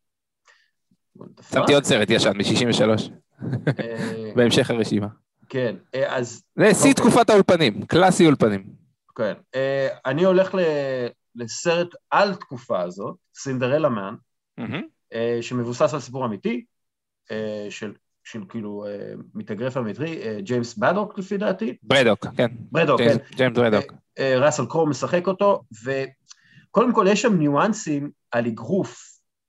שמתי עוד סרט ישן, מ-שישים ושלוש. בהמשך הרשימה. כן, אז... זה שיא תקופת האולפנים, קלאסי אולפנים. כן. אני הולך לסרט על תקופה הזאת, סינדרלה מן, שמבוסס על סיפור אמיתי, של... של כאילו מתאגרף אמיתי, ג'יימס בדוק לפי דעתי. ברדוק, כן. ברדוק, כן. ג'יימס ברדוק. ראסל קרוב משחק אותו, וקודם כל יש שם ניואנסים על אגרוף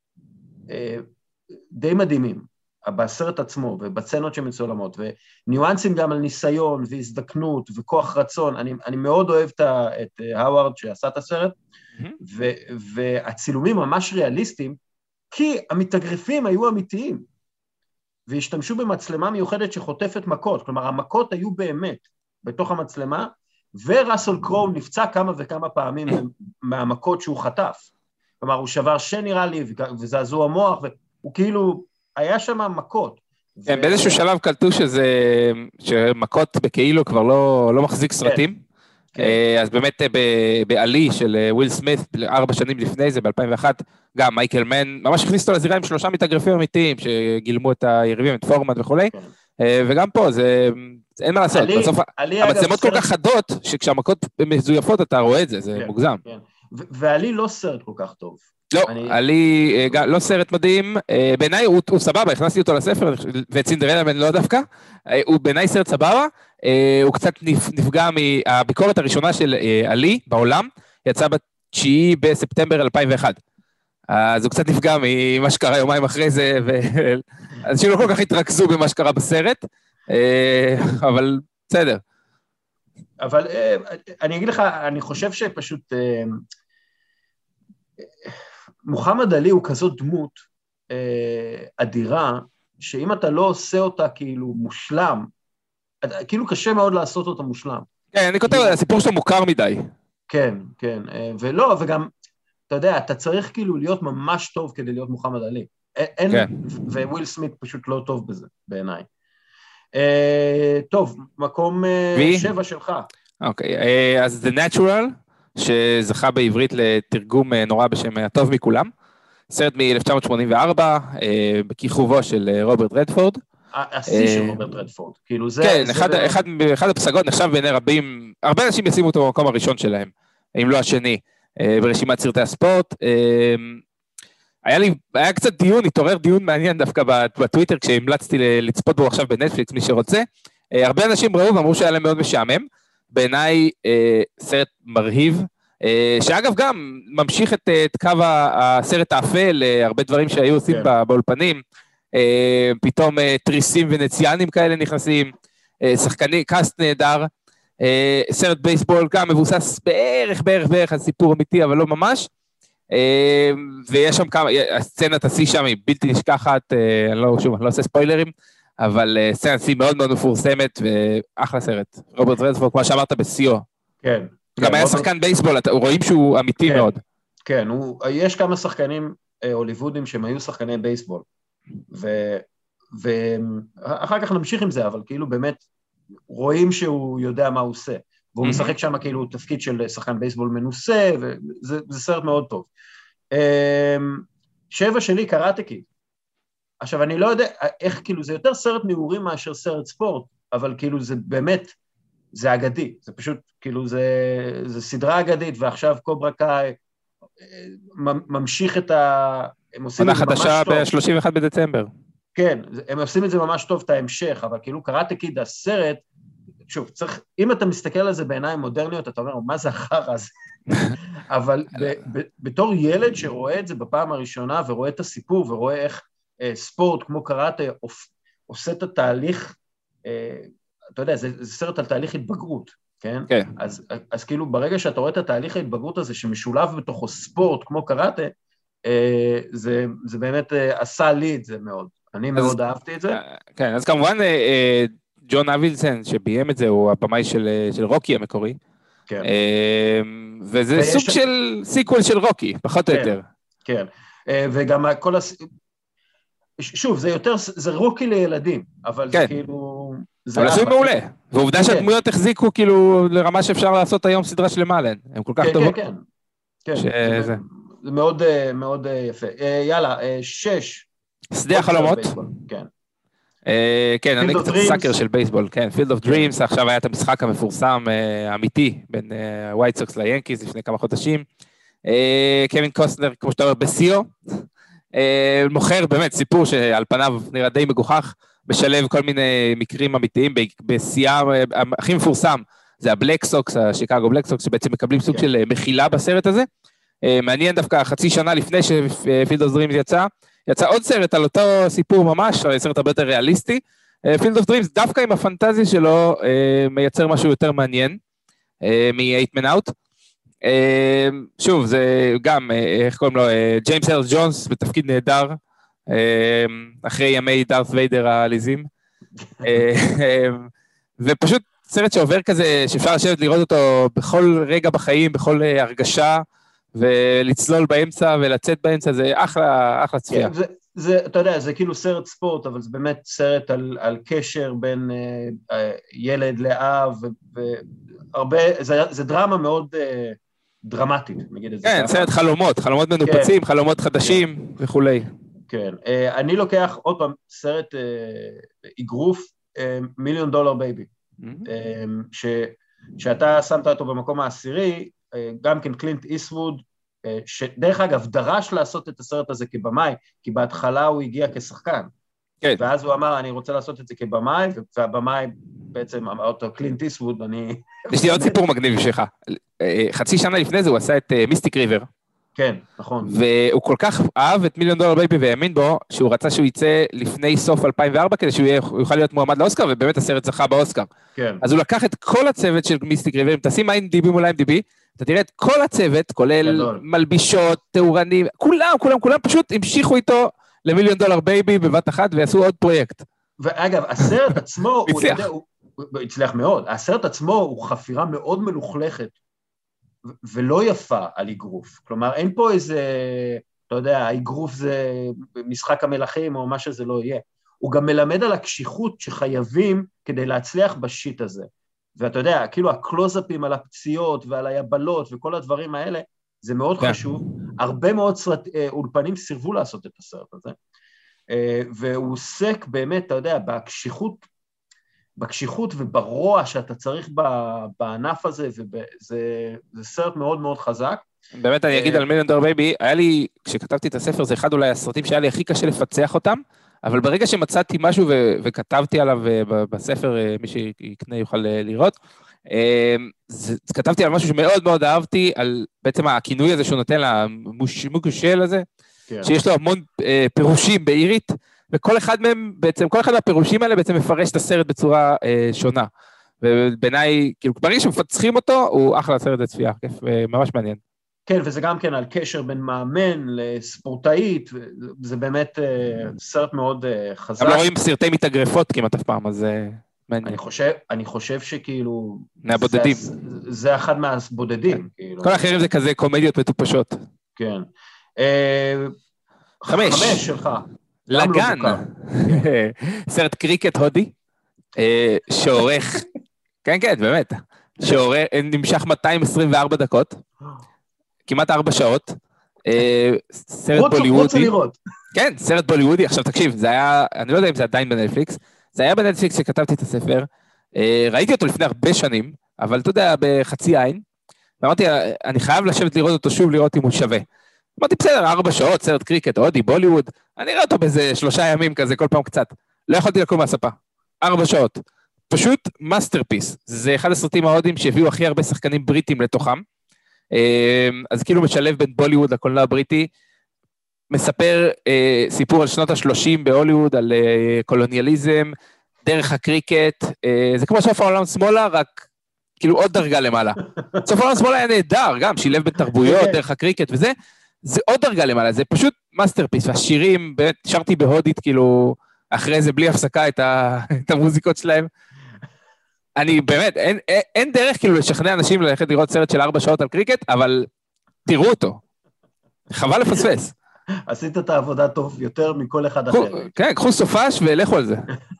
די מדהימים, בסרט עצמו ובצנות שמצולמות, וניואנסים גם על ניסיון והזדקנות וכוח רצון. אני, אני מאוד אוהב את האווארד שעשה את הסרט, ו, והצילומים ממש ריאליסטיים, כי המתאגרפים היו אמיתיים. והשתמשו במצלמה מיוחדת שחוטפת מכות, כלומר המכות היו באמת בתוך המצלמה, וראסל קרואו נפצע כמה וכמה פעמים מהמכות שהוא חטף, כלומר הוא שבר שנראה לי, וזעזוע המוח, והוא כאילו, היה שם מכות. כן, באיזשהו שלב קלטו שזה, שמכות בכאילו כבר לא, לא מחזיק סרטים, אז באמת בעלי של וויל סמית, ארבע שנים לפני זה, ב-אלפיים ואחת, גם מייקל מן, ממש הכניס אותו לזירה עם שלושה מתאגרפים אמיתיים, שגילמו את היריבים, את פורמט וכולי, וגם פה, זה אין מה לעשות, בסוף המצלמות כל כך חדות, שכשהמכות מזויפות אתה רואה את זה, זה מוגזם. ועלי לא סרט כל כך טוב. לא, עלי לא סרט מדהים, בעיניי הוא סבבה, הכנסתי אותו לספר, ואת סינדרלה מן לא דווקא, הוא בעיניי סרט סבבה, הוא קצת נפגע מהביקורת הראשונה של עלי בעולם, יצא בתשיעי בספטמבר אלפיים ואחת, אז הוא קצת נפגע ממה שקרה יומיים אחרי זה, אנשים לא כל כך התרכזו במה שקרה בסרט, אבל בסדר. אבל אני אגיד לך, אני חושב שפשוט... מוחמד עלי הוא כזאת דמות אה, אדירה, שאם אתה לא עושה אותה כאילו מושלם, כאילו קשה מאוד לעשות אותה מושלם. כן, אני כותב, הסיפור שלו מוכר מדי. כן, כן, אה, ולא, וגם, אתה יודע, אתה צריך כאילו להיות ממש טוב כדי להיות מוחמד עלי. אין, כן. וויל סמית פשוט לא טוב בזה, בעיניי. אה, טוב, מקום אה, שבע שלך. אוקיי, אה, אז The Natural, שזכה בעברית לתרגום נורא בשם הטוב מכולם, סרט מ-אלף תשע מאות שמונים וארבע, בכיכובו של רוברט רדפורד. השיא של רוברט רדפורד, כאילו זה... כן, אחד הפסגות נחשב בעיני רבים, הרבה אנשים ישימו אותו במקום הראשון שלהם, אם לא השני, ברשימת סרטי הספורט. היה לי, היה קצת דיון, התעורר דיון מעניין דווקא בטוויטר, כשהמלצתי לצפות בו עכשיו בנטפליקס, מי שרוצה. הרבה אנשים ראו ואמרו שהיה להם מאוד משעמם, בעיניי אה, סרט מרהיב, אה, שאגב גם ממשיך את, את קו הסרט האפל, אה, הרבה דברים שהיו עושים כן. בא, באולפנים, אה, פתאום אה, תריסים ונציאנים כאלה נכנסים, אה, שחקני, קאסט נהדר, אה, סרט בייסבול גם מבוסס בערך בערך בערך על סיפור אמיתי, אבל לא ממש, אה, ויש שם כמה, הסצנת השיא שם היא בלתי נשכחת, אה, אני לא, שוב, אני לא עושה ספוילרים, אבל סצנת שיא מאוד מאוד מפורסמת, ואחלה סרט. רוברט רדפורד, כמו שאמרת, בסיוע. כן. גם היה שחקן בייסבול, רואים שהוא אמיתי מאוד. כן, יש כמה שחקנים הוליוודים שהם היו שחקני בייסבול, ואחר כך נמשיך עם זה, אבל כאילו באמת רואים שהוא יודע מה הוא עושה, והוא משחק שם כאילו תפקיד של שחקן בייסבול מנוסה, וזה סרט מאוד טוב. שבע שלי, קראטה קיד. עכשיו, אני לא יודע איך, כאילו, זה יותר סרט נעורים מאשר סרט ספורט, אבל כאילו זה באמת, זה אגדי, זה פשוט, כאילו, זה, זה סדרה אגדית, ועכשיו קוברה קאי ממשיך את ה... הם עושים את זה ממש טוב. עונה חדשה ב-שלושים ואחד בדצמבר. כן, הם עושים את זה ממש טוב, את ההמשך, אבל כאילו, קראטה קיד, הסרט, שוב, צריך, אם אתה מסתכל על זה בעיניים מודרניות, אתה אומר, מה זה החרא הזה? אבל ב- ב- בתור ילד שרואה את זה בפעם הראשונה, ורואה את הסיפור, ורואה איך ספורט כמו קראטה עושה את התהליך, אתה יודע, זה, זה סרט על תהליך התבגרות, כן? כן. אז, אז כאילו ברגע שאתה רואה את התהליך ההתבגרות הזה שמשולב בתוכו ספורט כמו קראטה, זה, זה באמת עשה לי את זה מאוד. אני מאוד אהבתי את זה. כן, אז כמובן, ג'ון אבילסון, שביים את זה, הוא הבמאי של רוקי המקורי. כן. וזה סוג של סיקוול של רוקי, פחות או יותר. כן, וגם כל הס... שוב, זה יותר, זה רוקי לילדים, אבל זה כאילו... אבל זה מעולה, ועובדה שהדמויות החזיקו כאילו לרמה שאפשר לעשות היום סדרה שלמה עליהן, הן כל כך טובות. כן, כן, כן, זה מאוד מאוד יפה. יאללה, שש. שדה החלומות. כן. כן, אני קצת סאקר של בייסבול, כן, פילד אוף דרימס, עכשיו היה את המשחק המפורסם, האמיתי, בין ווייט סוקס ליאנקיז לפני כמה חודשים. קווין קוסטנר, כמו שאתה אומר, בסיו, מוכר באמת סיפור שעל פניו נראה די מגוחך, בשלב כל מיני מקרים אמיתיים, בסייה הכי מפורסם, זה הבלק סוקס, השיקגו בלק סוקס, שבעצם מקבלים סוג של מחילה בסרט הזה. מעניין דווקא חצי שנה לפני שפילד אוף דרימס יצא, יצא עוד סרט על אותו סיפור ממש, סרט הרבה יותר ריאליסטי. פילד אוף דרימס, דווקא עם הפנטזיה שלו, מייצר משהו יותר מעניין, מ-Eight Men Out. שוב, זה גם, איך קוראים לו, ג'יימס ארל ג'ונס, בתפקיד נהדר, אחרי ימי דארת ויידר העליזים, ופשוט סרט שעובר כזה, שאפשר לשבת לראות אותו בכל רגע בחיים, בכל הרגשה, ולצלול באמצע ולצאת באמצע, זה אחלה, אחלה צפייה. זה, זה, אתה יודע, זה כאילו סרט ספורט, אבל זה באמת סרט על, על קשר בין uh, ילד לאב, והרבה, זה, זה דרמה מאוד uh, דרמטית, נגיד את זה. כן, סרט חלומות, חלומות מנופצים, כן. חלומות חדשים כן. וכולי. כן, uh, אני לוקח עוד פעם סרט uh, אגרוף, מיליון דולר בייבי, שאתה שמת אותו במקום העשירי, גם כן קלינט איסווד, שדרך אגב דרש לעשות את הסרט הזה כבמאי, כי בהתחלה הוא הגיע כשחקן, כן. ואז הוא אמר אני רוצה לעשות את זה כבמאי, והבמאי בעצם אמר אותו קלינט איסווד, אני... יש לי עוד סיפור מגניב שלך, חצי שנה לפני זה הוא עשה את מיסטיק ריבר, כן, נכון. והוא כל כך אהב את מיליון דולר בייבי והאמין בו, שהוא רצה שהוא יצא לפני סוף אלפיים וארבע, כדי שהוא יוכל להיות מועמד לאוסקר, ובאמת הסרט זכה באוסקר. כן. אז הוא לקח את כל הצוות של מיסטיק ריבר, אם תשים איי אם די בי מול איי אם די בי, אתה תראה את כל הצוות, כולל גדול. מלבישות, תאורנים, כולם, כולם, כולם פשוט המשיכו איתו למיליון דולר בייבי בבת אחת, ועשו עוד פרויקט. ואגב, הסרט עצמו, הוא, יודע, הוא, הוא הצליח מאוד, הסרט עצמו הוא חפירה מאוד מלוכלכת, ולא יפה על אגרוף, כלומר אין פה איזה, אתה יודע, אגרוף זה משחק המלכים או מה שזה לא יהיה, הוא גם מלמד על הקשיחות שחייבים כדי להצליח בשיט הזה, ואתה יודע, כאילו הקלוזאפים על הפציעות ועל היבלות וכל הדברים האלה, זה מאוד yeah. חשוב, הרבה מאוד סרט, אולפנים סירבו לעשות את הסרט הזה, והוא עוסק באמת, אתה יודע, בקשיחות, בקשיחות וברוע שאתה צריך בענף הזה, וזה זה סרט מאוד מאוד חזק. באמת אני אגיד על מיליון דולר בייבי, היה לי, כשכתבתי את הספר, זה אחד אולי הסרטים שהיה לי הכי קשה לפצח אותם, אבל ברגע שמצאתי משהו ו- וכתבתי עליו בספר, מי שיקנה יוכל לראות, זה, כתבתי על משהו שמאוד מאוד אהבתי, על בעצם הכינוי הזה שהוא נותן למושל הזה, כן. שיש לו המון פירושים באירית, וכל אחד מהם, בעצם, כל אחד מהפירושים האלה בעצם מפרש את הסרט בצורה אה, שונה. ובעיניי, כאילו, ברגע שמפצחים אותו, הוא אחלה סרט לצפייה, כיף, ממש מעניין. כן, וזה גם כן על קשר בין מאמן לספורטאית, זה באמת אה, סרט מאוד אה, חזק. גם לא רואים סרטי מתאגרפות כמעט אף פעם, אז אה, מעניין. אני חושב, אני חושב שכאילו... מהבודדים. זה, זה אחד מהבודדים. כן. כאילו. כל האחרים זה כזה קומדיות מטופשות. כן. אה, חמש. חמש שלך. לגן, סרט קריקט הודי, שעורך, כן כן באמת, שעורך, נמשך מאתיים עשרים וארבע דקות, כמעט ארבע שעות, סרט בוליוודי, כן, סרט בוליוודי, עכשיו תקשיב, זה היה, אני לא יודע אם זה עדיין בנטפליקס, זה היה בנטפליקס שכתבתי את הספר, ראיתי אותו לפני הרבה שנים, אבל אתה יודע, בחצי עין, ואמרתי, אני חייב לשבת לראות אותו שוב, לראות אם הוא שווה. אמרתי, בסדר, ארבע שעות, סרט קריקט, הודי, בוליווד, אני אראה אותו באיזה שלושה ימים כזה, כל פעם קצת. לא יכולתי לקום מהספה. ארבע שעות. פשוט מאסטרפיס. זה אחד הסרטים ההודים שהביאו הכי הרבה שחקנים בריטים לתוכם. אז כאילו משלב בין בוליווד לקולנוע הבריטי, מספר אה, סיפור על שנות ה-שלושים בהוליווד, על אה, קולוניאליזם, דרך הקריקט, אה, זה כמו סוף העולם שמאלה, רק כאילו עוד דרגה למעלה. סוף העולם שמאלה היה נהדר, גם שילב בין תרבויות, דרך הקריקט וזה, זה עוד דרגה למעלה, זה פשוט מאסטרפיס, והשירים, באמת, שרתי בהודית, כאילו, אחרי זה בלי הפסקה את, ה, את המוזיקות שלהם. אני באמת, אין, אין, אין דרך כאילו לשכנע אנשים ללכת לראות סרט של ארבע שעות על קריקט, אבל תראו אותו. חבל לפספס. עשית את העבודה טוב יותר מכל אחד אחר. כן, קחו סופש ולכו על זה.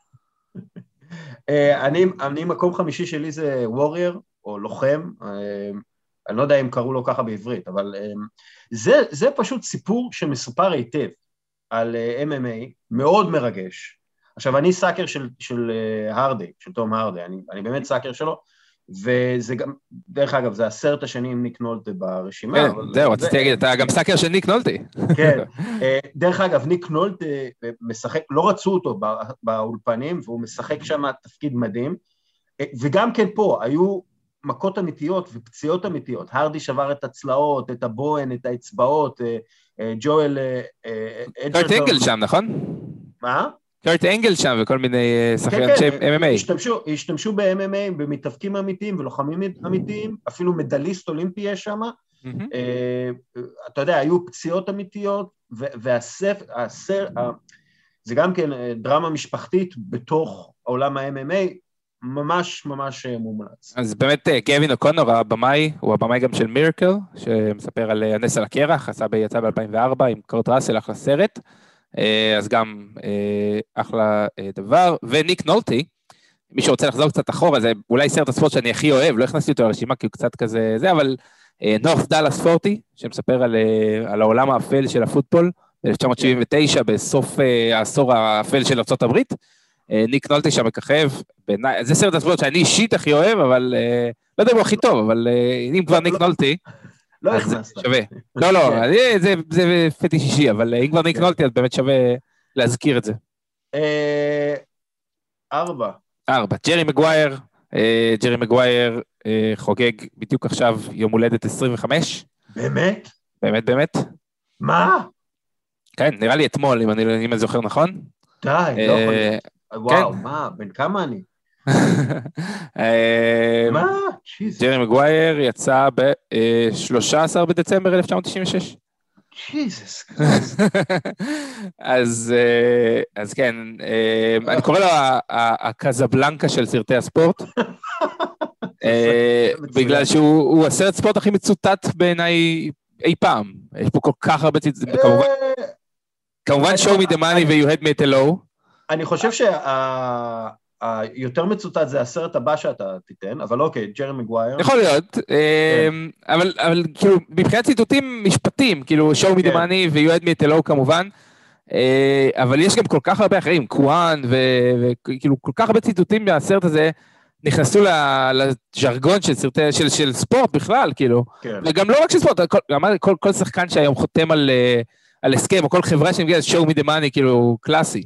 אני, אני מקום חמישי שלי זה וורייר, או לוחם, אני לא יודע אם קראו לו ככה בעברית, אבל זה, זה פשוט סיפור שמסופר היטב על אם אם איי, מאוד מרגש. עכשיו, אני סאקר של, של הרדי, של תום הרדי, אני, אני באמת סאקר שלו, וזה גם, דרך אגב, זה הסרט השני עם ניק נולטה ברשימה. כן, זהו, רציתי להגיד, אתה גם סאקר של ניק נולטה. כן, דרך אגב, ניק נולטה משחק, לא רצו אותו באולפנים, והוא משחק שם תפקיד מדהים, וגם כן פה, היו מכות אמיתיות ופציעות אמיתיות, הרדי שבר את הצלעות, את הבוהן, את האצבעות, ג'ואל... קרט אנגל שם, נכון? מה? קרט אנגל שם וכל מיני שחקנים שהם אם אם איי. השתמשו ב-אם אם איי במתאבקים אמיתיים ולוחמים אמיתיים, אפילו מדליסט אולימפי יש שם, אתה יודע, היו פציעות אמיתיות, והספר, זה גם כן דרמה משפחתית בתוך עולם ה-אם אם איי, ממש ממש מומלץ. אז באמת קווין אוקונור, הבמאי, הוא הבמאי גם של מירקל, שמספר על הנס על הקרח, יצא ב-אלפיים וארבע עם קורט ראסל, אחלה סרט, אז גם אחלה דבר, וניק נולטי, מי שרוצה לחזור קצת אחורה, זה אולי סרט הספורט שאני הכי אוהב, לא הכנסתי אותו לרשימה כי הוא קצת כזה זה, אבל נורת' דאלאס פורטי, שמספר על, על העולם האפל של הפוטבול, ב-אלף תשע מאות שבעים ותשע, בסוף העשור האפל של ארצות הברית, ניק נולטי שם מככב, זה סרט הספורט שאני אישית הכי אוהב, אבל לא יודע אם הוא הכי טוב, אבל אם כבר ניק נולטי, לא הכנסת. שווה. לא, לא, זה פטיש אישי, אבל אם כבר ניק נולטי, אז באמת שווה להזכיר את זה. ארבע. ארבע. ג'רי מגווייר, ג'רי מגווייר חוגג בדיוק עכשיו יום הולדת עשרים וחמש. באמת? באמת, באמת. מה? כן, נראה לי אתמול, אם אני זוכר נכון. די, לא יכול להיות. וואו, מה? בין כמה אני? מה? ג'רי מגווייר יצא ב-שלושה עשר בדצמבר אלף תשע מאות תשעים ושש. ג'יזוס קריסט. אז אז כן, אני קורא לו הקזבלנקה של סרטי הספורט, בגלל שהוא הסרט ספורט הכי מצוטט בעיניי אי פעם. יש פה כל כך הרבה ציטוטים, כמובן show me the money ו-you had me at hello. אני חושב שהיותר מצוטט זה הסרט הבא שאתה תיתן, אבל אוקיי, ג'רי מגווייר. יכול להיות, אבל כאילו, מבחינת ציטוטים משפטים, כאילו, show me the money ו-you had me at hello כמובן, אבל יש גם כל כך הרבה אחרים, קוואן, וכאילו, כל כך הרבה ציטוטים מהסרט הזה, נכנסו לז'רגון של סרטי, של ספורט בכלל, כאילו, וגם לא רק של ספורט, כל שחקן שהיום חותם על... על הסכם, או כל חברה שמגיעה, show me the money, כאילו, קלאסי.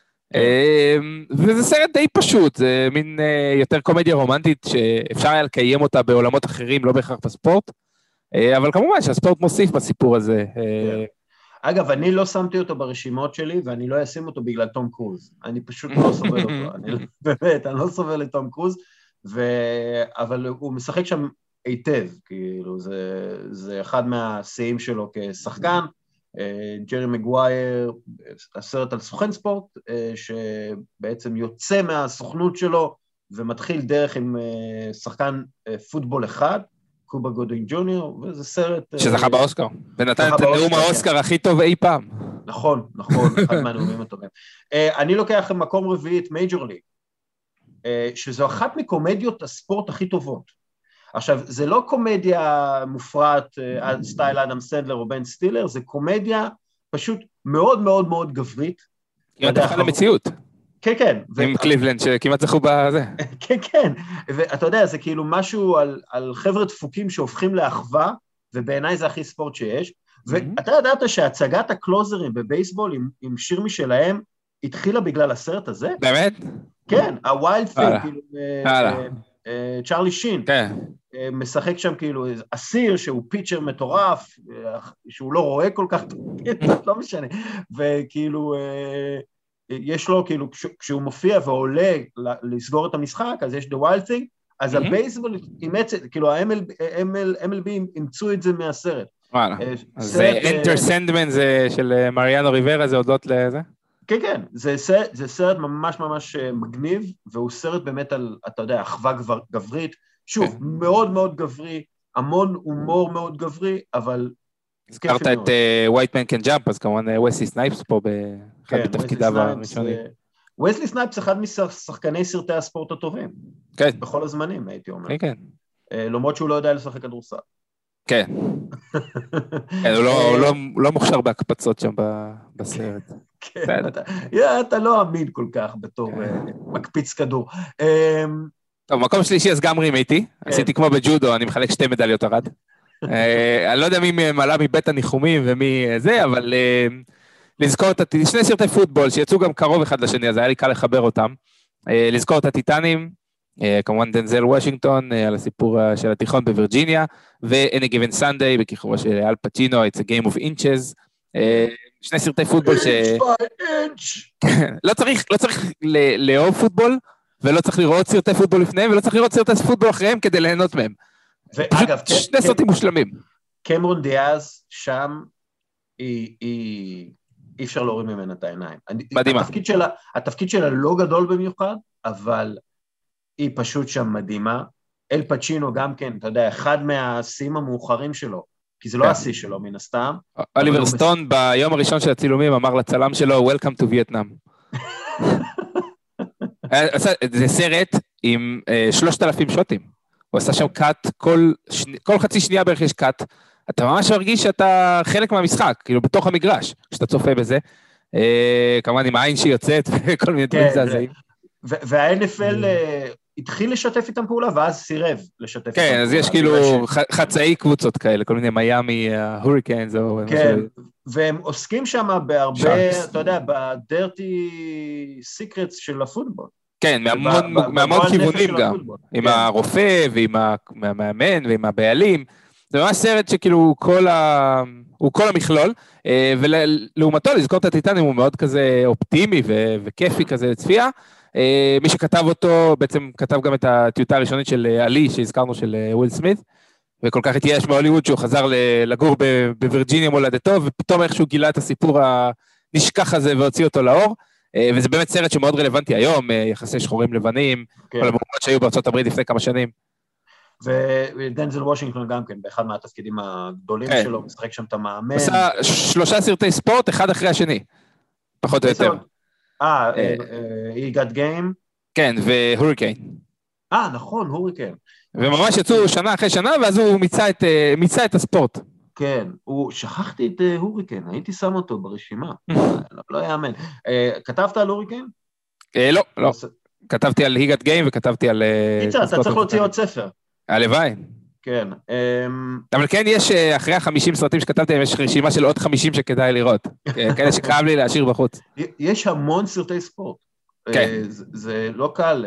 וזה סרט די פשוט, זה מין יותר קומדיה רומנטית, שאפשר היה לקיים אותה בעולמות אחרים, לא בהכרח בספורט, אבל כמובן שהספורט מוסיף בסיפור הזה. אגב, אני לא שמתי אותו ברשימות שלי, ואני לא אשים אותו בגלל תום קרוז. אני פשוט לא סובל אותו. באמת, אני לא סובל את תום קרוז, אבל הוא משחק שם היטב, כאילו, זה אחד מהשיאים שלו כשחקן, ג'רי מגווייר, הסרט על סוכן ספורט, שבעצם יוצא מהסוכנות שלו, ומתחיל דרך עם שחקן פוטבול אחד, קובה גודין ג'וניור, וזה סרט... שזכה באוסקר, ונתן את נאום האוסקר הכי טוב אי פעם. נכון, נכון, אחד מהנאומים הטובים. אני לוקח מקום רביעית, מייג'ור ליג, שזו אחת מקומדיות הספורט הכי טובות. עכשיו, זה לא קומדיה מופרעת על סטייל אדם סנדלר או בן סטילר, זה קומדיה פשוט מאוד מאוד מאוד גברית. היא התפחה למציאות. כן, כן. עם קליבלנד שכמעט זכו בזה. כן, כן. ואתה יודע, זה כאילו משהו על, על חבר'ה דפוקים שהופכים לאחווה, ובעיניי זה הכי ספורט שיש. ואתה ידעת שהצגת הקלוזרים בבייסבול עם, עם שיר משלהם, התחילה בגלל הסרט הזה? באמת? כן, הווילד פילד, כאילו... צ'רלי שין, כן. משחק שם כאילו אסיר שהוא פיצ'ר מטורף, שהוא לא רואה כל כך, לא משנה, וכאילו יש לו, כאילו כשהוא מופיע ועולה לסגור את המשחק, אז יש The Wild Thing, אז הבייסבול אימץ, כאילו ה-אם אל בי אימצו את זה מהסרט. וואלה, אז Enter Sandman זה של מריאנו ריברה, זה הודות לזה? כן, כן, זה סרט, זה סרט ממש ממש מגניב, והוא סרט באמת על, אתה יודע, אחווה גבר, גברית, שוב, כן. מאוד מאוד גברי, המון הומור מאוד גברי, אבל הזכרת את White Man Can Jump, אז כמובן וסלי סנייפס פה באחד כן, בתפקידיו הראשונים. וסלי סנייפס אחד משחקני סרטי הספורט הטובים, כן. בכל הזמנים, הייתי אומר. כן, כן. למרות שהוא לא יודע לשחק כדורסל. כן. כן, הוא לא, הוא לא, הוא לא מוכשר בהקפצות שם בסרט. כן, אתה, אתה לא אמין כל כך בתור מקפיץ כדור. טוב, מקום שלישי אז גם רימיתי, עשיתי כמו בג'ודו, אני מחלק שתי מדליות ארד. אני לא יודע מי מעלה מבית הניחומים ומי זה, אבל לזכור את שני סרטי פוטבול שיצאו גם קרוב אחד לשני, אז היה לי קל לחבר אותם. לזכור את הטיטנים, כמובן דנזל וושינגטון, על הסיפור של התיכון בווירג'יניה, ו-Any Given Sunday, בכיכובו של אל פצ'ינו, It's a Game of Inches, שני סרטי פוטבול ש... לא צריך, לא צריך לאהוב פוטבול, ולא צריך לראות סרטי פוטבול לפניהם, ולא צריך לראות סרטי פוטבול אחריהם כדי ליהנות מהם. ואגב, שני סרטים מושלמים. קמרון דיאז, שם, אי אפשר להוריד ממנה את העיניים. מדהימה. התפקיד שלה לא גדול במיוחד, אבל היא פשוט שם מדהימה. אל פצ'ינו גם כן, אתה יודע, אחד מהשיאים המאוחרים שלו, כי זה לא השיא שלו מן הסתם. אוליבר סטון ביום הראשון של הצילומים אמר לצלם שלו, Welcome to Vietnam. זה סרט עם שלושת אלפים שוטים. הוא עשה שם קאט, כל, כל חצי שנייה בערך יש קאט. אתה ממש מרגיש שאתה חלק מהמשחק, כאילו בתוך המגרש, כשאתה צופה בזה. כמובן עם העין שיוצאת וכל מיני דברים זעזעים. וה-אן אף אל התחיל לשתף איתם פעולה, ואז סירב לשתף איתם פעולה. כן, אז יש כאילו חצאי קבוצות כאלה, כל מיני מיאמי, הוריקנס, או... כן, והם עוסקים שם בהרבה, אתה יודע, בדרטי סיקרטס של הפוטבול. כן, מהמון כיוונים גם, עם הרופא ועם המאמן ועם הבעלים. זה ממש סרט שכאילו הוא כל המכלול, ולעומתו לזכור את הטיטנים הוא מאוד כזה אופטימי וכיפי כזה לצפייה. מי שכתב אותו בעצם כתב גם את הטיוטה הראשונית של עלי שהזכרנו של וויל סמית, וכל כך התייאש מהוליווד שהוא חזר לגור בווירג'יניה מולדתו, ופתאום איכשהו גילה את הסיפור הנשכח הזה והוציא אותו לאור, וזה באמת סרט שמאוד רלוונטי היום, יחסי שחורים לבנים, כל המקומות שהיו בארצות הברית לפני כמה שנים. ודנזל וושינגטון גם כן, באחד מהתפקידים הגדולים שלו, משחק שם את המאמן. עושה שלושה סרטי ספורט, אחד אחרי השני, פחות או יותר. אה, He Got Game. כן, והוריקן. אה, נכון, הוריקן. וממש יצאו שנה אחרי שנה, ואז הוא מיצה את, מיצה את הספורט. כן, הוא, שכחתי את הוריקן, הייתי שם אותו ברשימה, לא יאמן. כתבת על הוריקן? לא, לא. כתבתי על He Got Game וכתבתי על... קיצר, אתה צריך להוציא עוד ספר. הלוואי. כן. אבל כן, יש אחרי ה-חמישים סרטים שכתבתי, יש רשימה של עוד חמישים שכדאי לראות. כאלה שכאב לי להשאיר בחוץ. יש המון סרטי ספורט. כן. זה לא קל.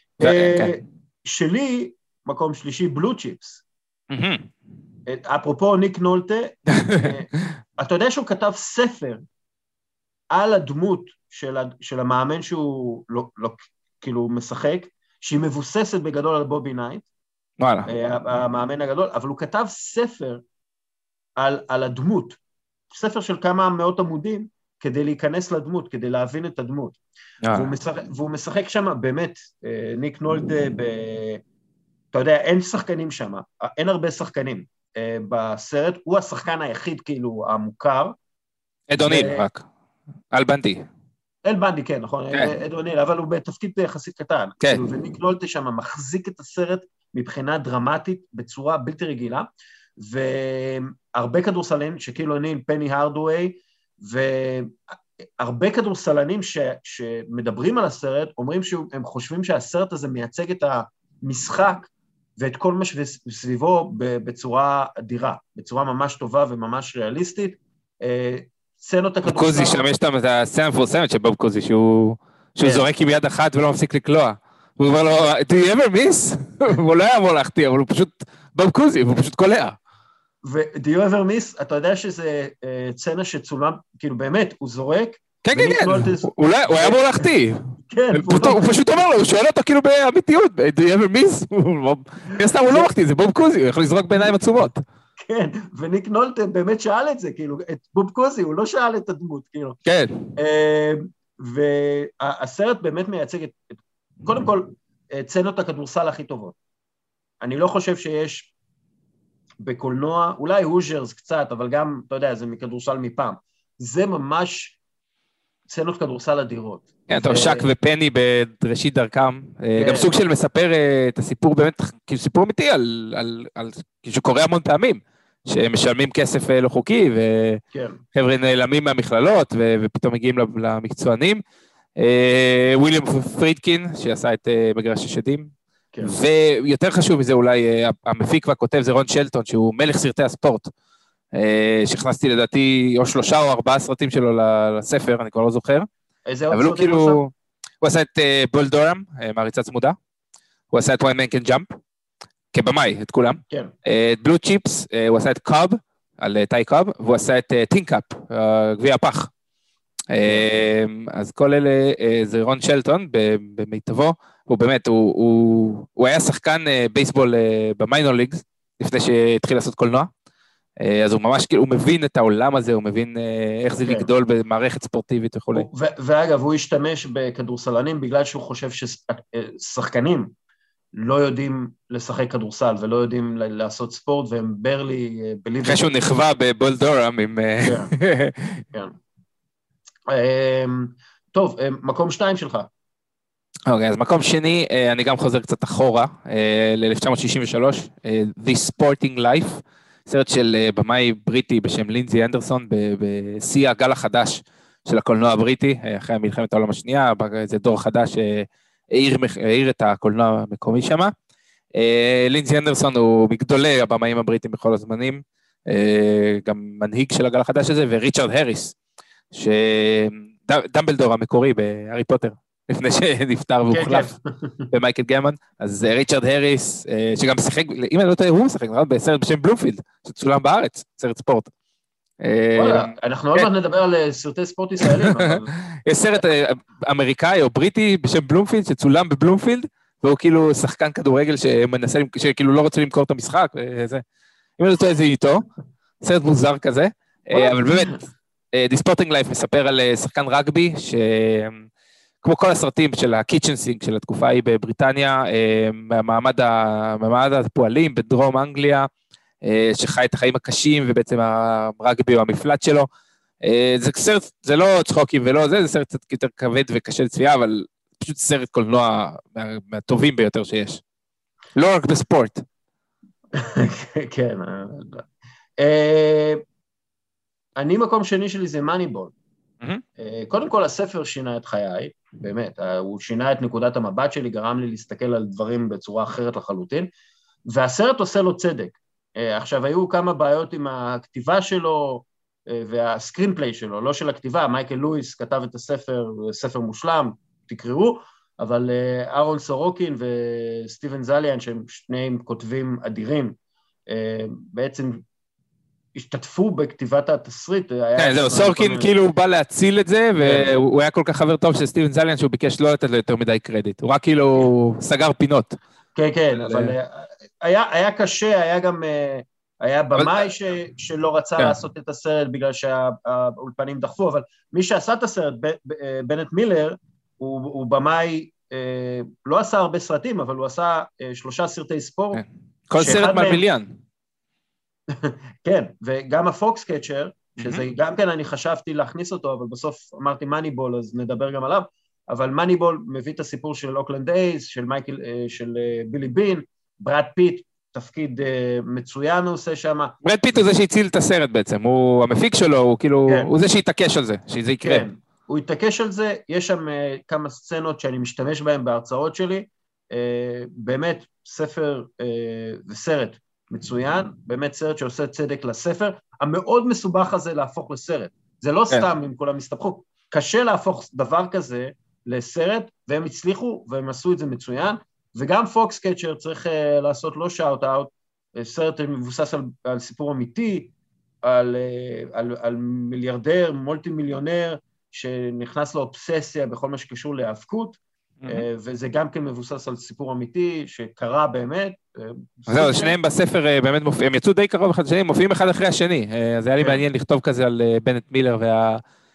שלי, מקום שלישי, בלו צ'יפס. אפרופו ניק נולטה, אתה יודע שהוא כתב ספר על הדמות של המאמן שהוא כאילו משחק, שהיא מבוססת בגדול על בובי נייט, וואלה. המאמן הגדול, אבל הוא כתב ספר על, על הדמות, ספר של כמה מאות עמודים, כדי להיכנס לדמות, כדי להבין את הדמות. והוא משחק, והוא משחק שם, באמת, ניק נולדה, ב... אתה יודע, אין שחקנים שם, אין הרבה שחקנים בסרט, הוא השחקן היחיד, כאילו, המוכר. אדוניל, ו... רק. אל בנדי. אל בנדי, כן, נכון, כן. אדוניל, אבל הוא בתפקיד יחסית קטן. כן. וניק נולטה שם מחזיק את הסרט, מבחינה דרמטית, בצורה בלתי רגילה, והרבה כדורסלנים, שכאילו אני עם פני הרדווי, והרבה כדורסלנים ש, שמדברים על הסרט, אומרים שהם חושבים שהסרט הזה מייצג את המשחק, ואת כל מה שסביבו בצורה אדירה, בצורה ממש טובה וממש ריאליסטית. סצנות הכדורסל... קוזי, שם יש את הסצנה המפורסמת של בוב קוזי, שהוא זורק עם יד אחת ולא מפסיק לקלוע. הוא אומר לו, do you ever miss? הוא לא היה אמור להחטיא, אבל הוא פשוט בוב קוזי, הוא פשוט קולע. ו-do you ever miss? אתה יודע שזה סצנה שצולם, כאילו באמת, הוא זורק. כן, כן, כן, הוא היה אמור להחטיא. כן. הוא פשוט אומר לו, הוא שואל אותו כאילו באמיתיות, do you ever miss? הוא לא מחטיא, זה בוב קוזי, הוא יכול לזרוק בעיניים עצומות. כן, וניק נולטה באמת שאל את זה, כאילו, את בוב קוזי, הוא לא שאל את הדמות, כאילו. כן. והסרט באמת מייצג את, קודם כל, צנות הכדורסל הכי טובות. אני לא חושב שיש בקולנוע, אולי הוז'רס קצת, אבל גם, אתה יודע, זה מכדורסל מפעם. זה ממש צנות כדורסל אדירות. כן, טוב, שק ופני בראשית דרכם, גם סוג של מספר את הסיפור באמת, כאילו סיפור אמיתי על, שקורה המון פעמים, שמשלמים כסף לא חוקי, וחבר'ה נעלמים מהמכללות, ופתאום מגיעים למקצוענים. וויליאם פרידקין, שעשה את מגרש השדים, ויותר חשוב מזה אולי, המפיק והכותב זה רון שלטון, שהוא מלך סרטי הספורט, שהכנסתי לדעתי או שלושה או ארבעה סרטים שלו לספר, אני כבר לא זוכר. איזה עוד אבל הוא סרטים כאילו, עושה? הוא עשה את בול דורם, מעריצה צמודה, הוא עשה את One Man Can Jump, כבמאי, את כולם. כן. את בלו צ'יפס, הוא עשה את קוב, על טי קוב, והוא עשה את טינקאפ, גביע הפח. אז כל אלה זה רון שלטון במיטבו, הוא באמת, הוא, הוא, הוא היה שחקן בייסבול במיינור ליגס, לפני שהתחיל לעשות קולנוע, אז הוא ממש, הוא מבין את העולם הזה, הוא מבין איך זה לגדול במערכת ספורטיבית וכו'. ואגב, הוא השתמש בכדורסלנים בגלל שהוא חושב ששחקנים לא יודעים לשחק כדורסל ולא יודעים לעשות ספורט, והם ברלי בליבר. אחרי שהוא נכווה בבול דורם עם... כן, כן. טוב, מקום שתיים שלך. אוקיי, אז מקום שני, אני גם חוזר קצת אחורה, ל-אלף תשע מאות שישים ושלוש, The Sporting Life, סרט של במאי בריטי בשם לינזי אנדרסון, בשיא הגל החדש של הקולנוע הבריטי, אחרי מלחמת העולם השנייה, זה דור חדש העיר את הקולנוע המקומי שם. לינזי אנדרסון הוא מגדולי הבמאים הבריטים בכל הזמנים, גם מנהיג של הגל החדש הזה, וריצ'רד הריס, שדמבלדור המקורי בהארי פוטר, לפני שנפטר והוחלף במייקל גמן, אז ריצ'רד הריס, שגם שיחק, אם אני לא טועה, הוא משחק, בסרט בשם בלומפילד, שצולם בארץ, סרט ספורט. אנחנו עוד מעט נדבר על סרטי ספורט ישראלים. יש סרט אמריקאי או בריטי בשם בלומפילד, שצולם בבלומפילד, והוא כאילו שחקן כדורגל שמנסה, שכאילו לא רוצה למכור את המשחק, וזה. אם אני לא טועה, זה איתו, סרט מוזר כזה, אבל באמת, The Sporting Life מספר על שחקן רגבי, ש... כמו כל הסרטים של הקיצ'ן סינק של התקופה ההיא בבריטניה, מהמעמד הפועלים בדרום אנגליה, שחי את החיים הקשים, ובעצם הרגבי הוא המפלט שלו. זה סרט, זה לא צחוקים ולא זה, זה סרט קצת יותר כבד וקשה לצפייה, אבל פשוט סרט קולנוע מהטובים ביותר שיש. לא רק בספורט. כן. אני מקום שני שלי זה מאניבול. קודם כל הספר שינה את חיי, באמת, הוא שינה את נקודת המבט שלי, גרם לי להסתכל על דברים בצורה אחרת לחלוטין, והסרט עושה לו צדק. עכשיו, היו כמה בעיות עם הכתיבה שלו והסקרינפליי שלו, לא של הכתיבה, מייקל לואיס כתב את הספר, ספר מושלם, תקראו, אבל אהרון סורוקין וסטיבן זליאן, שהם שניהם כותבים אדירים, בעצם השתתפו בכתיבת התסריט. כן, זהו, סורקין כאילו בא להציל את זה, והוא היה כל כך חבר טוב של סטיבן זליאן, שהוא ביקש לא לתת לו יותר מדי קרדיט, הוא רק כאילו סגר פינות. כן, כן, אבל היה קשה, היה גם, היה במאי שלא רצה לעשות את הסרט, בגלל שהאולפנים דחפו, אבל מי שעשה את הסרט, בנט מילר, הוא במאי, לא עשה הרבה סרטים, אבל הוא עשה שלושה סרטי ספורט. כל סרט מהמיליון. כן, וגם הפוקס קצ'ר, שזה גם כן אני חשבתי להכניס אותו, אבל בסוף אמרתי מאניבול, אז נדבר גם עליו, אבל מאניבול מביא את הסיפור של אוקלנד אייז, של מייקל, של בילי בין, ברד פיט, תפקיד מצוין הוא עושה שם. ברד פיט הוא זה שהציל את הסרט בעצם, הוא המפיק שלו, הוא כאילו, הוא זה שהתעקש על זה, שזה יקרה. כן, הוא התעקש על זה, יש שם כמה סצנות שאני משתמש בהן בהרצאות שלי, באמת ספר וסרט, מצוין, באמת סרט שעושה צדק לספר, המאוד מסובך הזה להפוך לסרט, זה לא סתם אם כולם מסתבכו, קשה להפוך דבר כזה לסרט, והם הצליחו והם עשו את זה מצוין, וגם פוקס קצ'ר צריך לעשות לו שאוט אאוט, סרט מבוסס על, על סיפור אמיתי, על, על, על מיליארדר, מולטי מיליונר, שנכנס לאובססיה בכל מה שקשור להאבקות, וזה גם כן מבוסס על סיפור אמיתי שקרה באמת. זהו, שניהם בספר באמת מופיעים, הם יצאו די קרוב אחד לשני, מופיעים אחד אחרי השני, אז היה לי מעניין לכתוב כזה על בנט מילר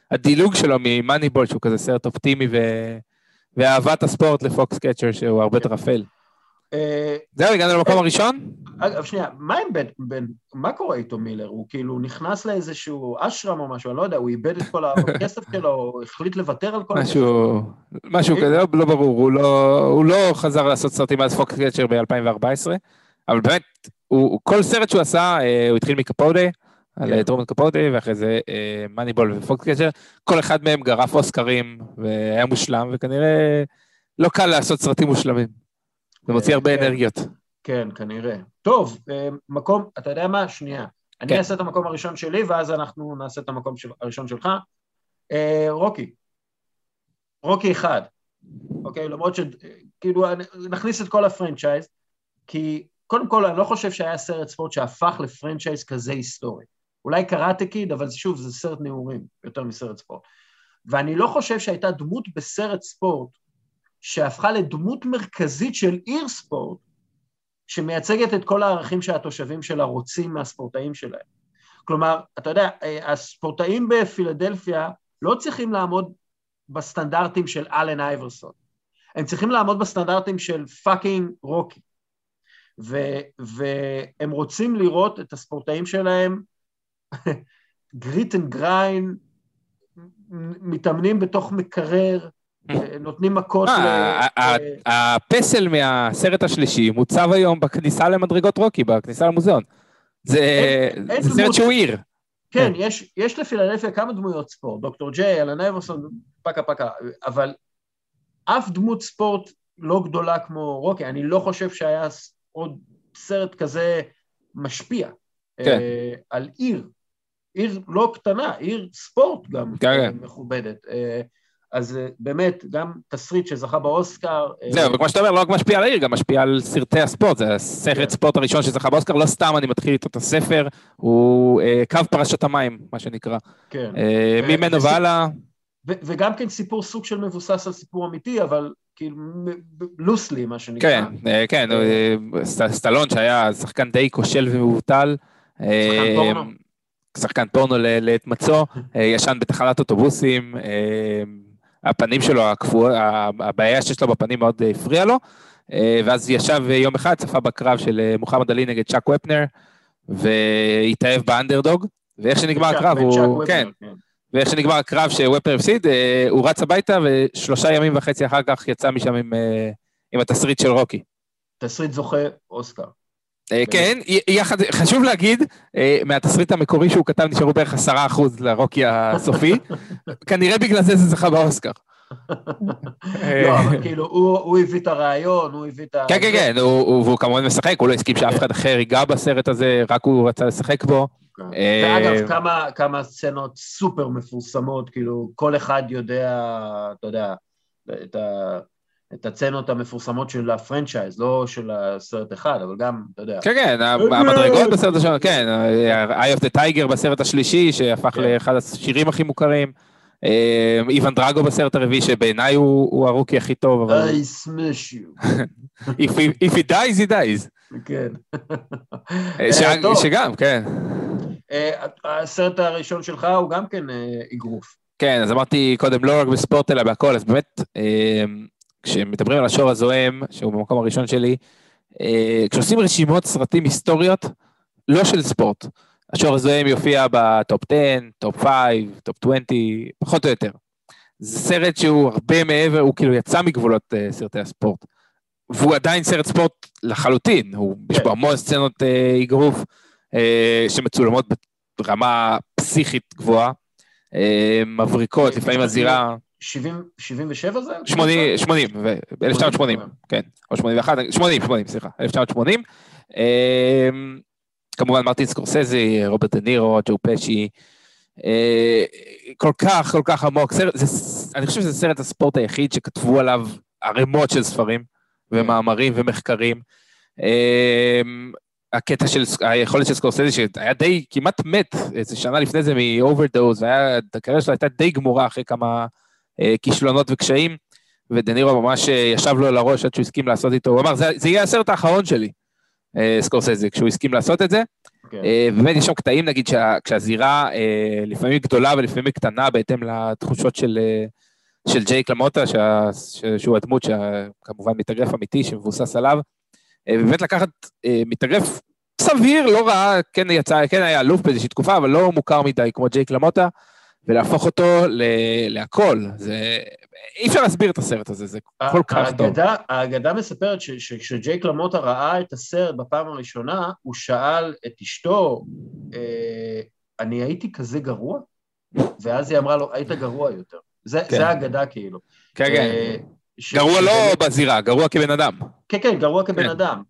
הדילוג שלו ממאניבול, שהוא כזה סרט אופטימי, ואהבת הספורט לפוקס קצ'ר, שהוא הרבה יותר אפל. זהו, הגענו למקום הראשון? אגב, שנייה, מה עם בן, מה קורה איתו מילר? הוא כאילו נכנס לאיזשהו אשרם או משהו, אני לא יודע, הוא איבד את כל הכסף שלו, הוא החליט לוותר על כל הכסף. משהו, משהו כזה, לא ברור, הוא לא חזר לעשות סרטים מאז פוקס קצ'ר ב-אלפיים וארבע עשרה, אבל באמת, כל סרט שהוא עשה, הוא התחיל מקפודה, על טרומן קפודה, ואחרי זה מאניבול ופוקס קצ'ר, כל אחד מהם גרף אוסקרים, והיה מושלם, וכנראה לא קל לעשות סרטים מושלמים. זה מוציא הרבה אנרגיות. כן, כנראה. טוב, מקום, אתה יודע מה? שנייה. אני אעשה את המקום הראשון שלי, ואז אנחנו נעשה את המקום הראשון שלך. רוקי. רוקי אחד. אוקיי, למרות שכאילו נכניס את כל הפרנצ'ייז, כי קודם כל אני לא חושב שהיה סרט ספורט שהפך לפרנצ'ייז כזה היסטורי. אולי קראטה קיד, אבל שוב, זה סרט נעורים, יותר מסרט ספורט. ואני לא חושב שהייתה דמות בסרט ספורט, שהפכה לדמות מרכזית של עיר ספורט, שמייצגת את כל הערכים שהתושבים שלה רוצים מהספורטאים שלהם. כלומר, אתה יודע, הספורטאים בפילדלפיה לא צריכים לעמוד בסטנדרטים של אלן אייברסון, הם צריכים לעמוד בסטנדרטים של פאקינג רוקי, ו- והם רוצים לראות את הספורטאים שלהם, גריט אנד גריין, מתאמנים בתוך מקרר, נותנים מכות. הפסל מהסרט השלישי מוצב היום בכניסה למדרגות רוקי, בכניסה למוזיאון. זה סרט שהוא עיר. כן, יש לפילדלפיה כמה דמויות ספורט, דוקטור ג'יי, אלן אייברסון, פקה פקה, אבל אף דמות ספורט לא גדולה כמו רוקי, אני לא חושב שהיה עוד סרט כזה משפיע על עיר, עיר לא קטנה, עיר ספורט גם מכובדת. אז באמת, גם תסריט שזכה באוסקר. זהו, וכמו שאתה אומר, לא רק משפיע על העיר, גם משפיע על סרטי הספורט, זה הסרט ספורט הראשון שזכה באוסקר, לא סתם אני מתחיל איתו את הספר, הוא קו פרשת המים, מה שנקרא. כן. ממנו והלאה. וגם כן סיפור סוג של מבוסס על סיפור אמיתי, אבל כאילו לוסלי, מה שנקרא. כן, כן, סטלון שהיה שחקן די כושל ומבוטל. שחקן פורנו. שחקן פורנו לעת מצוא, ישן בתחנת אוטובוסים, הפנים שלו, הבעיה שיש לו בפנים מאוד הפריע לו, ואז ישב יום אחד, צפה בקרב של מוחמד עלי נגד צ'אק ופנר, והתאהב באנדרדוג, ואיך שנגמר הקרב, הוא, כן, ואיך שנגמר הקרב שוופנר הפסיד, הוא רץ הביתה, ושלושה ימים וחצי אחר כך יצא משם עם, עם התסריט של רוקי. תסריט זוכה אוסקר. כן, חשוב להגיד, מהתסריט המקורי שהוא כתב נשארו בערך עשרה אחוז לרוקי הסופי, כנראה בגלל זה זה זכה באוסקר. לא, אבל כאילו, הוא הביא את הרעיון, הוא הביא את ה... כן, כן, כן, והוא כמובן משחק, הוא לא הסכים שאף אחד אחר ייגע בסרט הזה, רק הוא רצה לשחק בו. ואגב, כמה סצנות סופר מפורסמות, כאילו, כל אחד יודע, אתה יודע, את ה... את הצנות המפורסמות של הפרנצ'ייז, לא של הסרט אחד, אבל גם, אתה יודע. כן, כן, המדרגות בסרט השני, כן, Eye of the Tiger בסרט השלישי, שהפך לאחד השירים הכי מוכרים, איוון דרגו בסרט הרביעי, שבעיניי הוא הרוקי הכי טוב. I smash you. If he dies, he dies. כן. שגם, כן. הסרט הראשון שלך הוא גם כן אגרוף. כן, אז אמרתי קודם, לא רק בספורט אלא בהכל, אז באמת... כשמדברים על השור הזוהם, שהוא במקום הראשון שלי, כשעושים רשימות סרטים היסטוריות, לא של ספורט, השור הזוהם יופיע בטופ עשר, טופ חמש, טופ עשרים, פחות או יותר. זה סרט שהוא הרבה מעבר, הוא כאילו יצא מגבולות סרטי הספורט, והוא עדיין סרט ספורט לחלוטין, יש בו המון סצנות אגרוף, שמצולמות ברמה פסיכית גבוהה, מבריקות, לפעמים הזירה... שבעים ושבע זה? שמונים, שמונים, אלף תשע מאות שמונים, כן, או שמונים ואחת, שמונים, שמונים, סליחה, אלף תשע מאות שמונים, כמובן מרטין סקורסזי, רוברט דנירו, ג'ו פשי, כל כך, כל כך עמוק, אני חושב שזה סרט הספורט היחיד שכתבו עליו ערימות של ספרים, ומאמרים ומחקרים, הקטע של, היכולת של סקורסזי, שהיה די, כמעט מת, איזה שנה לפני זה מ-overdose, והקריירה שלו הייתה די גמורה אחרי כמה כישלונות וקשיים, ודנירו ממש ישב לו על הראש עד שהוא הסכים לעשות איתו, הוא אמר, זה, זה יהיה הסרט האחרון שלי, סקורסזה, כשהוא הסכים לעשות את זה, באמת יש שם קטעים, נגיד, כשהזירה לפעמים גדולה ולפעמים קטנה, בהתאם לתחושות של של ג'ייק למוטה, שהוא הדמות שכמובן מתאגרף אמיתי, שמבוסס עליו, ובאמת לקחת מתאגרף סביר, לא רע, כן יצא, כן היה אלוף באיזושהי תקופה, אבל לא מוכר מדי כמו ג'ייק למוטה, ולהפוך אותו להכל, זה, אי אפשר להסביר את הסרט הזה, זה כל כך טוב. האגדה מספרת שכשג'ייק למוטה ראה את הסרט בפעם הראשונה, הוא שאל את אשתו, אני הייתי כזה גרוע? ואז היא אמרה לו, היית גרוע יותר. זה האגדה כאילו. כן, כן. גרוע לא בזירה, גרוע כבן אדם. כן, כן, גרוע כבן אדם.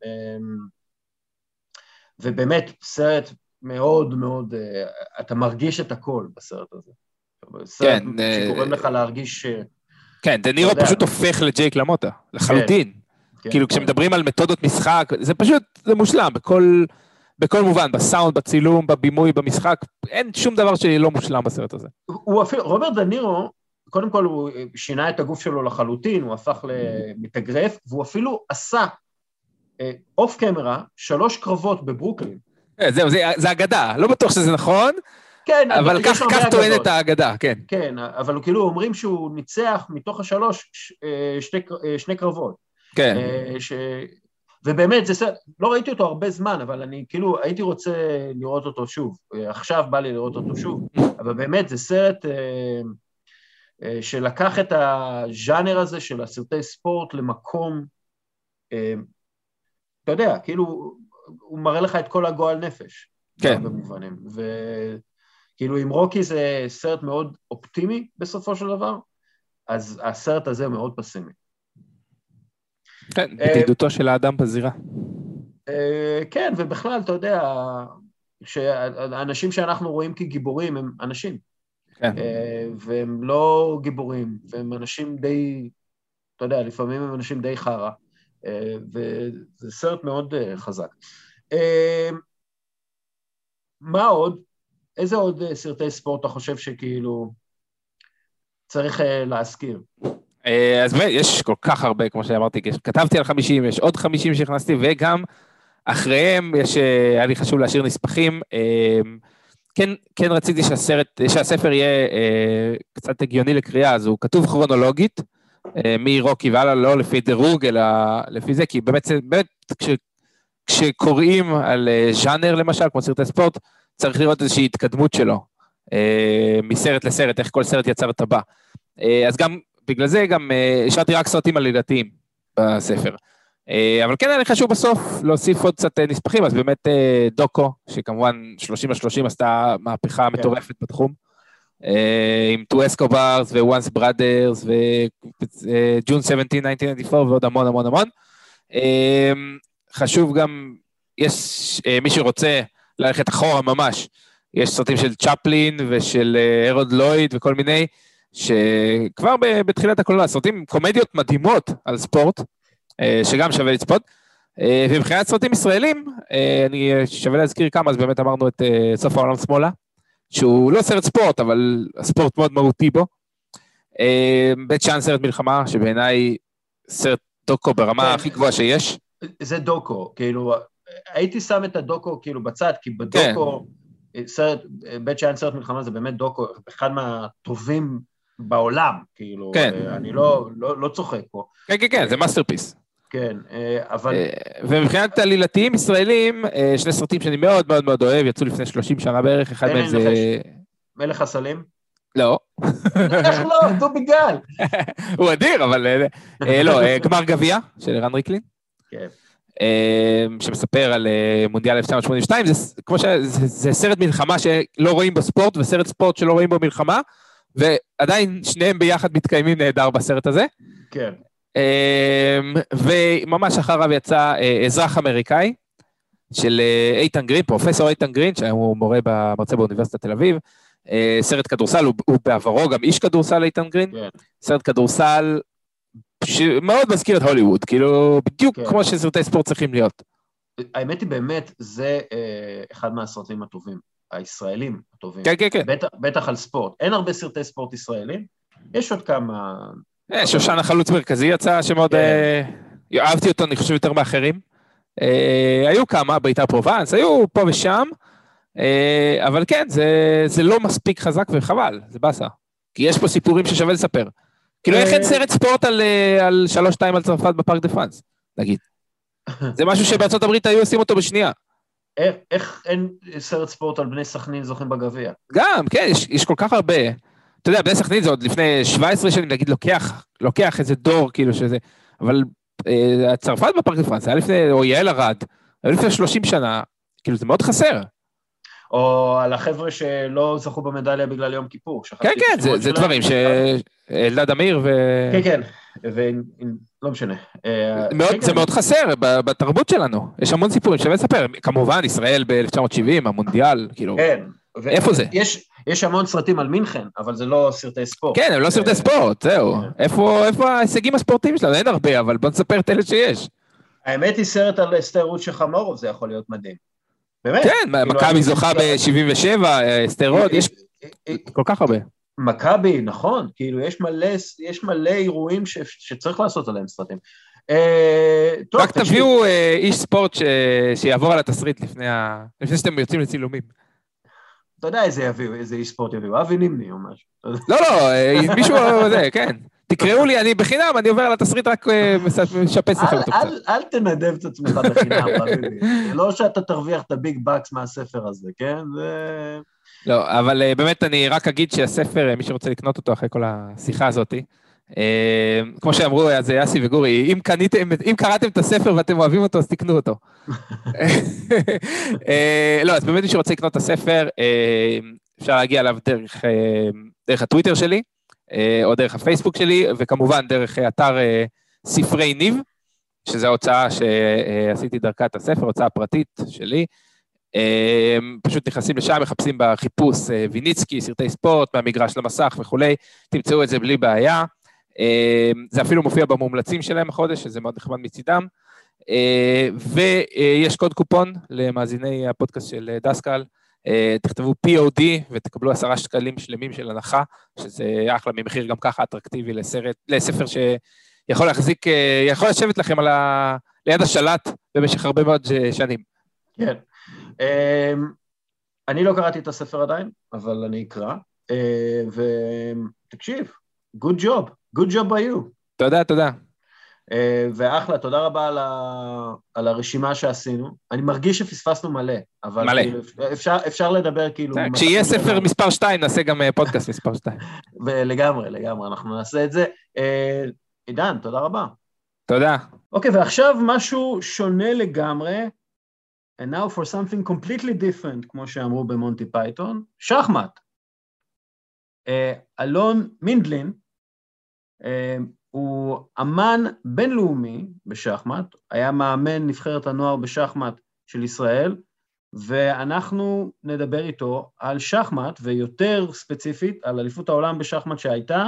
ובאמת, סרט מאוד מאוד, אתה מרגיש את הכל בסרט הזה. סרט שקוראים לך להרגיש... כן, דנירו פשוט הופך לג'ייק למוטה, לחלוטין. כאילו כשמדברים על מתודות משחק, זה פשוט, זה מושלם, בכל... בכל מובן, בסאונד, בצילום, בבימוי, במשחק, אין שום דבר שלא מושלם בסרט הזה. הוא אפילו, רוברט דנירו, קודם כל הוא שינה את הגוף שלו לחלוטין, הוא הפך למתאגרף, והוא אפילו עשה אוף קמרה, שלוש קרבות בברוקלין. זהו, זה אגדה, לא בטוח שזה נכון, כן, אבל כך טוענת האגדה, כן. כן, אבל כאילו אומרים שהוא ניצח מתוך השלוש שני קרבות. כן. ובאמת, זה סרט, לא ראיתי אותו הרבה זמן, אבל אני כאילו הייתי רוצה לראות אותו שוב, עכשיו בא לי לראות אותו שוב, אבל באמת זה סרט אה, אה, שלקח את הז'אנר הזה של הסרטי ספורט למקום, אה, אתה יודע, כאילו הוא מראה לך את כל הגועל נפש, כן. במובנים, וכאילו עם רוקי זה סרט מאוד אופטימי בסופו של דבר, אז הסרט הזה מאוד פסימי. כן, בתעדותו של האדם בזירה. כן, ובכלל, אתה יודע, שהאנשים שאנחנו רואים כגיבורים הם אנשים. כן. והם לא גיבורים, והם אנשים די, אתה יודע, לפעמים הם אנשים די חרה, וזה סרט מאוד חזק. מה עוד? איזה עוד סרטי ספורט אתה חושב שכאילו צריך להזכיר? אז באמת, יש כל כך הרבה, כמו שאמרתי, כתבתי על חמישים, יש עוד חמישים שהכנסתי, וגם אחריהם יש, היה לי חשוב להשאיר נספחים, כן, כן רציתי שהסרט, שהספר יהיה קצת הגיוני לקריאה, אז הוא כתוב כרונולוגית, מרוקי והלאה, לא לפי דירוג, אלא לפי זה, כי באמת, באמת כש, כשקוראים על ז'אנר למשל, כמו סרטי ספורט, צריך לראות איזושהי התקדמות שלו, מסרט לסרט, איך כל סרט יצר את הבא. אז גם, בגלל זה גם השארתי רק סרטים עלילתיים בספר. אבל כן היה לי חשוב בסוף להוסיף עוד קצת נספחים, אז באמת דוקו, שכמובן שלושים על שלושים עשתה מהפכה מטורפת בתחום, עם טו אסקוברס ו-Once Brothers ו-June שבעשרה אלף תשע מאות תשעים וארבע ועוד המון המון המון. חשוב גם, יש מי שרוצה ללכת אחורה ממש, יש סרטים של צ'פלין ושל הרולד לויד וכל מיני, שכבר בתחילת הקולנוע, סרטים קומדיות מדהימות על ספורט, שגם שווה לצפות, ומבחינת סרטים ישראלים, אני שווה להזכיר כמה, אז באמת אמרנו את סוף העולם שמאלה, שהוא לא סרט ספורט, אבל הספורט מאוד מהותי בו, בית שאן סרט מלחמה, שבעיניי סרט דוקו ברמה הכי גבוהה שיש. זה דוקו, כאילו, הייתי שם את הדוקו כאילו בצד, כי בדוקו, סרט, בית שאן סרט מלחמה זה באמת דוקו, אחד מהטובים בעולם, כאילו, אני לא, לא, לא צוחק פה. כן, כן, כן, זה מאסטרפיס. כן, אבל... ומבחינת עלילתיים ישראלים, שני סרטים שאני מאוד מאוד מאוד אוהב, יצאו לפני שלושים שנה בערך, אחד מהם זה... מלך הסלים? לא. איך לא? דובי גל. הוא אדיר, אבל... לא, גמר גביע של רן ריקלין. כן. שמספר על מונדיאל אלף תשע מאות שמונים ושתיים, זה כמו ש... זה סרט מלחמה שלא רואים בספורט, וסרט ספורט שלא רואים בו מלחמה, ועדיין שניהם ביחד מתקיימים נהדר בסרט הזה. כן. וממש אחריו יצא אזרח אמריקאי, של איתן גרין, פרופסור איתן גרין, שהוא מורה במרצה באוניברסיטת תל אביב, סרט כדורסל, הוא בעברו גם איש כדורסל איתן גרין, סרט כדורסל שמאוד מזכיר את הוליווד, כאילו בדיוק כמו שסרטי ספורט צריכים להיות. האמת היא באמת, זה אחד מהסרטים הטובים, הישראלים הטובים. כן, כן, כן. בטח על ספורט. אין הרבה סרטי ספורט ישראלים, יש עוד כמה... שושן החלוץ מרכזי יצא, שמאוד... אהבתי אותו, אני חושב יותר מאחרים. היו כמה, בית"ר פרובנס, היו פה ושם, אבל כן, זה לא מספיק חזק וחבל, זה בסה. כי יש פה סיפורים ששווה לספר. כאילו, איך אין סרט ספורט על שלוש שתיים על צרפת בפארק דה פרנס, נגיד. זה משהו שבארצות הברית היו עושים אותו בשנייה. איך אין סרט ספורט על בני סכנין זוכים בגביע? גם, כן, יש כל כך הרבה. אתה יודע, בני סכנין זה עוד לפני שבע עשרה שנים, נגיד, לוקח, לוקח איזה דור, כאילו שזה, אבל הצרפת בפארק דה פרנס, היה לפני, או יעל ארד, היה לפני שלושים שנה, כאילו זה מאוד חסר. או על החבר'ה שלא זכו במדליה בגלל יום כיפור. כן, כן, זה, זה דברים שאלדד אמיר ו... כן, כן, ולא משנה. מאוד, זה מאוד חסר בתרבות שלנו, יש המון סיפורים שווה לספר, כמובן, ישראל ב-אלף תשע מאות שבעים, המונדיאל, כאילו, כן, איפה זה? יש, יש המון סרטים על מינכן, אבל זה לא סרטי ספורט. כן, הם לא סרטי ספורט, זהו. איפה, איפה ההישגים הספורטיביים שלנו? אין הרבה, אבל בוא נספר את אלה שיש. האמת היא סרט על אסתר רות שחמורוב, זה יכול להיות מדהים. באמת? כן, מכבי זוכה ב-שבעים ושבע, אסתר רות, יש כל כך הרבה. מכבי, נכון, כאילו יש מלא, יש מלא אירועים שצריך לעשות עליהם סרטים. רק תביאו איש ספורט שיעבור על התסריט לפני שאתם יוצאים לצילומים. אתה יודע איזה יביאו, איזה איש ספורט יביאו, אבי נימני או משהו. לא, לא, מישהו, זה, כן. תקראו לי, אני בחינם, אני עובר על התסריט רק משפץ לכם אותו קצת. אל תנדב את עצמך בחינם, חביבי. זה לא שאתה תרוויח את הביג בקס מהספר הזה, כן? לא, אבל באמת אני רק אגיד שהספר, מי שרוצה לקנות אותו אחרי כל השיחה הזאת, כמו שאמרו, אז יאסי וגורי, אם קראתם את הספר ואתם אוהבים אותו, אז תקנו אותו. לא, אז באמת מי שרוצה לקנות את הספר, אפשר להגיע אליו דרך הטוויטר שלי, או דרך הפייסבוק שלי, וכמובן דרך אתר ספרי ניב, שזו ההוצאה שעשיתי דרכה את הספר, הוצאה פרטית שלי, פשוט נכנסים לשם, מחפשים בחיפוש ויניצקי, סרטי ספורט, מהמגרש למסך וכולי, תמצאו את זה בלי בעיה, זה אפילו מופיע במומלצים שלהם החודש, שזה מאוד נחמד מצידם, ויש קוד קופון למאזיני הפודקאסט של דסקל, תכתבו פי או די ותקבלו עשרה שקלים שלמים של הנחה, שזה אחלה ממחיר גם ככה אטרקטיבי לסרט, לספר שיכול להחזיק, יכול לשבת לכם על ה... ליד השלט במשך הרבה מאוד שנים. כן. אני לא קראתי את הספר עדיין, אבל אני אקרא, ותקשיב, good job, good job by you. תודה, תודה. ואחלה, תודה רבה על, ה... על הרשימה שעשינו. אני מרגיש שפספסנו מלא, אבל מלא. כאילו, אפשר, אפשר לדבר כאילו... כשיהיה ספר מספר שתיים, נעשה גם פודקאסט מספר שתיים. ולגמרי, לגמרי, אנחנו נעשה את זה. עידן, תודה רבה. תודה. אוקיי, ועכשיו משהו שונה לגמרי, and now for something completely different, כמו שאמרו במונטי פייתון, שחמט. אלון מינדלין, הוא אמן בינלאומי בשחמט, היה מאמן נבחרת הנוער בשחמט של ישראל, ואנחנו נדבר איתו על שחמט, ויותר ספציפית על אליפות העולם בשחמט שהייתה,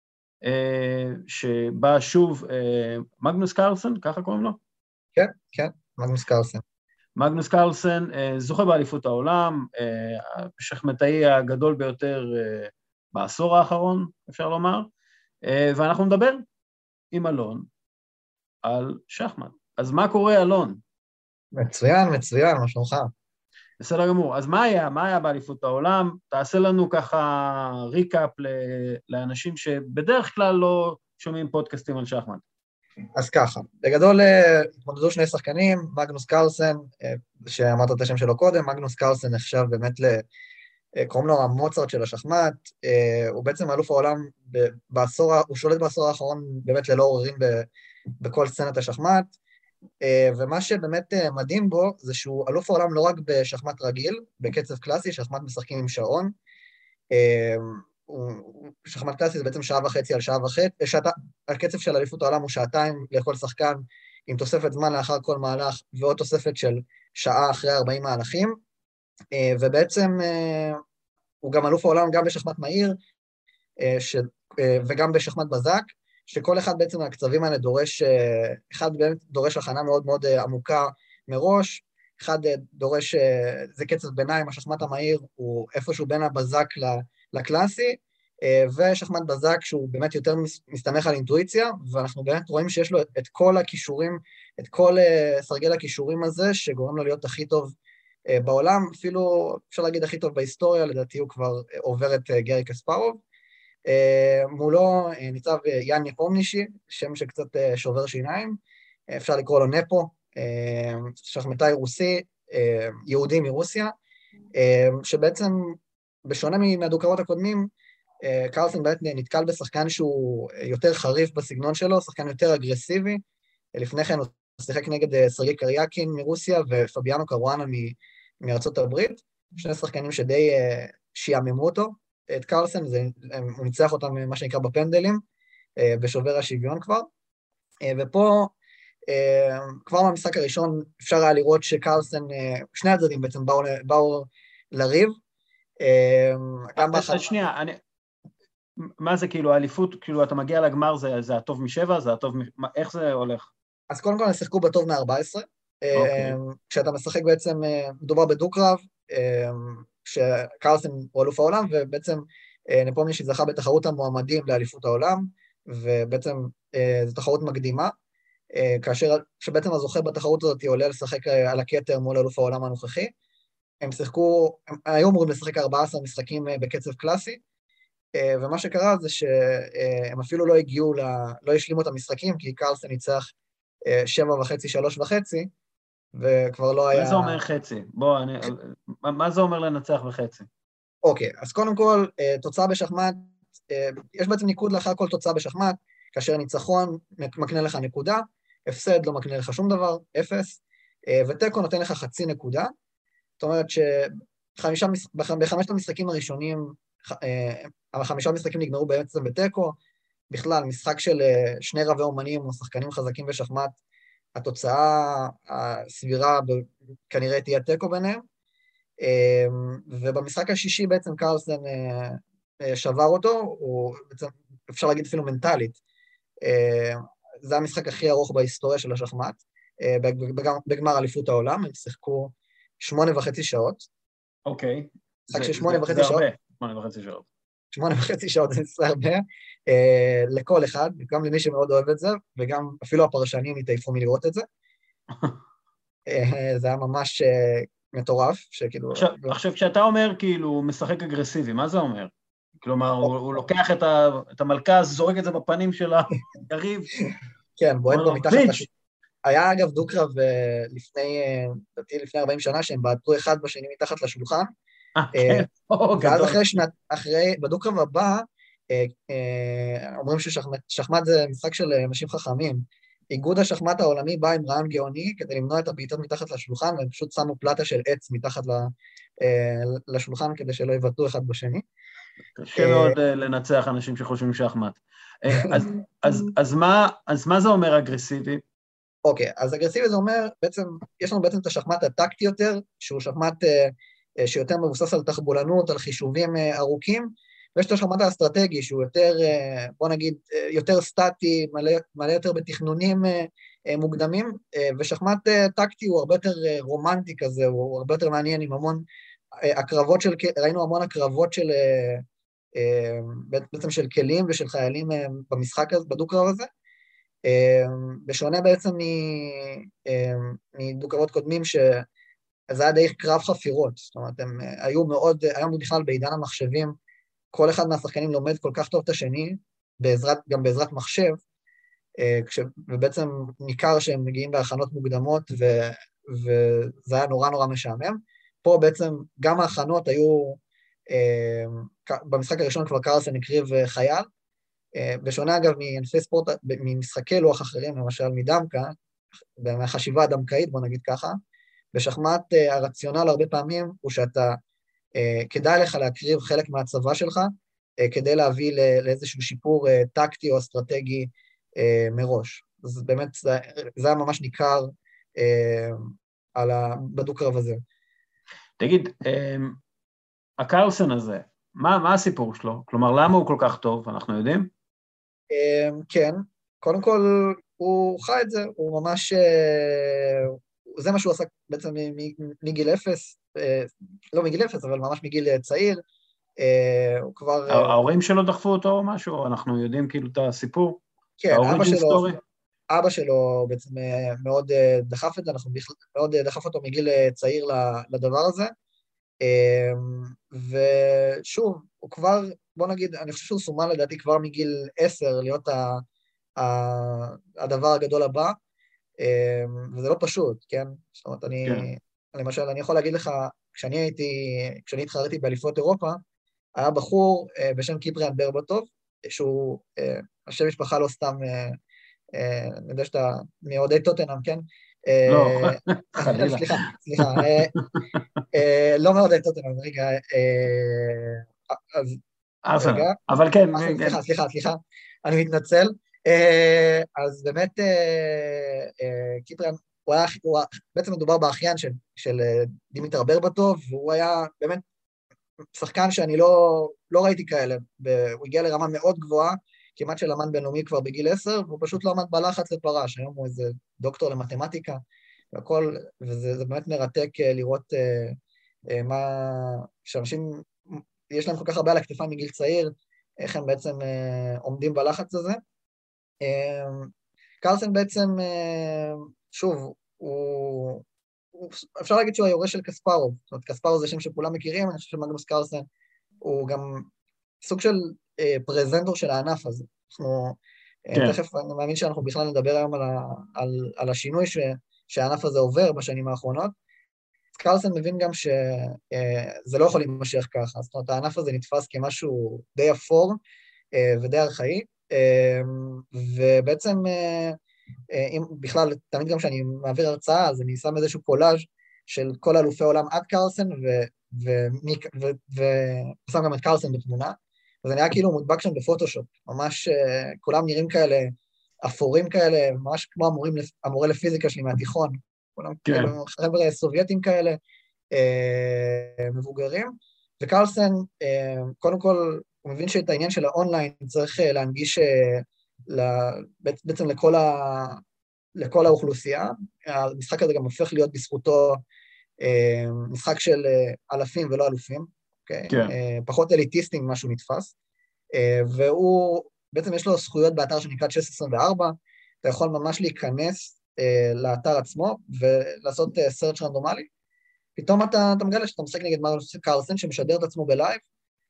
שבא שוב מגנוס קרלסן, ככה קוראים לו? כן, כן, מגנוס קרלסן. מגנוס קרלסן זוכה באליפות העולם, השחמטאי הגדול ביותר בעשור האחרון, אפשר לומר, ואנחנו נדבר עם אלון על שחמט. אז מה קורה, אלון? מצוין, מצוין, מה שלומך? בסדר גמור. אז מה היה? מה היה באליפות העולם? תעשה לנו ככה ריקאפ לאנשים שבדרך כלל לא שומעים פודקאסטים על שחמט. אז ככה, בגדול התמודדו שני שחקנים, מגנוס קרלסן, שאמרת את השם שלו קודם, מגנוס קרלסן נחשב באמת ל... קוראים לו המוצרט של השחמט, הוא בעצם אלוף העולם בעשור, הוא שולט בעשור האחרון באמת ללא עוררין בכל סצנת השחמט, ומה שבאמת מדהים בו זה שהוא אלוף העולם לא רק בשחמט רגיל, בקצב קלאסי, שחמט משחקים עם שעון, שחמט קלאסי זה בעצם שעה וחצי על שעה וחצי, הקצב של אליפות העולם הוא שעתיים לכל שחקן, עם תוספת זמן לאחר כל מהלך, ועוד תוספת של שעה אחרי ארבעים מהלכים, ובעצם הוא גם אלוף העולם גם בשחמט מהיר, וגם בשחמט בזק, שכל אחד בעצם מהקצבים האלה דורש, אחד באמת דורש הכנה מאוד מאוד עמוקה מראש, אחד דורש, זה קצב ביניים, השחמט המהיר הוא איפשהו בין הבזק לקלאסי, ושחמט בזק שהוא באמת יותר מסתמך על אינטואיציה, ואנחנו באמת רואים שיש לו את כל הכישורים, את כל סרגל הכישורים הזה, שגורם לו להיות הכי טוב בעולם, אפילו אפשר להגיד הכי טוב בהיסטוריה, לדעתי הוא כבר עובר את גרי קספרוב. מולו ניצב יאן נפומנישי, שם שקצת שובר שיניים, אפשר לקרוא לו נפו, שחמטאי רוסי, יהודי מרוסיה, שבעצם בשונה מהדו-קרבות הקודמים, קרלסן באמת נתקל בשחקן שהוא יותר חריף בסגנון שלו, שחקן יותר אגרסיבי, לפני כן הוא שיחק נגד סרגי קריאקין מרוסיה ופביאנו קרואנה מארצות הברית, שני שחקנים שדי שיעממו אותו, את קרלסן, הוא ניצח אותם מה שנקרא בפנדלים, בשובר השוויון כבר, ופה כבר במשחק הראשון אפשר היה לראות שקרלסן, שני הצדדים בעצם באו, באו לריב, אז שנייה, אני... מה זה כאילו האליפות, כאילו אתה מגיע לגמר, זה, זה הטוב משבע, זה הטוב, איך זה הולך? אז קודם כל הם שיחקו בטוב מ-ארבע עשרה, okay. כשאתה משחק בעצם, מדובר בדו-קרב, שקרלסן הוא אלוף העולם, ובעצם נפומנישי זכה בתחרות המועמדים לאליפות העולם, ובעצם זו תחרות מקדימה, כאשר שבעצם הזוכה בתחרות הזאת עולה לשחק על הכתר מול אלוף העולם הנוכחי, הם שיחקו, הם היו אמורים לשחק ארבעה עשר משחקים בקצב קלאסי, ומה שקרה זה שהם אפילו לא הגיעו, לא השלימו את המשחקים, כי קרלסן ניצח שבע וחצי, שלוש וחצי, וכבר לא היה... מה זה אומר חצי? בוא, אני... מה זה אומר לנצח בחצי? אוקיי, אז קודם כל, תוצאה בשחמט, יש בעצם ניקוד לאחר כל תוצאה בשחמט, כאשר ניצחון מקנה לך נקודה, הפסד לא מקנה לך שום דבר, אפס, וטקו נותן לך חצי נקודה, זאת אומרת שבחמשת המשחקים הראשונים, החמישה משחקים נגמרו בעצם בטקו, בכלל, משחק של שני רבי אומנים או שחקנים חזקים בשחמט, התוצאה הסבירה כנראה תהיה טקו ביניהם, ובמשחק השישי בעצם קרלסן שבר אותו, או בעצם אפשר להגיד אפילו מנטלית, זה המשחק הכי ארוך בהיסטוריה של השחמט, בגמר אליפות העולם, הם שיחקו שמונה וחצי שעות. אוקיי. משחק של שמונה וחצי שעות. זה הרבה, שמונה וחצי שעות. שמונה וחצי שעות זה נצטרך הרבה, לכל אחד, גם למי שמאוד אוהב את זה, וגם אפילו הפרשנים התעייפו מלראות את זה. זה היה ממש מטורף, שכאילו... עכשיו, כשאתה אומר כאילו משחק אגרסיבי, מה זה אומר? כלומר, הוא לוקח את המלכה, זורק את זה בפנים של היריב. כן, בועט בו מתחת לשולחן. היה אגב דו-קרב לפני ארבעים שנה, שהם בעטו אחד בשני מתחת לשולחן, ואז אחרי שנת, אחרי, בדו-קרב הבא, אומרים ששחמט זה משחק של אנשים חכמים, איגוד השחמט העולמי בא עם רעיון גאוני, כדי למנוע את הבעיטות מתחת לשולחן, והם פשוט שמו פלטה של עץ מתחת לשולחן, כדי שלא יבטאו אחד בשני. קשה מאוד לנצח אנשים שחושבים שחמט. אז מה זה אומר אגרסיבי? אוקיי, אז אגרסיבי זה אומר, בעצם, יש לנו בעצם את השחמט הטקטי יותר, שהוא שחמט שיותר מבוסס על תחבולנות, על חישובים ארוכים, ויש את השחמט האסטרטגי, שהוא יותר, בוא נגיד, יותר סטטי, מלא, מלא יותר בתכנונים מוקדמים, ושחמט טקטי הוא הרבה יותר רומנטי כזה, הוא הרבה יותר מעניין עם המון הקרבות של, ראינו המון הקרבות של, בעצם של כלים ושל חיילים במשחק הזה, בדו-קרב הזה, בשונה בעצם מדו-קרבות קודמים, שזה היה די קרב חפירות, זאת אומרת, הם היו מאוד, היום בכלל בעידן המחשבים, כל אחד מהשחקנים לומד כל כך טוב את השני, בעזרת, גם בעזרת מחשב, ובעצם ניכר שהם מגיעים בהכנות מוקדמות, ו, וזה היה נורא נורא משעמם. פה בעצם גם ההכנות היו, במשחק הראשון כבר קרלסן הקריב חייל, בשונה אגב מענפי ספורט, ממשחקי לוח אחרים, למשל מדמקה, מהחשיבה הדמקאית, בוא נגיד ככה, בשחמט הרציונל הרבה פעמים הוא שאתה, כדאי לך להקריב חלק מהצבא שלך, כדי להביא לאיזשהו שיפור טקטי או אסטרטגי מראש. אז באמת זה, זה היה ממש ניכר על בדו-קרב הזה. תגיד, הקרלסן הזה, מה, מה הסיפור שלו? כלומר, למה הוא כל כך טוב? אנחנו יודעים? כן, קודם כל הוא חי את זה, הוא ממש, זה מה שהוא עשה בעצם מגיל אפס, לא מגיל אפס, אבל ממש מגיל צעיר, הוא כבר... ההורים שלו דחפו אותו או משהו? אנחנו יודעים כאילו את הסיפור? כן, אבא שלו, אבא שלו בעצם מאוד דחף את זה, אנחנו מאוד דחף אותו מגיל צעיר לדבר הזה, ושוב, הוא כבר, בוא נגיד, אני חושב שהוא סומן לדעתי כבר מגיל עשר להיות הדבר הגדול הבא, וזה לא פשוט, כן? זאת אומרת, אני, למשל, אני יכול להגיד לך, כשאני הייתי, כשאני התחרתי באליפות אירופה, היה בחור בשם קיפריאן ברבטוב, שהוא, השם משפחה לא סתם, אני יודע שאתה מאוהדי טוטנהאם, כן? לא, חלילה. סליחה, סליחה, לא מאוהדי טוטנהאם, רגע, אז, רגע, אבל כן, סליחה, סליחה, סליחה, אני מתנצל, אז באמת קיפריאן, הוא היה, הוא, בעצם מדובר באחיין של, של דימיטר ברבטוב, והוא היה באמת שחקן שאני לא, לא ראיתי כאלה, הוא הגיע לרמה מאוד גבוהה, כמעט של אמן בינלאומי כבר בגיל עשר, והוא פשוט לא עמד בלחץ ופרש, היום הוא איזה דוקטור למתמטיקה, והכל, וזה באמת מרתק לראות אה, מה, שאנשים, יש להם כל כך הרבה על הכתפיים מגיל צעיר, איך הם בעצם אה, עומדים בלחץ הזה. אה, קרלסן בעצם, אה, שוב, הוא, הוא, אפשר להגיד שהוא היורש של קספרוב, זאת אומרת, קספרוב זה שם שכולם מכירים, אני חושב שמגנוס קרלסן הוא גם סוג של אה, פרזנטור של הענף הזה. אנחנו, כן. אה, תכף אני מאמין שאנחנו בכלל נדבר היום על, ה, על, על השינוי ש, שהענף הזה עובר בשנים האחרונות. קרלסן מבין גם שזה לא יכול להימשך ככה, זאת אומרת, הענף הזה נתפס כמשהו די אפור ודי ארכאי, ובעצם, אם בכלל, תמיד גם כשאני מעביר הרצאה, אז אני שם איזשהו קולאז' של כל אלופי העולם עד קרלסן, ושם גם את קרלסן בתמונה, וזה נראה כאילו מודבק שם בפוטושופ, ממש כולם נראים כאלה, אפורים כאלה, ממש כמו המורים, המורה לפיזיקה שלי מהתיכון, כולם כאילו חבר'ה סובייטים כאלה, מבוגרים, וקרלסן, קודם כל, הוא מבין שאת העניין של האונליין צריך להנגיש בעצם לכל, ה, לכל האוכלוסייה, המשחק הזה גם הופך להיות בזכותו משחק של אלפים ולא אלופים, okay? כן. פחות אליטיסטים ממה שהוא נתפס, והוא, בעצם יש לו זכויות באתר שנקרא צ'ס עשרים וארבע, אתה יכול ממש להיכנס לאתר עצמו, ולעשות סרצ' רנדומלי, פתאום אתה, אתה מגלה שאתה משחק נגד מגנוס קרלסן, שמשדר את עצמו בלייב,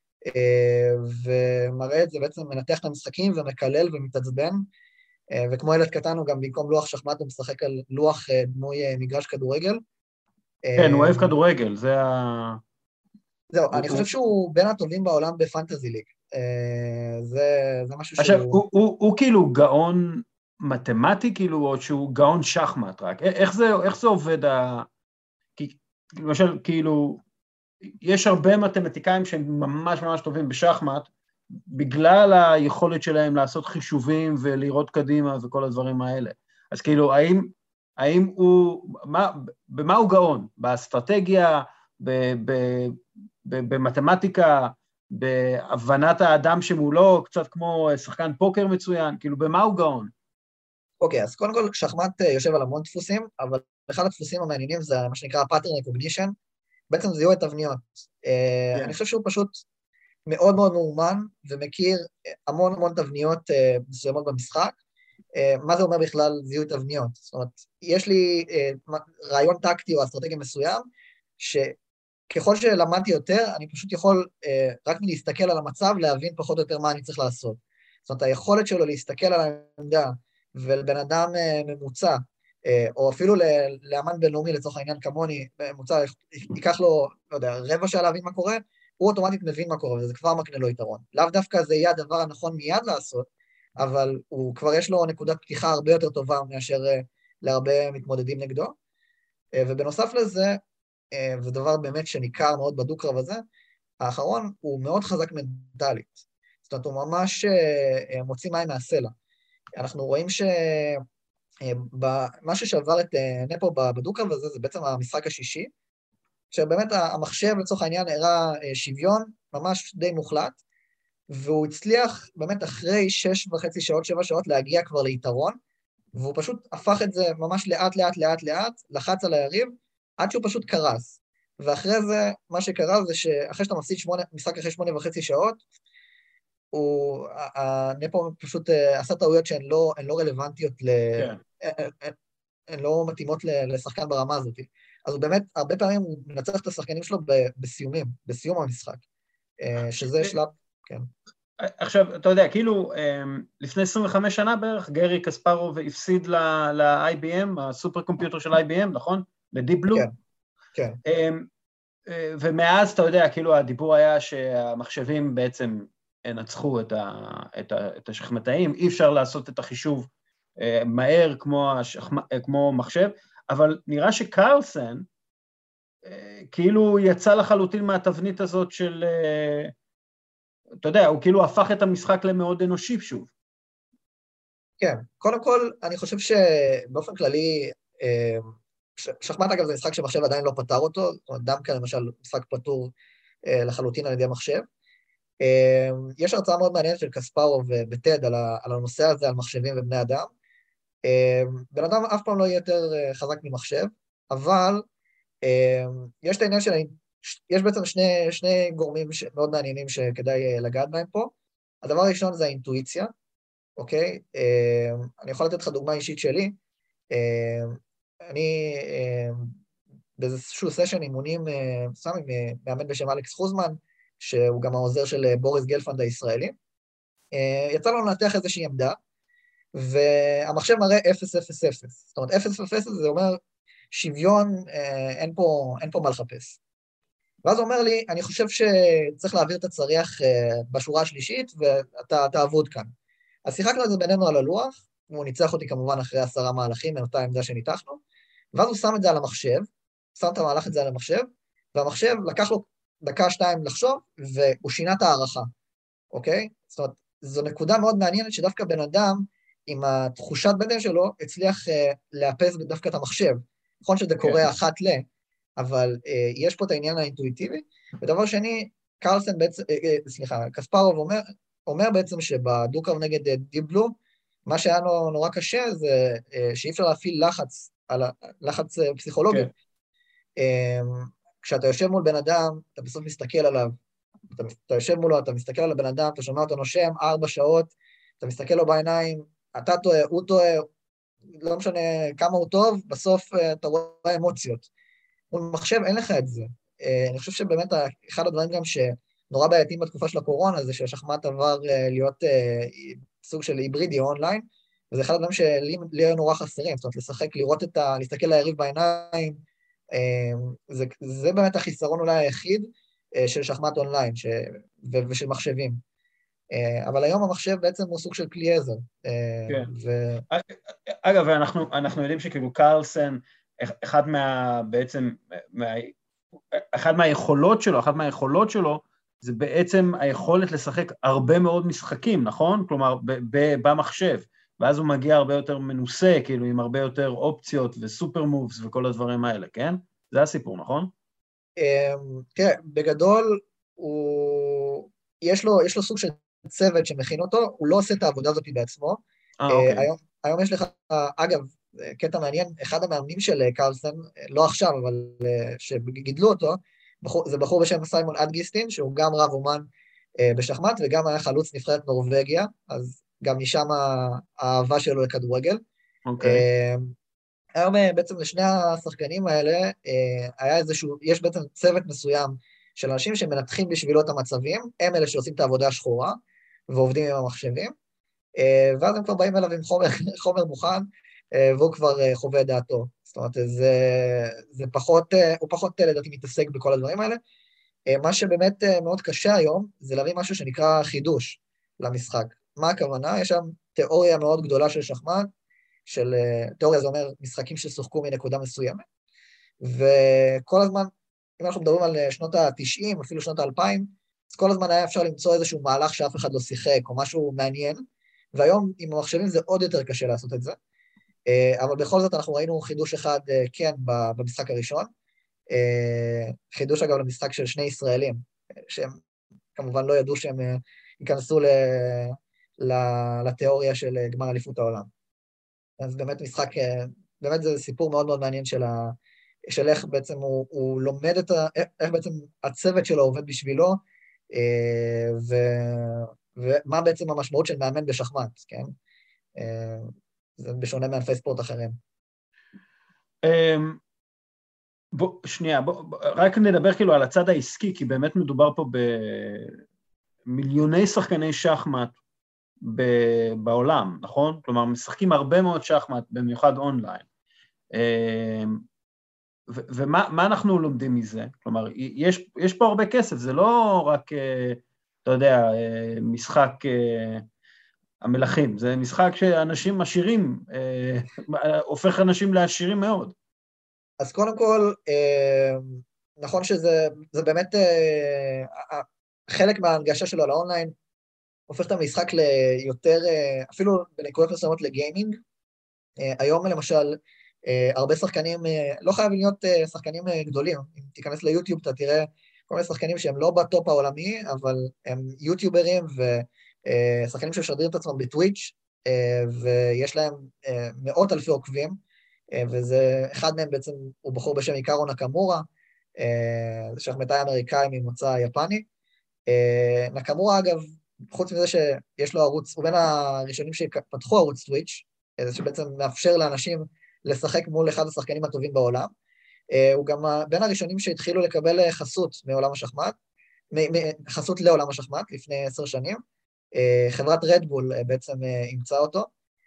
ומראה את זה, בעצם מנתח את המשחקים, ומקלל ומתעצבן, וכמו ילד קטן, הוא גם במקום לוח שחמט, הוא משחק על לוח דמוי מגרש כדורגל. כן, הוא אוהב כדורגל, זה ה... זהו, אני חושב שהוא בין הטובים בעולם בפנטזי ליג. זה משהו שהוא... עכשיו, הוא כאילו גאון... מתמטי כאילו, או שהוא גאון שחמט רק, איך זה, איך זה עובד, ה... כי, למשל, כאילו, יש הרבה מתמטיקאים שהם ממש ממש טובים בשחמט, בגלל היכולת שלהם לעשות חישובים ולראות קדימה וכל הדברים האלה. אז כאילו, האם, האם הוא, מה, במה הוא גאון? באסטרטגיה, ב, ב, ב, במתמטיקה, בהבנת האדם שמולו, קצת כמו שחקן פוקר מצוין, כאילו, במה הוא גאון? אוקיי, אז קודם כל, שחמט יושב על המון דפוסים, אבל אחד הדפוסים המעניינים זה מה שנקרא pattern recognition, בעצם זיהוי תבניות. Yeah. אני חושב שהוא פשוט מאוד מאוד מאומן, ומכיר המון המון תבניות מסוימות במשחק. מה זה אומר בכלל זיהוי תבניות? זאת אומרת, יש לי רעיון טקטי או אסטרטגיה מסוים, שככל שלמדתי יותר, אני פשוט יכול רק מלהסתכל על המצב, להבין פחות או יותר מה אני צריך לעשות. זאת אומרת, היכולת שלו להסתכל על העמדה, ולבן אדם ממוצע, או אפילו לאמן בינלאומי לצורך העניין כמוני, ממוצע, ייקח לו, לא יודע, רבע שעה להבין מה קורה, הוא אוטומטית מבין מה קורה, וזה כבר מקנה לו יתרון. לאו דווקא זה יהיה הדבר הנכון מיד לעשות, אבל הוא כבר יש לו נקודת פתיחה הרבה יותר טובה מאשר להרבה מתמודדים נגדו, ובנוסף לזה, ודבר באמת שניכר מאוד בדו-קרב הזה, האחרון הוא מאוד חזק מנטלית, זאת אומרת, הוא ממש מוציא מים מהסלע. אנחנו רואים שמה ששבר את נפו בדו-קרב הזה, זה בעצם המשחק השישי, שבאמת המחשב לצורך העניין הראה שוויון ממש די מוחלט, והוא הצליח באמת אחרי שש וחצי שעות, שבע שעות, להגיע כבר ליתרון, והוא פשוט הפך את זה ממש לאט לאט לאט לאט, לחץ על היריב, עד שהוא פשוט קרס. ואחרי זה, מה שקרה זה שאחרי שאתה מפסיד שמונה, משחק אחרי שמונה וחצי שעות, הוא, הנפו פשוט עשה טעויות שהן לא, הן לא רלוונטיות, ל, כן. הן, הן, הן לא מתאימות לשחקן ברמה הזאת. אז הוא באמת, הרבה פעמים הוא מנצח את השחקנים שלו בסיומים, בסיום המשחק, שזה שלב, כן. עכשיו, אתה יודע, כאילו, לפני עשרים וחמש שנה בערך, גרי קספרוב הפסיד ל-איי בי אם, הסופר קומפיוטר של איי בי אם, נכון? לדיפ בלו? כן, כן. ומאז, אתה יודע, כאילו, הדיבור היה שהמחשבים בעצם ינצחו את, ה, את, ה, את השחמטאים, אי אפשר לעשות את החישוב מהר כמו, השחמ, כמו מחשב, אבל נראה שקרלסן, כאילו יצא לחלוטין מהתבנית הזאת של, אתה יודע, הוא כאילו הפך את המשחק למאוד אנושי שוב. כן, קודם כל, אני חושב שבאופן כללי, שחמט אגב זה משחק שמחשב עדיין לא פתר אותו, זאת אומרת, דמקה למשל משחק פתור לחלוטין על ידי מחשב. יש הרצאה מאוד מעניינת של קספרוב בטד על הנושא הזה, על מחשבים ובני אדם. בן אדם אף פעם לא יהיה יותר חזק ממחשב, אבל יש את העניין של, יש בעצם שני, שני גורמים מאוד מעניינים שכדאי לגעת בהם פה. הדבר הראשון זה האינטואיציה, אוקיי? אני יכול לתת לך דוגמה אישית שלי. אני באיזשהו סשן אימונים, שם עם מאמן בשם אלכס חוזמן, שהוא גם העוזר של בוריס גלפנד הישראלי. יצא לנו לנתח איזושהי עמדה, והמחשב מראה אפס אפס אפס. זאת אומרת, אפס אפס אפס זה אומר שוויון, אין פה, אין פה מה לחפש. ואז הוא אומר לי, אני חושב שצריך להעביר את הצריח בשורה השלישית, ואתה תעבוד כאן. אז שיחקנו את זה בינינו על הלוח, הוא ניצח אותי כמובן אחרי עשרה מהלכים, מאותה עמדה שניתחנו, ואז הוא שם את זה על המחשב, שם את המהלך את זה על המחשב, והמחשב לקח לו דקה שתיים לחשוב, והוא שינה את הערכה, אוקיי? זאת אומרת, זו נקודה מאוד מעניינת שדווקא בן אדם, עם התחושת בטן שלו, הצליח uh, לאפס דווקא את המחשב. נכון שזה קורה okay. אחת ל, אבל uh, יש פה את העניין האינטואיטיבי, ודבר שני, קרלסן בעצם, uh, uh, סליחה, קספרוב אומר, אומר בעצם שבדו-קרב נגד uh, דיפ בלו, מה שהיה לו נורא קשה זה uh, שאי אפשר להפעיל לחץ, על, לחץ uh, פסיכולוגי. Okay. Um, כשאתה יושב מול בן אדם, אתה בסוף מסתכל עליו, אתה, אתה יושב מולו, אתה מסתכל על הבן אדם, אתה שומע אותו נושם, ארבע שעות, אתה מסתכל לו בעיניים, אתה טועה, הוא טועה, לא משנה כמה הוא טוב, בסוף אתה רואה אמוציות. מול מחשב אין לך את זה. אני חושב שבאמת אחד הדברים גם שנורא בעייתים בתקופה של הקורונה, זה שהשחמט עבר להיות סוג של היברידי אונליין, וזה אחד הדברים שלי היו נורא חסרים, זאת אומרת, לשחק, לראות את ה... להסתכל ליריב בעיניים, זה, זה באמת החיסרון אולי היחיד של שחמט אונליין ש... ושל מחשבים. אבל היום המחשב בעצם הוא סוג של כלי עזר. כן. ו... אגב, אנחנו, אנחנו יודעים שכאילו קרלסן, אחד מה... בעצם, מה... אחד מהיכולות שלו, אחת מהיכולות שלו, זה בעצם היכולת לשחק הרבה מאוד משחקים, נכון? כלומר, ב... ב... במחשב. ואז הוא מגיע הרבה יותר מנוסה, כאילו עם הרבה יותר אופציות וסופר מובס וכל הדברים האלה, כן? זה הסיפור, נכון? תראה, בגדול, הוא... יש לו, יש לו סוג של צוות שמכין אותו, הוא לא עושה את העבודה הזאת בעצמו. אה, אוקיי. היום, היום יש לך, אגב, קטע מעניין, אחד המאמנים של קרלסן, לא עכשיו, אבל שגידלו אותו, בחור, זה בחור בשם סיימון אדגיסטין, שהוא גם רב אומן בשחמט, וגם היה חלוץ נבחרת נורווגיה, אז גם משם האהבה שלו לכדורגל. אוקיי. היום בעצם לשני השחקנים האלה, היה איזשהו, יש בעצם צוות מסוים של אנשים שמנתחים בשבילו את המצבים, הם אלה שעושים את העבודה השחורה, ועובדים עם המחשבים, ואז הם כבר באים אליו עם חומר, חומר מוכן, והוא כבר חווה דעתו. זאת אומרת, זה, זה פחות, הוא פחות לדעתי מתעסק בכל הדברים האלה. מה שבאמת מאוד קשה היום, זה להביא משהו שנקרא חידוש למשחק. מה הכוונה? יש שם תיאוריה מאוד גדולה של שחמט, של, תיאוריה זה אומר משחקים ששוחקו מנקודה מסוימת, וכל הזמן, אם אנחנו מדברים על שנות ה-תשעים, אפילו שנות ה-אלפיים, אז כל הזמן היה אפשר למצוא איזשהו מהלך שאף אחד לא שיחק, או משהו מעניין, והיום עם המחשבים זה עוד יותר קשה לעשות את זה, אבל בכל זאת אנחנו ראינו חידוש אחד, כן, במשחק הראשון, חידוש אגב למשחק של שני ישראלים, שהם כמובן לא ידעו שהם ייכנסו לתיאוריה של גמר אליפות העולם. אז באמת משחק, באמת זה סיפור מאוד מאוד מעניין של, ה, של איך בעצם הוא, הוא לומד את ה... איך בעצם הצוות שלו עובד בשבילו, ו, ומה בעצם המשמעות של מאמן בשחמט, כן? זה בשונה מענפי ספורט אחרים. בוא, שנייה, בוא, רק נדבר כאילו על הצד העסקי, כי באמת מדובר פה במיליוני שחקני שחמט בעולם, נכון? כלומר, משחקים הרבה מאוד שחמט, במיוחד אונליין. ומה מה אנחנו לומדים מזה? כלומר, יש, יש פה הרבה כסף, זה לא רק, אתה יודע, משחק המלכים, זה משחק שאנשים עשירים, הופך אנשים לעשירים מאוד. אז קודם כל, נכון שזה זה באמת, חלק מההנגשה שלו לאונליין, הופך את המשחק ליותר, אפילו בנקודות מסוימות לגיימינג. היום למשל, הרבה שחקנים, לא חייב להיות שחקנים גדולים, אם תיכנס ליוטיוב אתה תראה כל מיני שחקנים שהם לא בטופ העולמי, אבל הם יוטיוברים ושחקנים שמשדרים את עצמם בטוויץ', ויש להם מאות אלפי עוקבים, וזה, אחד מהם בעצם הוא בחור בשם איקרו נקמורה, זה שחמטאי אמריקאי ממוצא יפני. נקמורה אגב, חוץ מזה שיש לו ערוץ, הוא בין הראשונים שפתחו ערוץ טוויץ', זה שבעצם מאפשר לאנשים לשחק מול אחד השחקנים הטובים בעולם, הוא גם בין הראשונים שהתחילו לקבל חסות מעולם השחמט, חסות לעולם השחמט לפני עשר שנים, חברת רדבול בעצם אימצה אותו,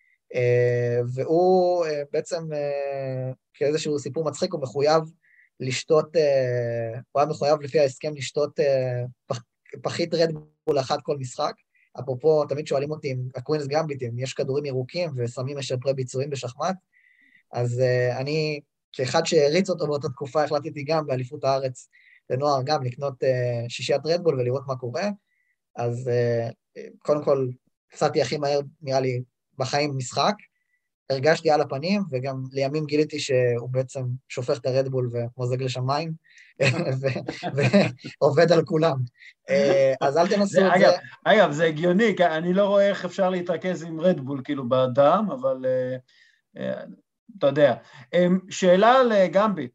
והוא בעצם כאיזשהו סיפור מצחיק, הוא מחויב לשתות, הוא היה מחויב לפי ההסכם לשתות פחית רדבול אחת כל משחק, אפרופו תמיד שואלים אותי אם הקווינס גמביטים, יש כדורים ירוקים ושמים משפרי ביצועים בשחמט, אז אני כאחד שהריץ אותו באותה תקופה, החלטתי גם באליפות הארץ לנוער גם לקנות שישיית רדבול ולראות מה קורה, אז קודם כל קצתי הכי מהר נראה לי בחיים משחק, הרגשתי על הפנים, וגם לימים גיליתי שהוא בעצם שופך את הרדבול ומוזג לשם מים, ועובד על כולם. אז אל תנסו את זה. אגב, זה הגיוני, כי אני לא רואה איך אפשר להתרכז עם רדבול, כאילו בדם, אבל אתה יודע. שאלה לגמביט,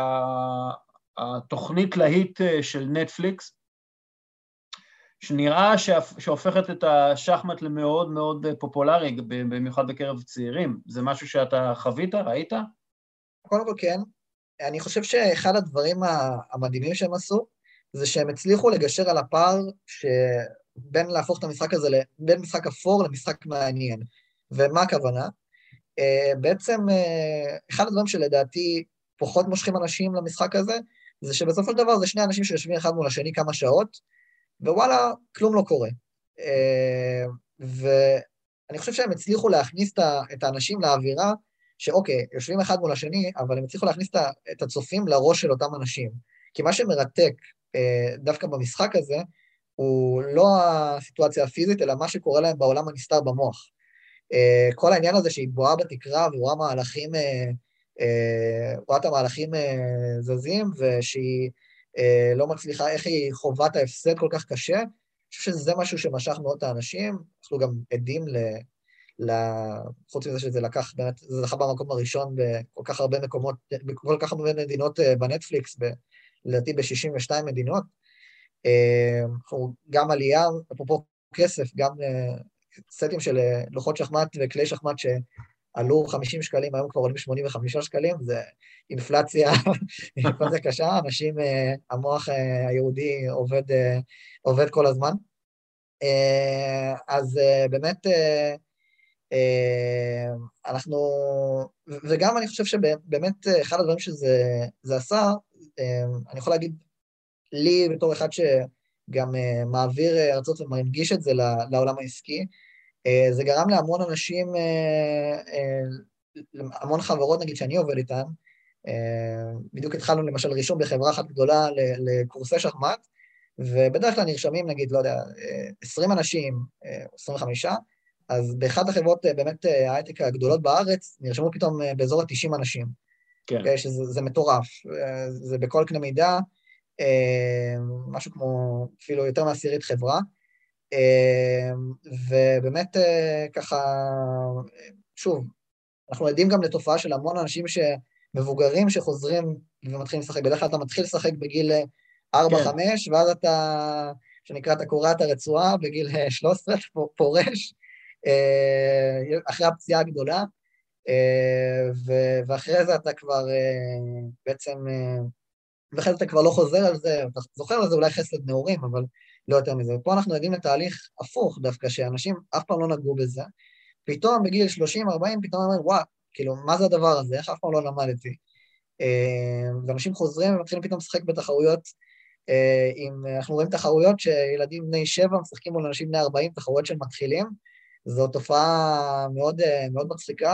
התוכנית להיט של נטפליקס, שנראה שהופכת את השחמט למאוד מאוד פופולרי, במיוחד בקרב צעירים. זה משהו שאתה חווית, ראית? קודם כל כן. אני חושב שאחד הדברים המדהימים שהם עשו, זה שהם הצליחו לגשר על הפער שבין להפוך את המשחק הזה, בין משחק אפור למשחק מעניין. ומה הכוונה? בעצם, אחד הדברים שלדעתי פחות מושכים אנשים למשחק הזה, זה שבסופו של דבר זה שני אנשים שיושבים אחד מול השני כמה שעות, ווואלה, כלום לא קורה. ואני חושב שהם הצליחו להכניס את האנשים לאווירה, שאוקיי, יושבים אחד מול השני, אבל הם הצליחו להכניס את הצופים לראש של אותם אנשים. כי מה שמרתק דווקא במשחק הזה, הוא לא הסיטואציה הפיזית, אלא מה שקורה להם בעולם הנסתר במוח. כל העניין הזה שהיא בואה בתקרה, ורואה מהלכים, רואה את המהלכים זזים, ושהיא לא מצליחה, איך היא חובה את ההפסד כל כך קשה, אני חושב שזה משהו שמשך מאוד את האנשים, אנחנו גם עדים ל... חוץ מזה שזה לקח, באמת, זה זכה במקום הראשון בכל כך הרבה מקומות, בכל כך הרבה מדינות בנטפליקס, לדעתי ב-שישים ושתיים מדינות, גם עלייה, אפרופו כסף, גם סטים של לוחות שחמט וכלי שחמט שעלו חמישים שקלים, היום כבר עולים שמונים וחמישה שקלים, זה אינפלציה, אינפלציה קשה, אנשים, המוח היהודי עובד, עובד כל הזמן. אז באמת, אנחנו, וגם אני חושב שבאמת אחד הדברים שזה זה עשה, אני יכול להגיד לי בתור אחד שגם מעביר הרצאות ומנגיש את זה לעולם העסקי, זה גרם להמון אנשים, המון חברות נגיד שאני עובד איתן, בדיוק התחלנו למשל רישום בחברה אחת גדולה לקורסי שחמט, ובדרך כלל נרשמים נגיד, לא יודע, עשרים אנשים, עשרים וחמישה, אז באחת החברות באמת ההייטק הגדולות בארץ, נרשמו פתאום באזור ה-תשעים אנשים. כן. Okay, שזה זה מטורף, זה בכל קנה מידה, משהו כמו אפילו יותר מעשירית חברה, ובאמת ככה, שוב, אנחנו יודעים גם לתופעה של המון אנשים מבוגרים שחוזרים ומתחילים לשחק, בדרך כלל אתה מתחיל לשחק בגיל ארבע חמש, כן. ואז אתה, שנקרא, אתה קורא את הרצועה בגיל שלוש עשרה, אתה פורש, אחרי הפציעה הגדולה, ואחרי זה אתה כבר בעצם, ואחרי זה אתה כבר לא חוזר על זה, אתה זוכר על זה אולי חסד נעורים, אבל לא יותר מזה. פה אנחנו יודעים לתהליך הפוך דווקא, שאנשים אף פעם לא נגעו בזה, פתאום בגיל שלושים ארבעים, פתאום אומרים, וואו, כאילו, מה זה הדבר הזה? איך אף פעם לא למדתי? ואנשים חוזרים ומתחילים פתאום לשחק בתחרויות, אם אנחנו רואים תחרויות שילדים בני שבע משחקים מול אנשים בני ארבעים, תחרויות של מתחילים, זו תופעה מאוד, מאוד מצחיקה.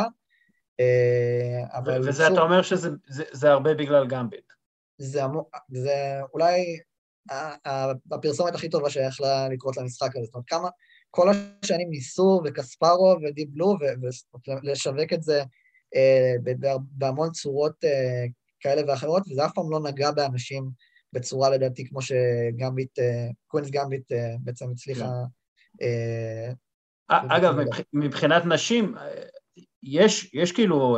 וזה אתה אומר שזה זה, זה הרבה בגלל גמביט. זה, זה אולי הפרסומת הכי טובה שיכלה לקרות למשחק הזה, זאת אומרת, כמה, כל השנים ניסו וקספרו ודיבלו, ולשווק את זה בהמון צורות כאלה ואחרות, וזה אף פעם לא נגע באנשים בצורה לדעתי, כמו שגמביט, קווינס גמביט בעצם הצליחה. אגב, מבחינת נשים, יש, יש כאילו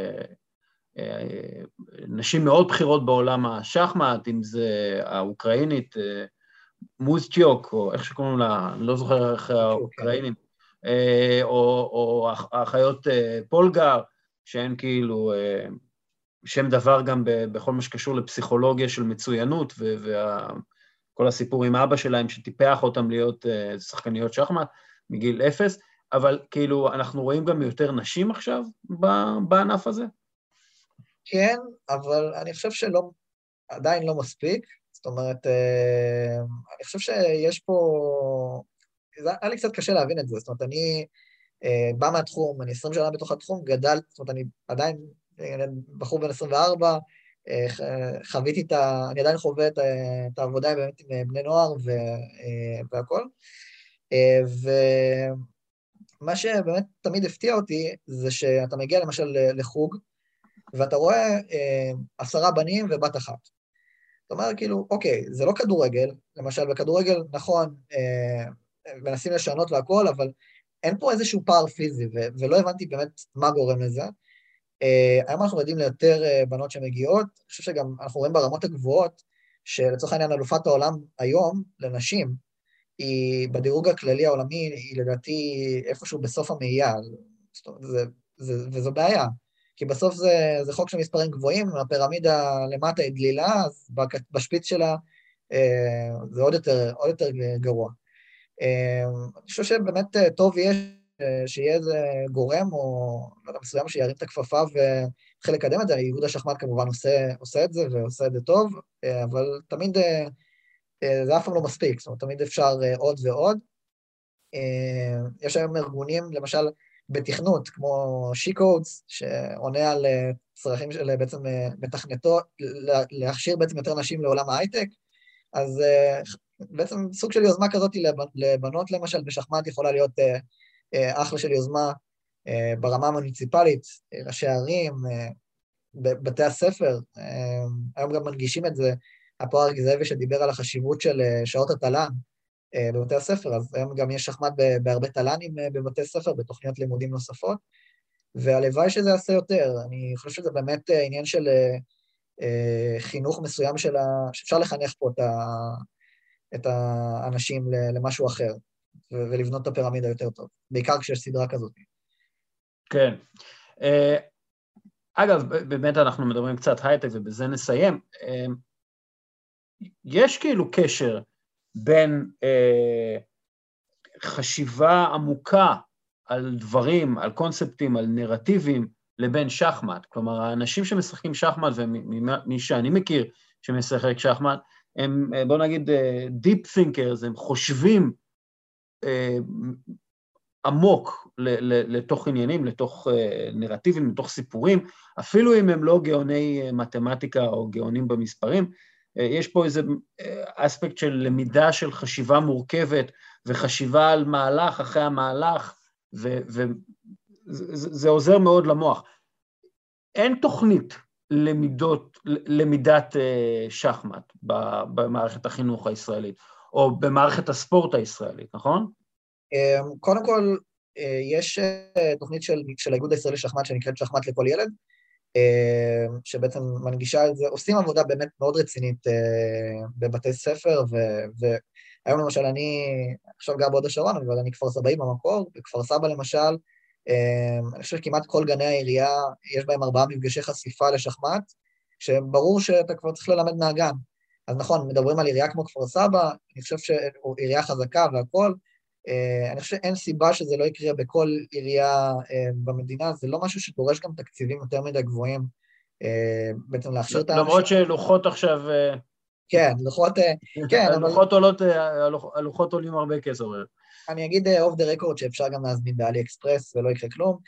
נשים מאוד בחירות בעולם השחמט, אם זה האוקראינית, מוזצ'יוק, או איך שקוראים לה, אני לא זוכר איך האוקראינים, או, או האחיות פולגר, שהן כאילו שם דבר גם בכל מה שקשור לפסיכולוגיה של מצוינות, וכל הסיפור עם אבא שלהם שטיפח אותם להיות שחקניות שחמט מגיל אפס, אבל כאילו אנחנו רואים גם יותר נשים עכשיו בענף הזה? כן, אבל אני חושב שלא, עדיין לא מספיק, זאת אומרת, אני חושב שיש פה, זה היה לי קצת קשה להבין את זה, זאת אומרת, אני בא מהתחום, אני עשרים שנה בתוך התחום, גדל, זאת אומרת, אני עדיין בחור בן עשרים וארבע, חוויתי את ה... אני עדיין חווה את, את העבודה באמת עם בני נוער ו, והכל, ומה שבאמת תמיד הפתיע אותי, זה שאתה מגיע למשל לחוג, ואתה רואה עשרה בנים ובת אחת. זאת אומרת, כאילו, אוקיי, זה לא כדורגל, למשל, בכדורגל, נכון, מנסים לשנות והכל, אבל אין פה איזשהו פער פיזי, ו- ולא הבנתי באמת מה גורם לזה. היום אנחנו יודעים ליותר בנות שמגיעות, אני חושב שגם אנחנו רואים ברמות הגבוהות, שלצורך העניין אלופת העולם היום, לנשים, היא בדירוג הכללי העולמי, היא לדעתי איפשהו בסוף המאייה, זה, זה, וזו בעיה. כי בסוף זה, זה חוק של מספרים גבוהים, הפירמידה למטה היא דלילה, אז בשפיץ שלה זה עוד יותר, עוד יותר גרוע. אני חושב שבאמת טוב יהיה שיהיה איזה גורם או לא יודע, מסוים שירים את הכפפה ותחיל לקדם את זה, איגוד השחמט כמובן עושה, עושה את זה ועושה את זה טוב, אבל תמיד זה אף פעם לא מספיק, זאת אומרת, תמיד אפשר עוד ועוד. יש היום ארגונים, למשל, בתכנות, כמו שי-קודס, שעונה על צרכים של בעצם מתכנתות, להכשיר בעצם יותר נשים לעולם ההייטק, אז בעצם סוג של יוזמה כזאת לבנות, למשל, בשחמט יכולה להיות אחלה של יוזמה ברמה המוניציפלית, ראשי הערים, בבתי הספר, היום גם מנגישים את זה, הפועל גזאבי שדיבר על החשיבות של שעות התל"ן, בבתי הספר, אז היום גם יש שחמט בהרבה תל"נים בבתי ספר, בתוכניות לימודים נוספות, והלוואי שזה יעשה יותר. אני חושב שזה באמת עניין של חינוך מסוים של ה... שאפשר לחנך פה את, ה... את האנשים למשהו אחר, ולבנות את הפירמידה יותר טוב, בעיקר כשיש סדרה כזאת. כן. אגב, באמת אנחנו מדברים קצת הייטק, ובזה נסיים. יש כאילו קשר בין אה, חשיבה עמוקה על דברים, על קונספטים, על נרטיבים, לבין שחמט. כלומר, האנשים שמשחקים שחמט, ומי שאני מכיר שמשחק שחמט, הם, בוא נגיד, deep thinkers, הם חושבים אה, עמוק לתוך עניינים, לתוך אה, נרטיבים, לתוך סיפורים, אפילו אם הם לא גאוני מתמטיקה או גאונים במספרים, יש פה איזה אספקט של למידה של חשיבה מורכבת, וחשיבה על מהלך אחרי המהלך, וזה עוזר מאוד למוח. אין תוכנית למידות, למידת שחמט במערכת החינוך הישראלית, או במערכת הספורט הישראלית, נכון? קודם כל, יש תוכנית של, של האיגוד הישראלי שחמט, שנקראת שחמט לכל ילד, שבעצם מנגישה את זה, עושים עבודה באמת מאוד רצינית בבתי ספר, והיום למשל אני, עכשיו גר בהוד השרון, אבל אני כפר סבאי במקור, בכפר סבא למשל, אני חושב שכמעט כל גני העירייה, יש בהם ארבעה מפגשי חשיפה לשחמט, שברור שאתה כבר צריך ללמד מהגן. אז נכון, מדברים על עירייה כמו כפר סבא, אני חושב שעירייה חזקה והכל, אני חושב שאין סיבה שזה לא יקרה בכל עירייה במדינה, זה לא משהו שדורש גם תקציבים יותר מדי גבוהים, בעצם להכשיר את האנשים. למרות שלוחות עכשיו... כן, לוחות... כן, הלוחות עולות, הלוחות עולים הרבה כסף. אני אגיד אוף דה רקורד שאפשר גם להזמין באלי אקספרס ולא יקרה כלום,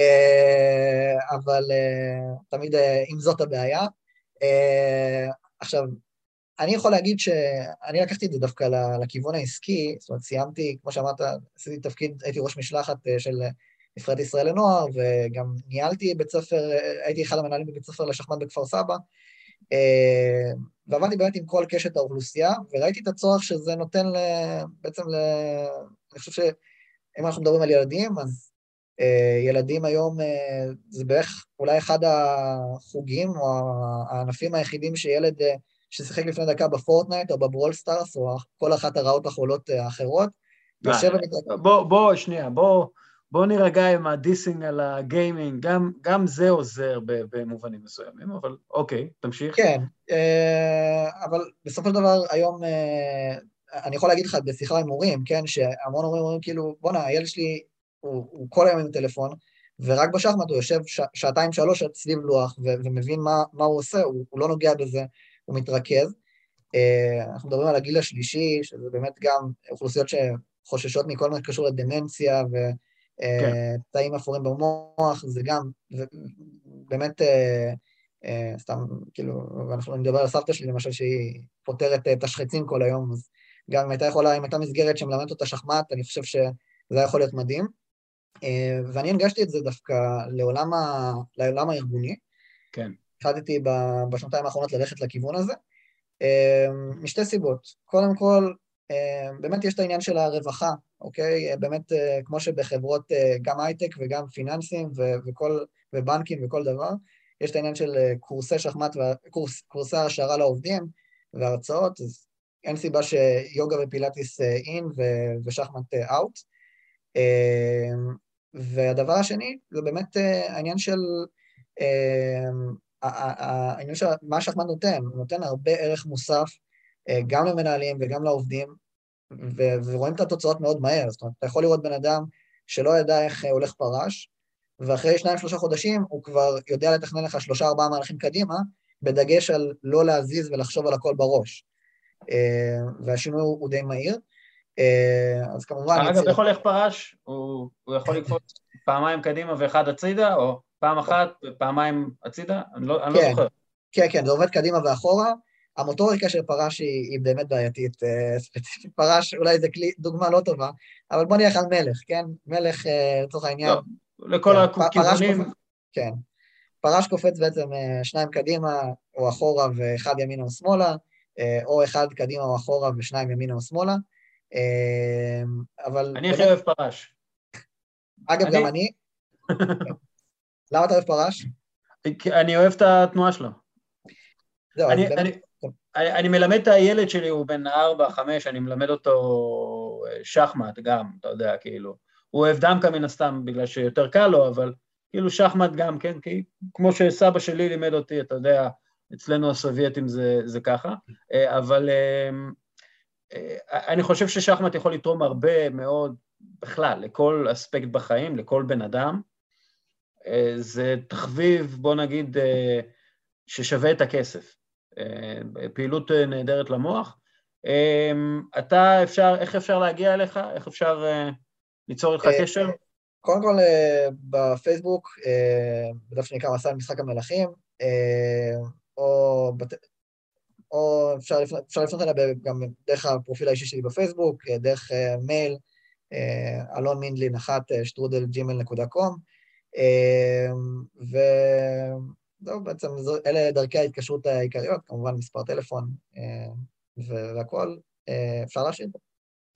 אבל תמיד אם זאת הבעיה. עכשיו, אני יכול להגיד שאני לקחתי את זה דווקא לכיוון העסקי, זאת אומרת, סיימתי, כמו שאמרת, עשיתי תפקיד, הייתי ראש משלחת של נבחרת ישראל לנוער, וגם ניהלתי בית ספר, הייתי אחד המנהלים בבית ספר לשחמט בכפר סבא, ועבדתי באמת עם כל קשת האוכלוסייה, וראיתי את הצורך שזה נותן בעצם, אני חושב שאם אנחנו מדברים על ילדים, אז ילדים היום זה בערך אולי אחד החוגים, או הענפים היחידים שילד ששיחק לפני דקה בפורטנייט, או בברול סטארס, או כל אחת הרעות החולות האחרות, יושב ומתרגל. בוא, בוא, שנייה, בוא, בוא נרגע עם הדיסינג על הגיימינג, גם, גם זה עוזר במובנים מסוימים, אבל אוקיי, תמשיך. כן, אבל בסופו של דבר היום, אני יכול להגיד לך בשיחה עם מורים, כן, שהמון הורים אומרים כאילו, בונה, הילד שלי הוא, הוא כל היום עם הטלפון, ורק בשחמט הוא יושב ש, שעתיים שלוש סביב לוח, ו, ומבין מה, מה הוא עושה, הוא, הוא לא נוגע בזה, הוא מתרכז. אנחנו מדברים על הגיל השלישי, שזה באמת גם אוכלוסיות שחוששות מכל מה שקשור לדמנציה, ותאים אפורים במוח, זה גם, באמת, סתם, כאילו, ואנחנו נדבר על סבתא שלי, למשל, שהיא פותרת תשחצים כל היום, אז גם אם הייתה יכולה, אם הייתה מסגרת שמלמדת אותה שחמט, אני חושב שזה יכול להיות מדהים. ואני הנגשתי את זה דווקא לעולם, ה, לעולם הארגוני. כן. החלטתי בשנתיים האחרונות ללכת לכיוון הזה, משתי סיבות. קודם כל, באמת יש את העניין של הרווחה, אוקיי? באמת, כמו שבחברות גם הייטק וגם פיננסים וכל, ובנקים וכל דבר, יש את העניין של קורסי שחמט, קורס, קורסי השערה לעובדים והרצאות, אז אין סיבה שיוגה ופילאטיס אין ושחמט אאוט. והדבר השני, זה באמת העניין של, העניין של מה שחמט נותן, הוא נותן הרבה ערך מוסף, גם למנהלים וגם לעובדים, ורואים את התוצאות מאוד מהר, זאת אומרת, אתה יכול לראות בן אדם שלא ידע איך הולך פרש, ואחרי שניים שלושה חודשים הוא כבר יודע לתכנן לך שלושה ארבעה מהלכים קדימה, בדגש על לא להזיז ולחשוב על הכל בראש. והשינוי הוא די מהיר. אז כמובן... אגב, איך הולך פרש? הוא יכול לקפוץ פעמיים קדימה ואחד הצידה, או פעם אחת ופעמיים הצידה? אני לא זוכר. כן, כן, זה עובד קדימה ואחורה. המוטוריקה של פרש היא באמת בעייתית. ספציפית פרש, אולי זה דוגמה לא טובה, אבל בוא נלך על מלך, כן? מלך, לצורך העניין... לכל הכיוונים. כן. פרש קופץ בעצם שניים קדימה או אחורה ואחד ימינה או שמאלה, או אחד קדימה או אחורה ושניים ימינה או שמאלה. אבל... אני הכי אוהב פרש. אגב, גם אני. למה אתה אוהב פרש? אני אוהב את התנועה שלו. אני מלמד את הילד שלי, הוא בן ארבע, חמש, אני מלמד אותו שחמט גם, אתה יודע, כאילו. הוא אוהב דמקה מן הסתם, בגלל שיותר קל לו, אבל כאילו שחמט גם, כן, כי כמו שסבא שלי לימד אותי, אתה יודע, אצלנו הסובייטים זה, זה ככה, אבל אני חושב ששחמט יכול לתרום הרבה מאוד, בכלל, לכל אספקט בחיים, לכל בן אדם, זה תחביב, בוא נגיד, ששווה את הכסף, פעילות נהדרת למוח, אתה אפשר, איך אפשר להגיע אליך, איך אפשר... ליצור איתך קשר? קודם כל, בפייסבוק, בדף שנקרא מסע משחק המלכים, או אפשר לפנות אליה גם דרך הפרופיל האישי שלי בפייסבוק, דרך מייל, אלון מינדלין אחת שטרודל ג'ימייל נקודה קום, וזהו, בעצם אלה דרכי ההתקשרות העיקריות, כמובן מספר טלפון והכל, אפשר להשאיר.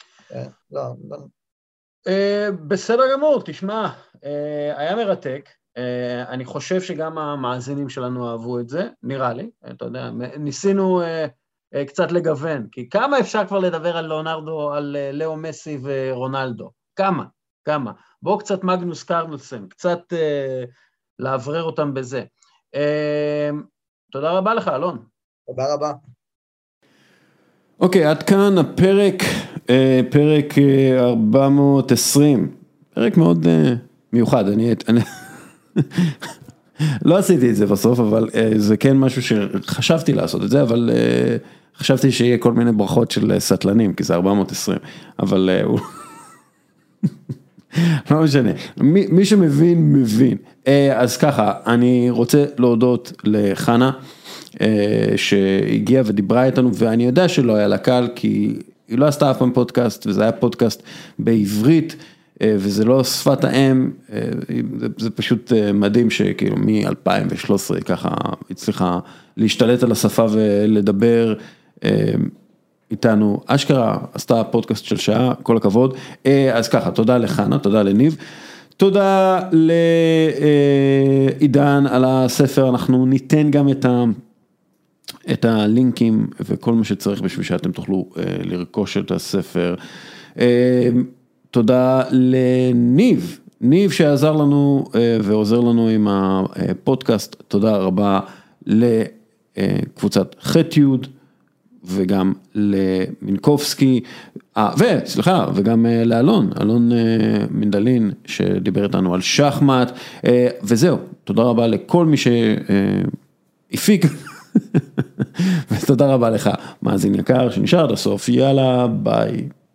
לא, לא. בסדר גמור, תשמע, היה מרתק, אני חושב שגם המאזינים שלנו אהבו את זה, נראה לי, אתה יודע, ניסינו קצת לגוון, כי כמה אפשר כבר לדבר על ליאונרדו, על לאו מסי ורונלדו? כמה? כמה? בואו קצת מגנוס קרלסן, קצת לעברר אותם בזה. תודה רבה לך, אלון. תודה רבה. אוקיי, עד כאן הפרק, פרק ארבע מאות ועשרים, פרק מאוד מיוחד, אני... לא עשיתי את זה בסוף, אבל זה כן משהו שחשבתי לעשות את זה, אבל חשבתי שיהיה כל מיני ברכות של סטלנים, כי זה ארבע מאות ועשרים, אבל הוא... לא משנה, מי, מי שמבין, מבין. אז ככה, אני רוצה להודות לחנה, שהגיעה ודיברה איתנו, ואני יודע שלא היה לה קל, כי היא לא עשתה אף פעם פודקאסט, וזה היה פודקאסט בעברית, וזה לא שפת האם, זה, זה פשוט מדהים שכאילו מ-אלפיים ושלוש עשרה ככה הצליחה להשתלט על השפה ולדבר איתנו, אשכרה עשתה פודקאסט של שעה, כל הכבוד. אז ככה, תודה לחנה, תודה לניב, תודה לעידן על הספר, אנחנו ניתן גם את ה... את הלינקים וכל מה שצריך בשביל שאתם תוכלו לרכוש את הספר. תודה לניב, ניב שעזר לנו ועוזר לנו עם הפודקאסט, תודה רבה לקבוצת חטיות וגם למינקובסקי, וסליחה, וגם לאלון, אלון מנדלין שדיבר איתנו על שחמט, וזהו, תודה רבה לכל מי שהפיק, ותודה רבה לך, מאזין יקר שנשאר עד הסוף, יאללה, ביי.